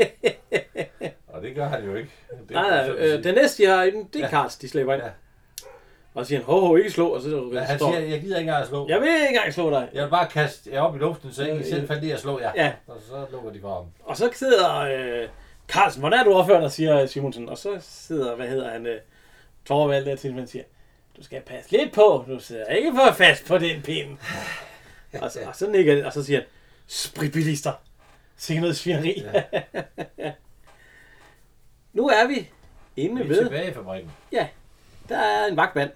og det gør han jo ikke. Det nej, nej, øh, den næste, de har, det er ja. Karls, de slæber ind. Ja. Og så siger han, ho, ho, ikke slå. Og så ja, han står, siger, jeg gider ikke engang at slå. Jeg vil ikke engang slå dig. Jeg vil bare kaste jer op i luften, så ikke selv fandt det at slå jer. Ja. Og så lukker de for ham. Og så sidder øh, Carlsen, hvordan er du opført, der siger Simonsen. Og så sidder, hvad hedder han, øh, Torvald der til, man siger, du skal passe lidt på, du sidder ikke for fast på den pinde. og, så, og så nikker det, og så siger han, spritbilister, sikke noget svineri. Ja. Nu er vi inde vi ved... tilbage i fabrikken. Ja, der er en vagtmand,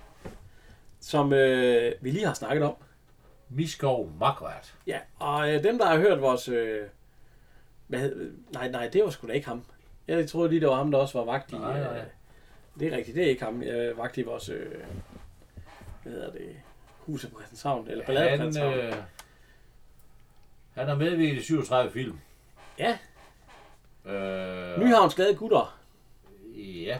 som øh, vi lige har snakket om. Miskov Markvart. Ja, og øh, dem, der har hørt vores... Øh, hvad hed, nej, nej, det var sgu da ikke ham. Jeg troede lige, det var ham, der også var vagt i... Nej, nej. Øh, det er rigtigt, det er ikke ham. Jeg vagt i vores... Øh, hvad hedder det? Huset på Christianshavn, eller Ballade på Christianshavn. Øh, han er medvirket i syvogtredive film. Ja. Øh, Nyhavns Glade Gutter. Ja.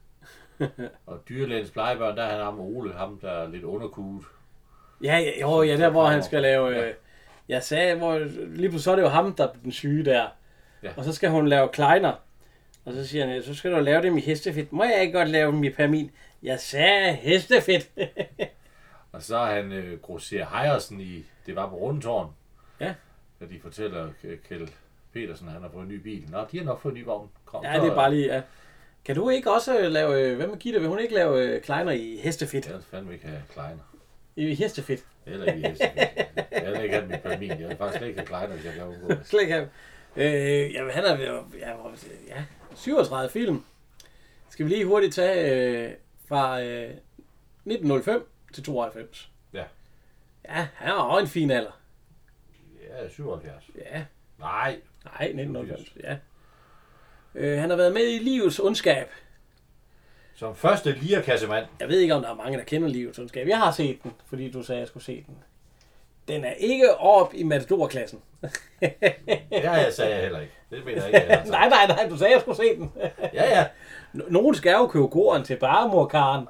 Og Dyrlægens Plejebørn, der er han ham Ole, ham der er lidt underkuget. Ja, ja, jo, ja, der hvor han skal lave... Øh, jeg sagde, hvor lige pludselig så er det jo ham, der er den syge der. Ja. Og så skal hun lave kleiner. Og så siger han, så skal du lave dem i hestefedt. Må jeg ikke godt lave dem i permin? Jeg sagde hestefedt. Og så er han øh, grosserer Hejersen i Det var på Rundetårn. Ja. Da de fortæller Kjeld Petersen, at han har fået en ny bil. Nå, de har nok fået en ny vogn. Kom, ja, det er bare lige, ja. Kan du ikke også lave, hvad med Gitte, vil hun ikke lave kleiner i hestefedt? Jeg vil fandme ikke have kleiner. I hestefedt? Eller i hestefedt. Jeg vil ikke have dem i permin. Jeg vil faktisk ikke have kleiner, hvis jeg kan undgå det. Slet ikke have øh, jamen, han er ja, ja, syvogtredive film. Skal vi lige hurtigt tage øh, fra øh, nitten nul fem til tooghalvfems. Ja. Ja, han har også en fin alder. Ja, syvoghalvfjerds. Ja. Nej. Nej, nitten nul fem, ja. Øh, han har været med i Livets Ondskab. Som første lirakassemand. Jeg ved ikke, om der er mange, der kender Livets Ondskab. Jeg har set den, fordi du sagde, at jeg skulle se den. Den er ikke op i Matador-klassen. Det har jeg sagde jeg heller ikke. Det mener jeg ikke. Jeg nej, nej, nej, du sagde, at jeg skulle se den. ja, ja. Nogen skal jo købe gården til baremorkaren.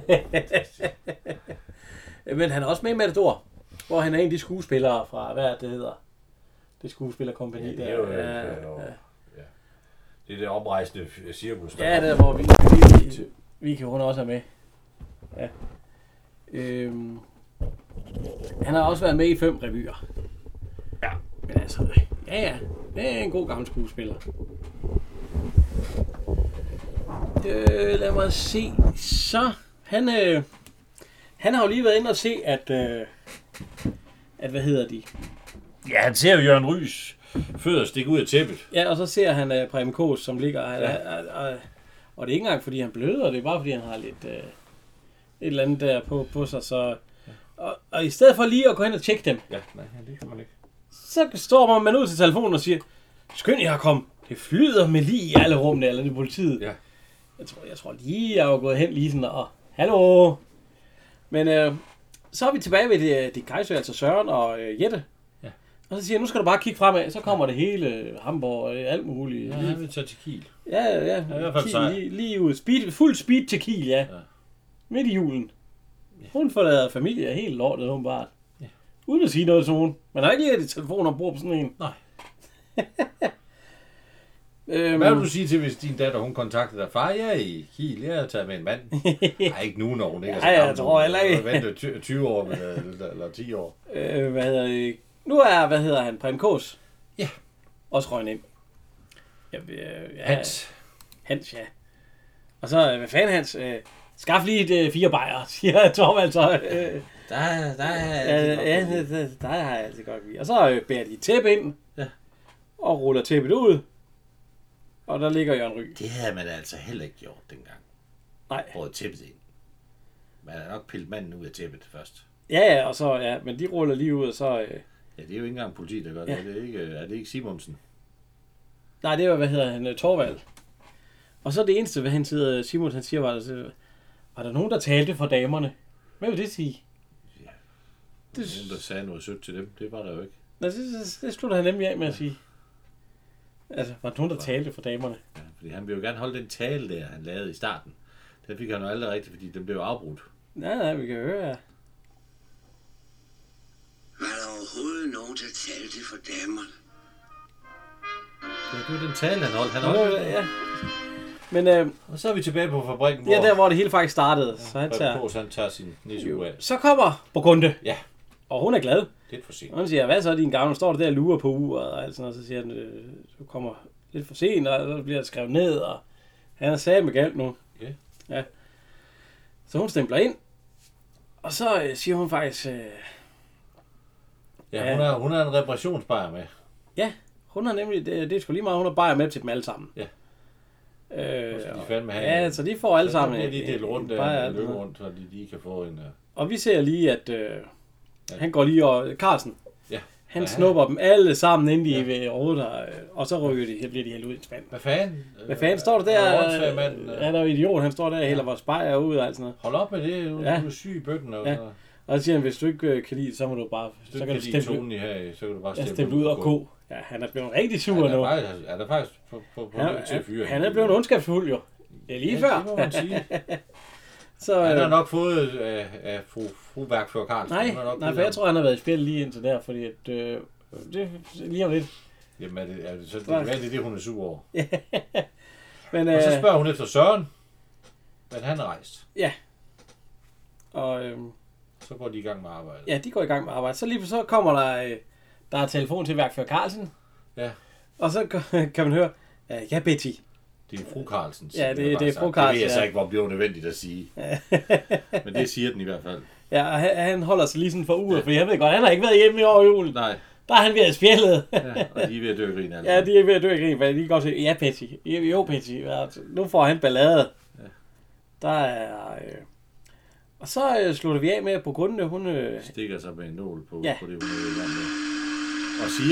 Men han er også med i Matador, hvor han er en af de skuespillere fra, hvad det hedder, det skuespillerkompagni. Ja, det er jo, ja, ja. Ja. Det er det oprejsende cirkus. Der ja, det er, hvor vi, vi, vi, vi kan hun også er med. Ja. Øhm, han har også været med i fem revyer. Ja, men altså, ja, ja, det er en god gammel skuespiller. Øh, lad mig se. Så, han, øh, han har jo lige været inde og se, at, øh, at hvad hedder de? Ja, han ser jo Jørgen Rys fødder stikke ud af tæppet. Ja, og så ser han uh, Preben Kaas, som ligger, ja. og, og, og det er ikke engang, fordi han bløder, det er bare, fordi han har lidt uh, et eller andet der på, på sig, så... Ja. Og, og i stedet for lige at gå hen og tjekke dem, ja, nej, det kan man ikke. Så står man ud til telefonen og siger, skynd jer at komme, det flyder med lige i alle rummene, eller i politiet. Ja. Jeg tror, jeg tror lige, jeg er gået hen lige sådan, og hallo. Men øh, så er vi tilbage ved det, det Kajsø, altså Søren og øh, Jette. Ja. Og så siger jeg, nu skal du bare kigge fremad, så kommer det hele, Hamburg og alt muligt. Ja, han vil tage til Kiel. Ja, ja, ja. I hvert fald lige, lige ud. Speed, fuld speed til Kiel, ja. Ja. Midt i julen. Ja. Hun forlader familie helt lortet, hun bare. Ja. Uden at sige noget til nogen. Man har ikke lige et telefon og bruger på sådan en. Nej. øhm, Hvad vil du sige til, hvis din datter, hun kontaktede dig? Far, jeg er i Kiel, jeg har taget med en mand. Nej, ikke nu, når hun ikke er så gammel. Ja, jeg tror heller ikke. Hun venter tyve år, eller, eller ti år. Øh, hvad hedder det? nu er, hvad hedder han, Preben Kaas? Ja. Også røgnet ind. Ja, øh, ja, Hans. Hans, ja. Og så, hvad fanden Hans, øh, skaf lige et øh, fire bajer, siger Torvald så. Øh, Der, der er ja, ja, der, der har jeg altid godt lide. Og så øh, bærer de et tæppe ind, Ja. og ruller tæppet ud, og der ligger Jørgen Ryg. Det havde man altså heller ikke gjort dengang. Nej. Rådet tæppet ind. Man har nok pillet manden ud af tæppet først. Ja, ja, og så, ja, men de ruller lige ud, og så... Øh, Ja, det er jo ikke engang politi, der gør det. Ja. Er det ikke, er det ikke Simonsen? nej, det var, hvad hedder han, Torvald. Og så det eneste, hvad han siger, Simon, han siger, var der, var der nogen, der talte for damerne? Hvad vil det sige? Ja. Det, Nogen, der sagde noget sødt til dem. Det var der jo ikke. nej, det, det, det slutter han nemlig af med at sige. Altså, var der nogen, der talte for damerne? Ja, fordi han ville jo gerne holde den tale der, han lavede i starten. Den fik han jo aldrig rigtigt, fordi den blev afbrudt. Nej, nej, vi kan høre, ja. Var der overhovedet nogen, der talte for damerne? Ja, det var den tale, han holdt. Han Nå, holdt ja. Men øh, Og så er vi tilbage på fabrikken, hvor ja, der hvor det hele faktisk startede. Så han Preben tager, Kaas, han tager sin nisse af. så kommer Burgunde, Ja, og hun er glad. lidt for sent. Og hun siger, hvad så din gamle? Står der der og lurer på uret og alt sådan noget. Så siger han, øh, du kommer lidt for sent, og så bliver det skrevet ned, og han er sagt med galt nu. Okay. Ja. Så hun stempler ind, og så øh, siger hun faktisk, øh, Ja, hun er, hun er en reparationsbajer med. ja, hun har nemlig, det, det er sgu lige meget, hun har bajer med til dem alle sammen. Ja. Øh, Så de fandme have ja, så de får alle sammen Så en- de delt rundt en der, bajer, en løbe altså. rundt, så de lige kan få en... Uh... Og vi ser lige, at øh, Ja. han går lige og Carlsen, Ja. han Ja. snupper dem alle sammen, inden de Ja. ja. ved rådet, og, og så ryger de, bliver de hældt ud i en spand. Hvad fanden? Hvad fanden står der Er der? åndssvag mand, øh. Han er jo idiot, han står der og hælder vores bajer ud og alt sådan noget. Hold op med det, du, Ja. ja. du er syg i bøtten. Og, Ja. ja. Og så siger han, hvis du ikke øh, kan lide, så må du bare, Hvis så du kan kan du lide stemple, tonen i her, så kan du bare ja, stemme stemple ud og ko. Ja, han er blevet rigtig sur Han nu. er faktisk, er der faktisk på, på, på Han, til at fyre. han er blevet ondskabsfuld jo. Det er lige ja, før. det må man sige. Så, Han har øh, nok fået af, af fru, fru Værkfører Carlsen. nej, Hun har nok nej, givet for jeg ham- tror, han har været i spil lige indtil der, fordi at, øh, det lige om lidt. Jamen, er det, er det, så det kan være, det er det, hun er sur over. Men, Og så øh, spørger hun efter Søren, men han er rejst. og, øh, Så går de i gang med arbejdet. ja, de går i gang med arbejde. Så lige så kommer der, øh, der er telefon til værkfører Carlsen. Ja. Og så kan man høre, øh, ja Betty. Det er fru Carlsen. Ja, det- siger jeg det er bare fru sagt. Carlsen, Det ved jeg så ja. ikke, hvor bliver nødvendigt at sige. Men det siger den i hvert fald. Ja, og han, han holder sig lige sådan for uret, fordi han ved godt, han har ikke været hjemme i år julen. Nej, Der er han ved at spjælde. ja, og de er ved at dø grin altså. Ja, de er ved at dø i grin, fordi de kan godt sige, ja Betty, jo Betty, altså, nu får han ballade. Ja. Der er... Øh... Og så øh, slutter vi af med, at på grunde, hun... Øh... Stikker sig med en nål på, Ja. på det, hun er i gang med. Og siger,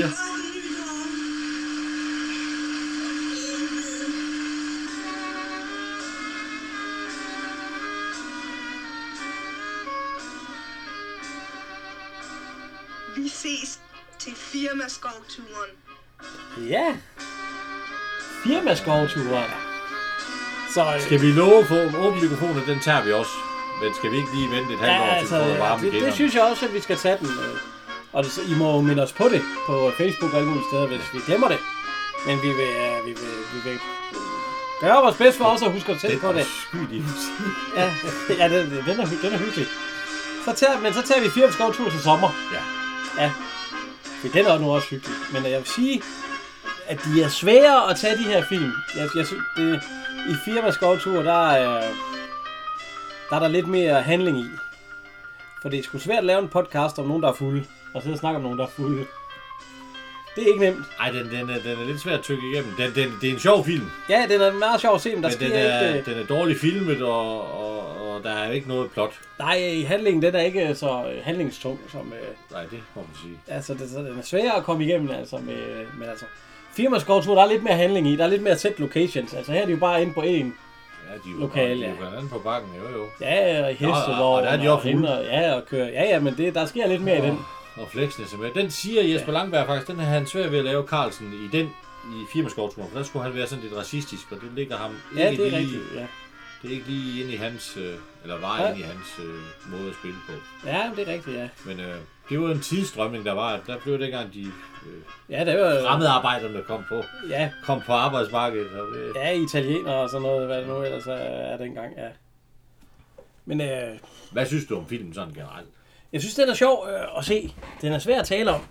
Vi ses til firmaskovturen. Ja. Firmaskovture. Så... Øh... skal vi love for åben mikrofonen, den tager vi også. Men skal vi ikke lige vente et halvt Ja, år til altså, at få det varme det, igen? det synes jeg også, at vi skal tage den. øh. Og det, I må minde os på det på Facebook og alle mulige steder, hvis vi glemmer det. Men vi vil, uh, vi vil, vi vil gøre vores bedste for os at huske at tænke på det. Skyld i musik. Ja, ja den, den, er, hy- den er hyggelig. Så tager, men så tager vi firmaskovtur til sommer. Ja. Ja, for den er nu også hyggelig. Men jeg vil sige, at de er svære at tage de her film. Jeg, jeg synes, det, i firmaskovtur, der er, der er der lidt mere handling i. For det er sgu svært at lave en podcast om nogen, der er fulde. Og så snakke om nogen, der er fulde. Det er ikke nemt. Ej, den, den, er, den er lidt svær at tykke igennem. Den, den, det er en sjov film. Ja, den er meget sjov at se, men der Men sker den er, ikke... den er dårligt filmet, og, og, og der er ikke noget plot. Nej, handlingen den er ikke så øh, handlingstung som... Øh, Nej, det må man sige. altså, det, så den er sværere at komme igennem, altså. Med, men altså... Firmaskovtur, der er lidt mere handling i. Der er lidt mere set locations. Altså, her er de jo bare inde på en. Ja, de er jo, Lokale, de er jo ja. blandt andet på bakken, jo jo. Ja, og hestevogn. og der er de også fulde. og, ja, og kører. Ja, ja, men det, der sker lidt mere i den. Og Fleksnes er med. Den siger Jesper Langberg faktisk, den har han svært ved at lave Carlsen i den i firmaskovturen, for der skulle han være sådan lidt racistisk, og det ligger ham Ja, ikke det er lige, rigtigt, ja. det er ikke lige inde i hans, øh, eller var Ja. inde i hans øh, måde at spille på. Ja, det er rigtigt, ja. Men øh, det var en tidsstrømning, der var, der blev dengang de øh, Ja, det var... fremmedarbejderne, der kom på, Ja, kom på arbejdsmarkedet. Og det, ja, italiener og sådan noget, hvad det nu ellers er, er dengang, ja. Men øh, Hvad synes du om filmen sådan generelt? jeg synes, den er sjov øh, at se. Den er svær at tale om.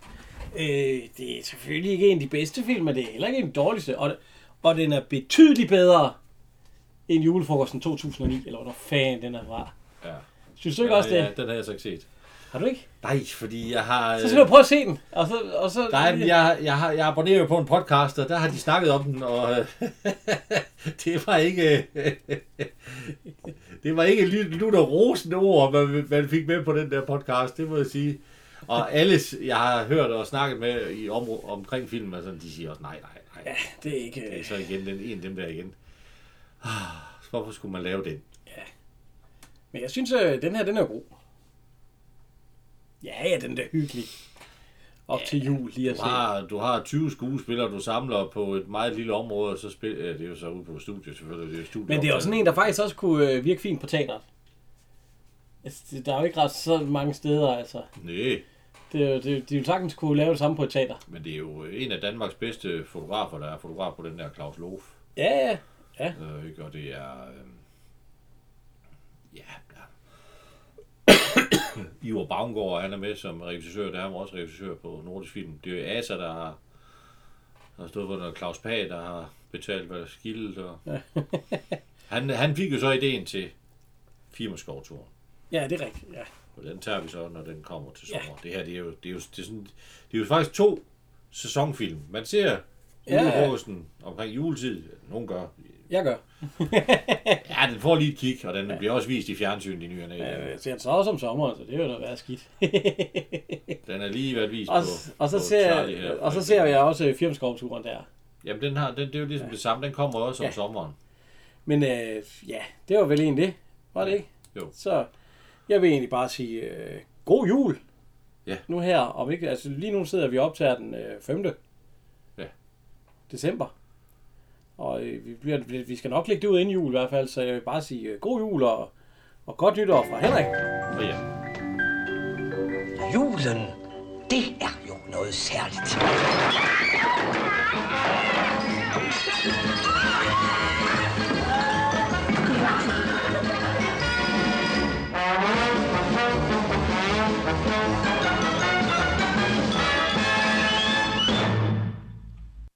Øh, det er selvfølgelig ikke en af de bedste film, men det er heller ikke en af de dårligste. Og, og den er betydeligt bedre end Julefrokosten to tusind og ni, eller hvor fanden den er fra. Ja. Synes du ikke ja, også det? Ja, den har jeg så ikke set. Har du ikke? Nej, fordi jeg har... Så skal du prøve at se den. Og så, og så, Nej, men jeg, jeg, har, jeg abonnerer jo på en podcast, og der har de snakket om den, og det var ikke... det var ikke lutter rosende ord, man, man fik med på den der podcast, det må jeg sige. Og alle, jeg har hørt og snakket med i om, omkring filmen, altså, de siger også, nej, nej, nej. Ja, det er ikke... Det er så igen den, en af dem der igen. Hvorfor skulle man lave den? Ja. Men jeg synes, at den her, den er god. Ja, ja, den er hyggelig. Op ja, til jul lige at du se. Har, du har tyve skuespillere, du samler på et meget lille område, og så spiller... Ja, det er jo så ude på studiet, selvfølgelig. Det er studie Men det er jo sådan en, der faktisk også kunne virke fint på teateret. Altså, der er jo ikke ret så mange steder, altså. Nej. Det er jo, det er, de jo sagtens kunne lave det samme på et teater. Men det er jo en af Danmarks bedste fotografer, der er fotograf på den der Claus Loof. Ja, ja. Ja. Øh, ikke? Og det er... Øh, ja, ja. Ivar Baumgaard, han er med som regissør, der er han også regissør på Nordisk Film. Det er jo Asa, der har, der har stået på noget Claus Pag, der har betalt hvad der skildet. Og... han, han fik jo så ideen til firmaskovturen. Ja, det er rigtigt, ja. Og den tager vi så, når den kommer til sommer. Ja. Det her, det er jo, det er jo, det er sådan, det er jo faktisk to sæsonfilm. Man ser julefrokosten ja, ja. omkring juletid. Nogen gør. Jeg gør. Ja, den får lige et kig, og den ja. bliver også vist i fjernsynet i nyerne. Ja, jeg ser den så også om sommeren, så det er jo noget værd skidt. Den er lige været vist og, på, og så på ser Charlie her. Og så ser jeg også firmaskovturen der. Jamen, den har, den, det er jo ligesom ja. det samme. Den kommer også ja. om sommeren. Men øh, ja, det var vel egentlig det. Var det ikke? Jo. Så jeg vil egentlig bare sige øh, god jul. Ja. Nu her, om ikke, altså lige nu sidder vi op til den øh, femte Ja. december. Og øh, vi, bliver, vi skal nok lægge det ud inden jul i hvert fald, så jeg vil bare sige øh, god jul og, og godt nytår fra Henrik. Og ja. Julen, det er jo noget særligt.